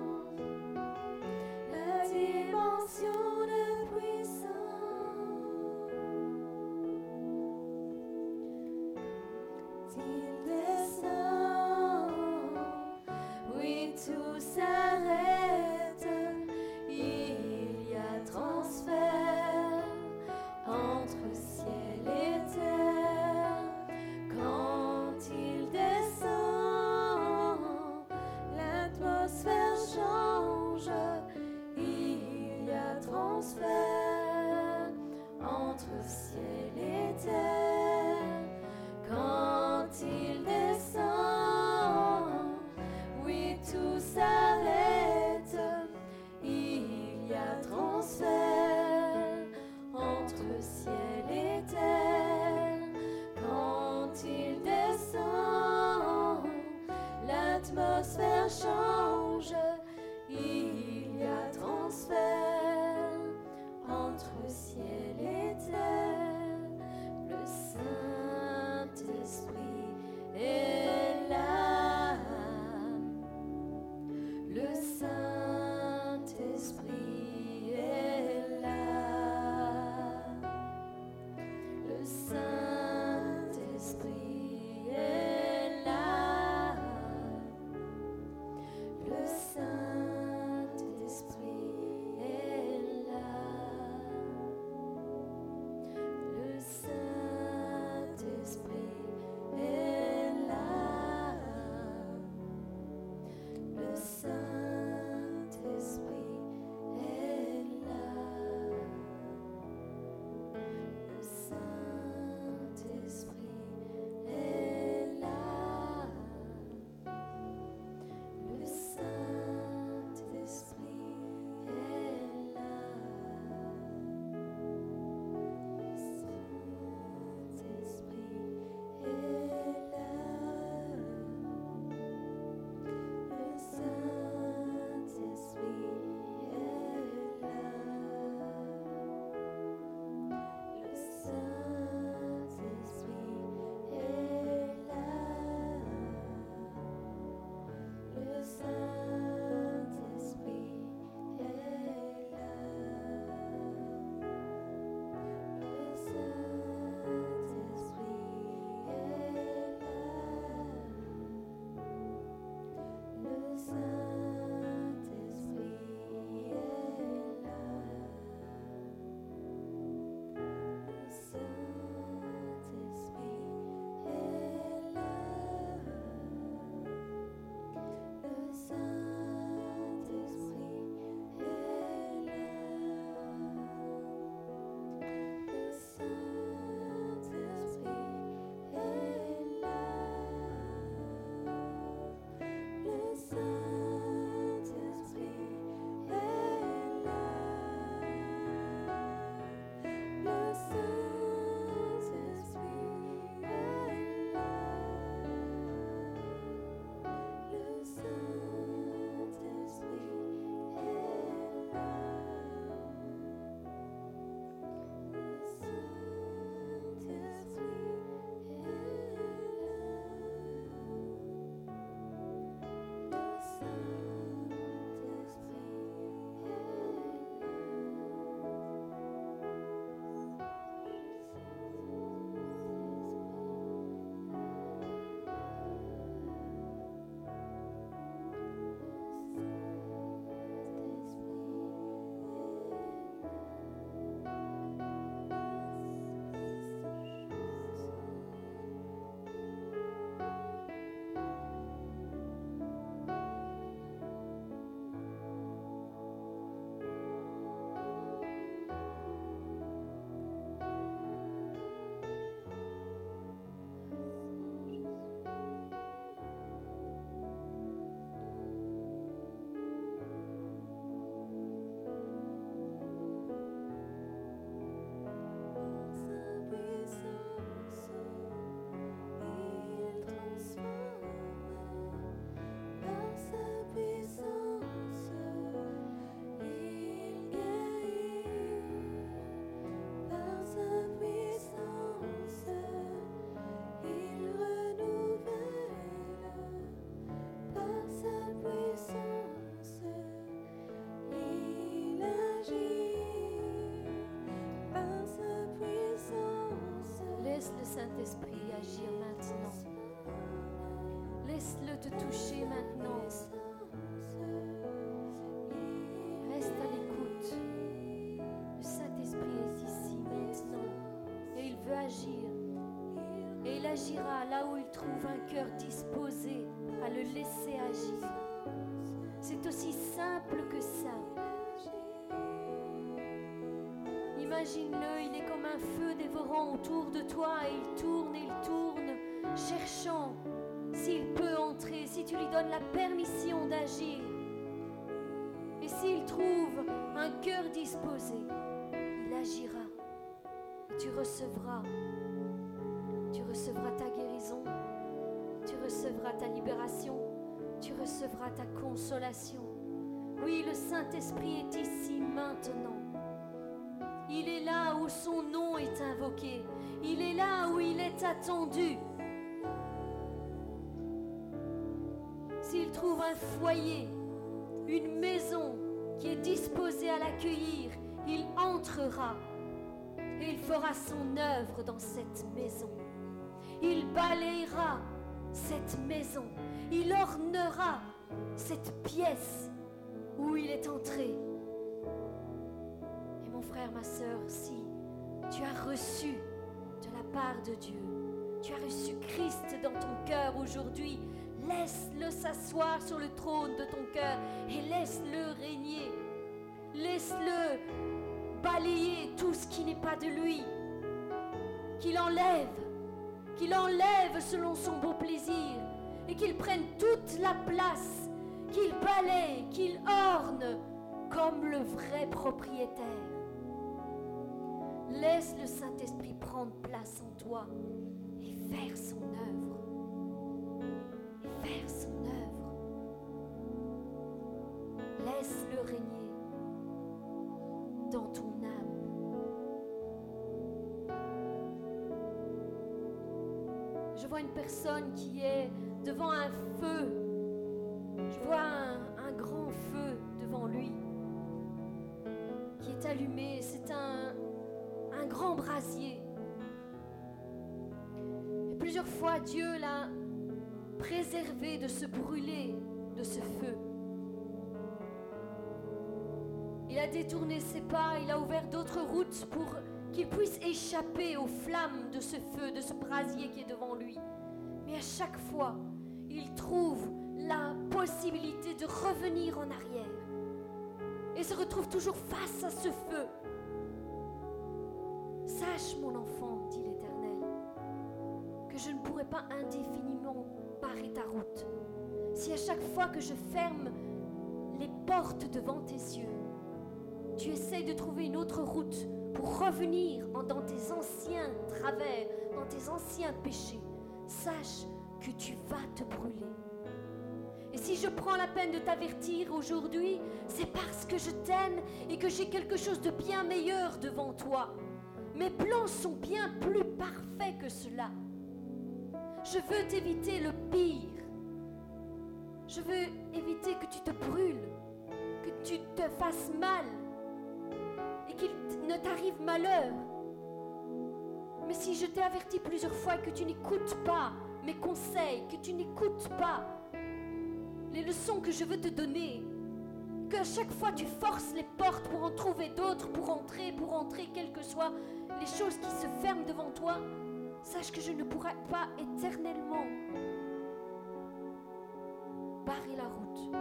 S3: La dimension de puissance. Il descend, oui tout s'arrête, il y a transfert entre ciel et terre. Quand il descend, l'atmosphère change, il y a transfert entre ciel et terre. Quand il descend, oui tout s'arrête, il y a transfert entre ciel et terre. Quand il descend, l'atmosphère change, il y a transfert entre ciel et terre. Le Saint-Esprit est là. Le Saint-Esprit est là. Le Saint-Esprit est là. Le Saint
S1: Saint-Esprit agir maintenant. Laisse-le te toucher maintenant. Reste à l'écoute. Le Saint-Esprit est ici maintenant et il veut agir. Et il agira là où il trouve un cœur disposé à le laisser agir. C'est aussi simple que ça. Imagine-le, il est comme un feu dévorant autour de toi et il tourne et il tourne, cherchant s'il peut entrer, si tu lui donnes la permission d'agir. Et s'il trouve un cœur disposé, il agira et tu recevras. Tu recevras ta guérison, tu recevras ta libération, tu recevras ta consolation. Oui, le Saint-Esprit est ici maintenant. Il est là où son nom est invoqué. Il est là où il est attendu. S'il trouve un foyer, une maison qui est disposée à l'accueillir, il entrera et il fera son œuvre dans cette maison. Il balayera cette maison. Il ornera cette pièce où il est entré. Et mon frère, ma sœur, si tu as reçu de la part de Dieu, tu as reçu Christ dans ton cœur aujourd'hui, laisse-le s'asseoir sur le trône de ton cœur et laisse-le régner. Laisse-le balayer tout ce qui n'est pas de lui. Qu'il enlève, qu'il enlève selon son beau plaisir et qu'il prenne toute la place, qu'il balaye, qu'il orne comme le vrai propriétaire. Laisse le Saint-Esprit prendre place en toi et faire son œuvre. Et faire son œuvre. Laisse-le régner dans ton âme. Je vois une personne qui est devant un feu. Je vois un, un grand feu devant lui qui est allumé. C'est un, un grand brasier. Et plusieurs fois, Dieu l'a préservé de se brûler de ce feu. Il a détourné ses pas, il a ouvert d'autres routes pour qu'il puisse échapper aux flammes de ce feu, de ce brasier qui est devant lui. Mais à chaque fois, il trouve la possibilité de revenir en arrière et se retrouve toujours face à ce feu. Sache, mon enfant, dit l'Éternel, que je ne pourrai pas indéfiniment barrer ta route. Si à chaque fois que je ferme les portes devant tes yeux, tu essayes de trouver une autre route pour revenir dans tes anciens travers, dans tes anciens péchés, sache que tu vas te brûler. Et si je prends la peine de t'avertir aujourd'hui, c'est parce que je t'aime et que j'ai quelque chose de bien meilleur devant toi. Mes plans sont bien plus parfaits que cela. Je veux t'éviter le pire. Je veux éviter que tu te brûles, que tu te fasses mal et qu'il ne t'arrive malheur. Mais si je t'ai averti plusieurs fois que tu n'écoutes pas mes conseils, que tu n'écoutes pas les leçons que je veux te donner, qu'à chaque fois tu forces les portes pour en trouver d'autres, pour entrer, pour entrer, quelles que soient les choses qui se ferment devant toi, sache que je ne pourrai pas éternellement barrer la route.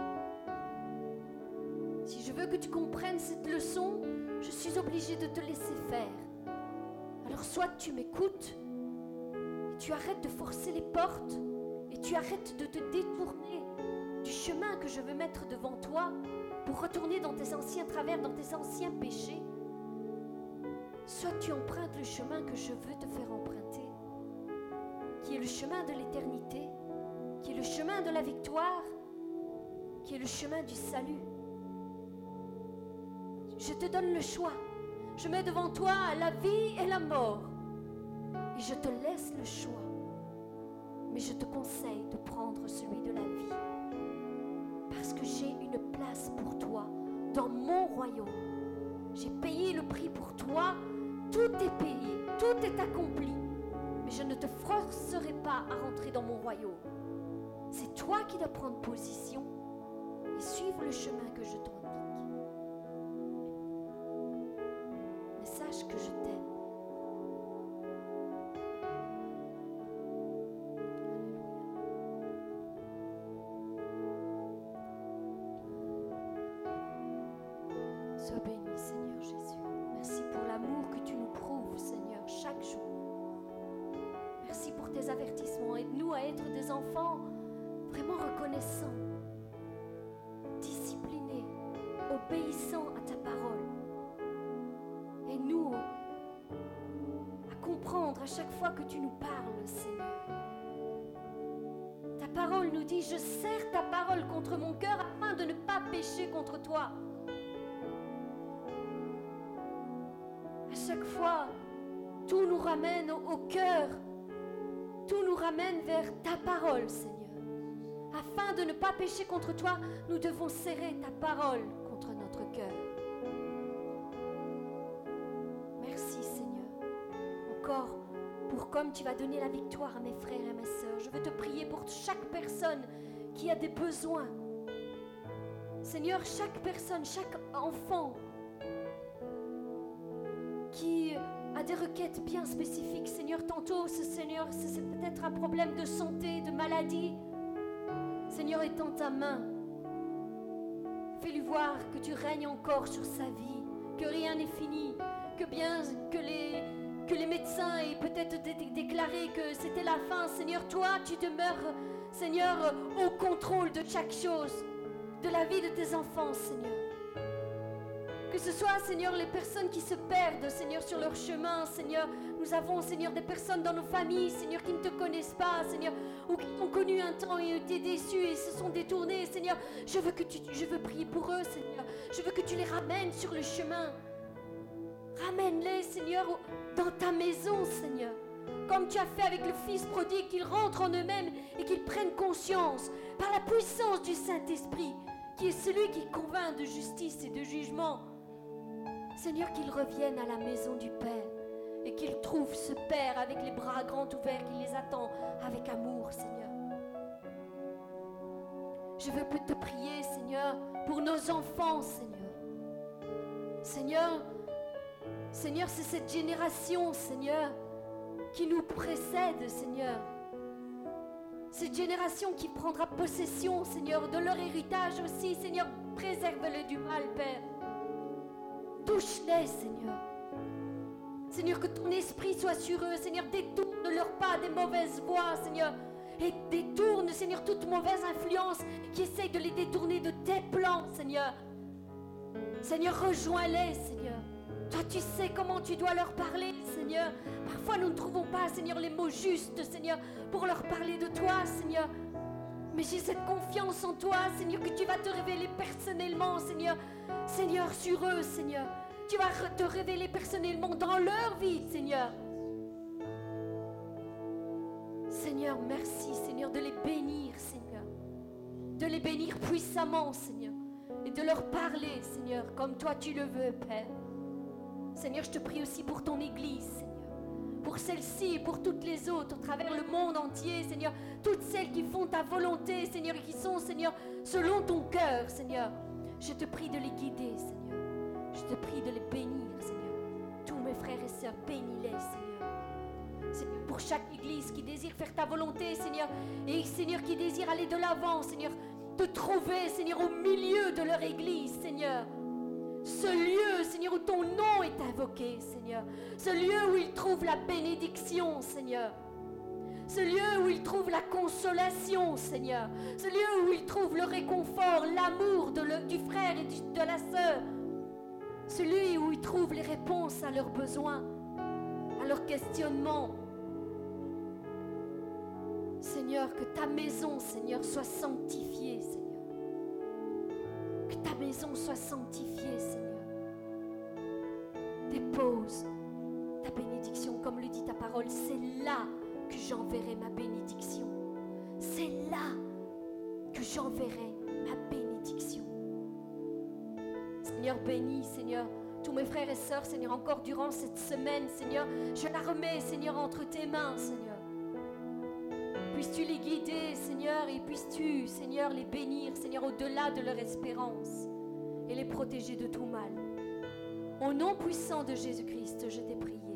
S1: Si je veux que tu comprennes cette leçon, je suis obligée de te laisser faire. Alors soit tu m'écoutes, et tu arrêtes de forcer les portes, et tu arrêtes de te détourner du chemin que je veux mettre devant toi pour retourner dans tes anciens travers, dans tes anciens péchés. Soit tu empruntes le chemin que je veux te faire emprunter, qui est le chemin de l'éternité, qui est le chemin de la victoire, qui est le chemin du salut. Je te donne le choix. Je mets devant toi la vie et la mort. Et je te laisse le choix. Mais je te conseille de prendre celui de la vie. Parce que j'ai une place pour toi dans mon royaume. J'ai payé le prix pour toi. Tout est payé. Tout est accompli. mais je ne te forcerai pas à rentrer dans mon royaume. C'est toi qui dois prendre position et suivre le chemin que je t'indique. Mais sache que je t'aime. Sois béni, Seigneur Jésus. Merci pour l'amour que tu nous prouves, Seigneur, chaque jour. Merci pour tes avertissements. Aide-nous à être des enfants vraiment reconnaissants, disciplinés, obéissants à ta parole. Aide-nous à comprendre à chaque fois que tu nous parles, Seigneur. Ta parole nous dit, je serre ta parole contre mon cœur afin de ne pas pécher contre toi. À chaque fois, tout nous ramène au, au cœur, tout nous ramène vers ta parole, Seigneur. Afin de ne pas pécher contre toi, nous devons serrer ta parole contre notre cœur. Merci, Seigneur. Encore, pour comme tu vas donner la victoire à mes frères et à mes sœurs, je veux te prier pour chaque personne qui a des besoins. Seigneur, chaque personne, chaque enfant qui a des requêtes bien spécifiques. Seigneur, tantôt, ce Seigneur, c'est peut-être un problème de santé, de maladie. Seigneur, étends ta main. Fais-lui voir que tu règnes encore sur sa vie, que rien n'est fini, que bien que les, que les médecins aient peut-être dé- déclaré que c'était la fin. Seigneur, toi, tu demeures, Seigneur, au contrôle de chaque chose, de la vie de tes enfants, Seigneur. Que ce soit, Seigneur, les personnes qui se perdent, Seigneur, sur leur chemin, Seigneur. Nous avons, Seigneur, des personnes dans nos familles, Seigneur, qui ne te connaissent pas, Seigneur, ou qui ont connu un temps et été déçus et se sont détournés, Seigneur. Je veux que tu, je veux prier pour eux, Seigneur. Je veux que tu les ramènes sur le chemin. Ramène-les, Seigneur, dans ta maison, Seigneur. Comme tu as fait avec le Fils prodigue, qu'ils rentrent en eux-mêmes et qu'ils prennent conscience, par la puissance du Saint-Esprit, qui est celui qui convainc de justice et de jugement. Seigneur, qu'ils reviennent à la maison du Père et qu'ils trouvent ce Père avec les bras grands ouverts qui les attend avec amour, Seigneur. Je veux te prier, Seigneur, pour nos enfants, Seigneur. Seigneur, Seigneur, c'est cette génération, Seigneur, qui nous précède, Seigneur. Cette génération qui prendra possession, Seigneur, de leur héritage aussi, Seigneur. Préserve-les du mal, Père. Touche-les, Seigneur. Seigneur, que ton esprit soit sur eux. Seigneur, détourne leurs pas des mauvaises voies, Seigneur. Et détourne, Seigneur, toute mauvaise influence qui essaye de les détourner de tes plans, Seigneur. Seigneur, rejoins-les, Seigneur. Toi, tu sais comment tu dois leur parler, Seigneur. Parfois, nous ne trouvons pas, Seigneur, les mots justes, Seigneur, pour leur parler de toi, Seigneur. Mais j'ai cette confiance en toi, Seigneur, que tu vas te révéler personnellement, Seigneur. Seigneur, sur eux, Seigneur. Tu vas te révéler personnellement dans leur vie, Seigneur. Seigneur, merci, Seigneur, de les bénir, Seigneur. De les bénir puissamment, Seigneur. Et de leur parler, Seigneur, comme toi tu le veux, Père. Seigneur, je te prie aussi pour ton Église, Seigneur. Pour celle-ci et pour toutes les autres, à travers le monde entier, Seigneur. Toutes celles qui font ta volonté, Seigneur, et qui sont, Seigneur, selon ton cœur, Seigneur. Je te prie de les guider, Seigneur. Je te prie de les bénir, Seigneur. Tous mes frères et sœurs, bénis-les, Seigneur. Seigneur, pour chaque Église qui désire faire ta volonté, Seigneur, et Seigneur, qui désire aller de l'avant, Seigneur, te trouver, Seigneur, au milieu de leur Église, Seigneur. Ce lieu, Seigneur, où ton nom est invoqué, Seigneur. Ce lieu où ils trouvent la bénédiction, Seigneur. Ce lieu où ils trouvent la consolation, Seigneur. Ce lieu où ils trouvent le réconfort, l'amour de le, du frère et du, de la sœur. Ce lieu où ils trouvent les réponses à leurs besoins, à leurs questionnements. Seigneur, que ta maison, Seigneur, soit sanctifiée, Seigneur. Que ta maison soit sanctifiée, Seigneur. Dépose ta bénédiction, comme le dit ta parole. C'est là que j'enverrai ma bénédiction. C'est là que j'enverrai ma bénédiction. Seigneur, bénis, Seigneur, Tous mes frères et sœurs, Seigneur, encore durant cette semaine, Seigneur, je la remets, Seigneur, entre tes mains, Seigneur. Puisses-tu les guider, Seigneur, et puisses-tu, Seigneur, les bénir, Seigneur, au-delà de leur espérance, et les protéger de tout mal. Au nom puissant de Jésus-Christ, je t'ai prié.